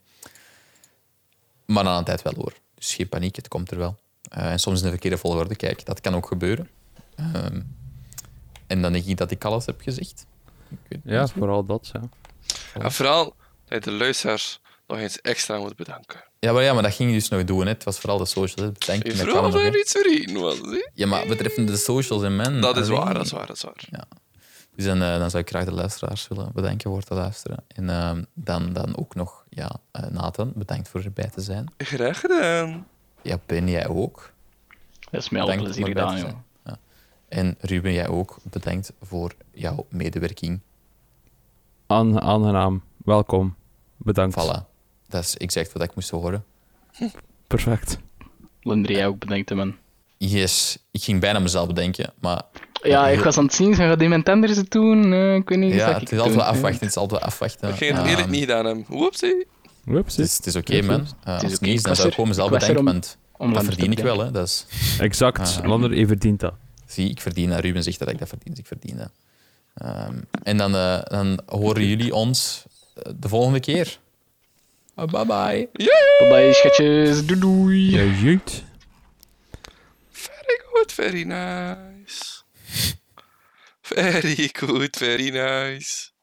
maar na een tijd wel hoor. Dus geen paniek, het komt er wel. Uh, en soms in de verkeerde volgorde. Kijk, dat kan ook gebeuren. Um, en dan denk ik dat ik alles heb gezegd. Ik weet Ja, niet. vooral dat. Ja. En vooral dat je de luisteraars nog eens extra moet bedanken. Ja, maar, ja, maar dat ging je dus nog doen. Hè. Het was vooral de socials. Hè. Bedankt. Je en dat vooral kan nog, weer hè. iets vergeten was, hè? Ja, maar betreffende de socials en men. Dat is alleen- waar, dat is waar, dat is waar. Dus dan, eh, dan zou ik graag de luisteraars willen bedanken voor te luisteren. En ehm, dan, dan ook nog, ja, eh, Nathan, bedankt voor erbij te zijn. Graag gedaan. Ja, Ben, jij ook. Dat is mij al Bedankt om plezier erbij te gedaan, joh. zijn. Ja. En Ruben, jij ook. Bedankt voor jouw medewerking. Aan, aangenaam. Welkom. Bedankt. Voilà. Dat is exact wat ik moest horen. Perfect. Lundri, jij ook bedankt, hè, man. Yes, ik ging bijna mezelf bedenken, maar... Ja, ik was aan het zien, ze gaat iemand anders het doen. Eh, ik weet niet Ja, wat het ik is altijd doe. wel afwachten. Het is altijd wel afwachten. Ik ging het Ehm, eerlijk niet gedaan hebben. Oepsie. Whoops. Het is, het is oké, Ja, man. soms. Uh, Het is als oké. niet is, Ik dan was zou ik er- gewoon mezelf ik was er bedenken, om- want om dat Lander verdien te ik wel. Hè. Dat is, Exact. Ah. Lander, je verdient dat. zie, ik verdien dat. Ruben zegt dat ik dat verdien, dus ik verdien dat. Ehm, en dan, eh, dan horen jullie ons eh, de volgende keer. Uh, bye bye. Bye bye, schatjes. Doei doei. Ja, jeet. Very good, very nice. Very good, very nice.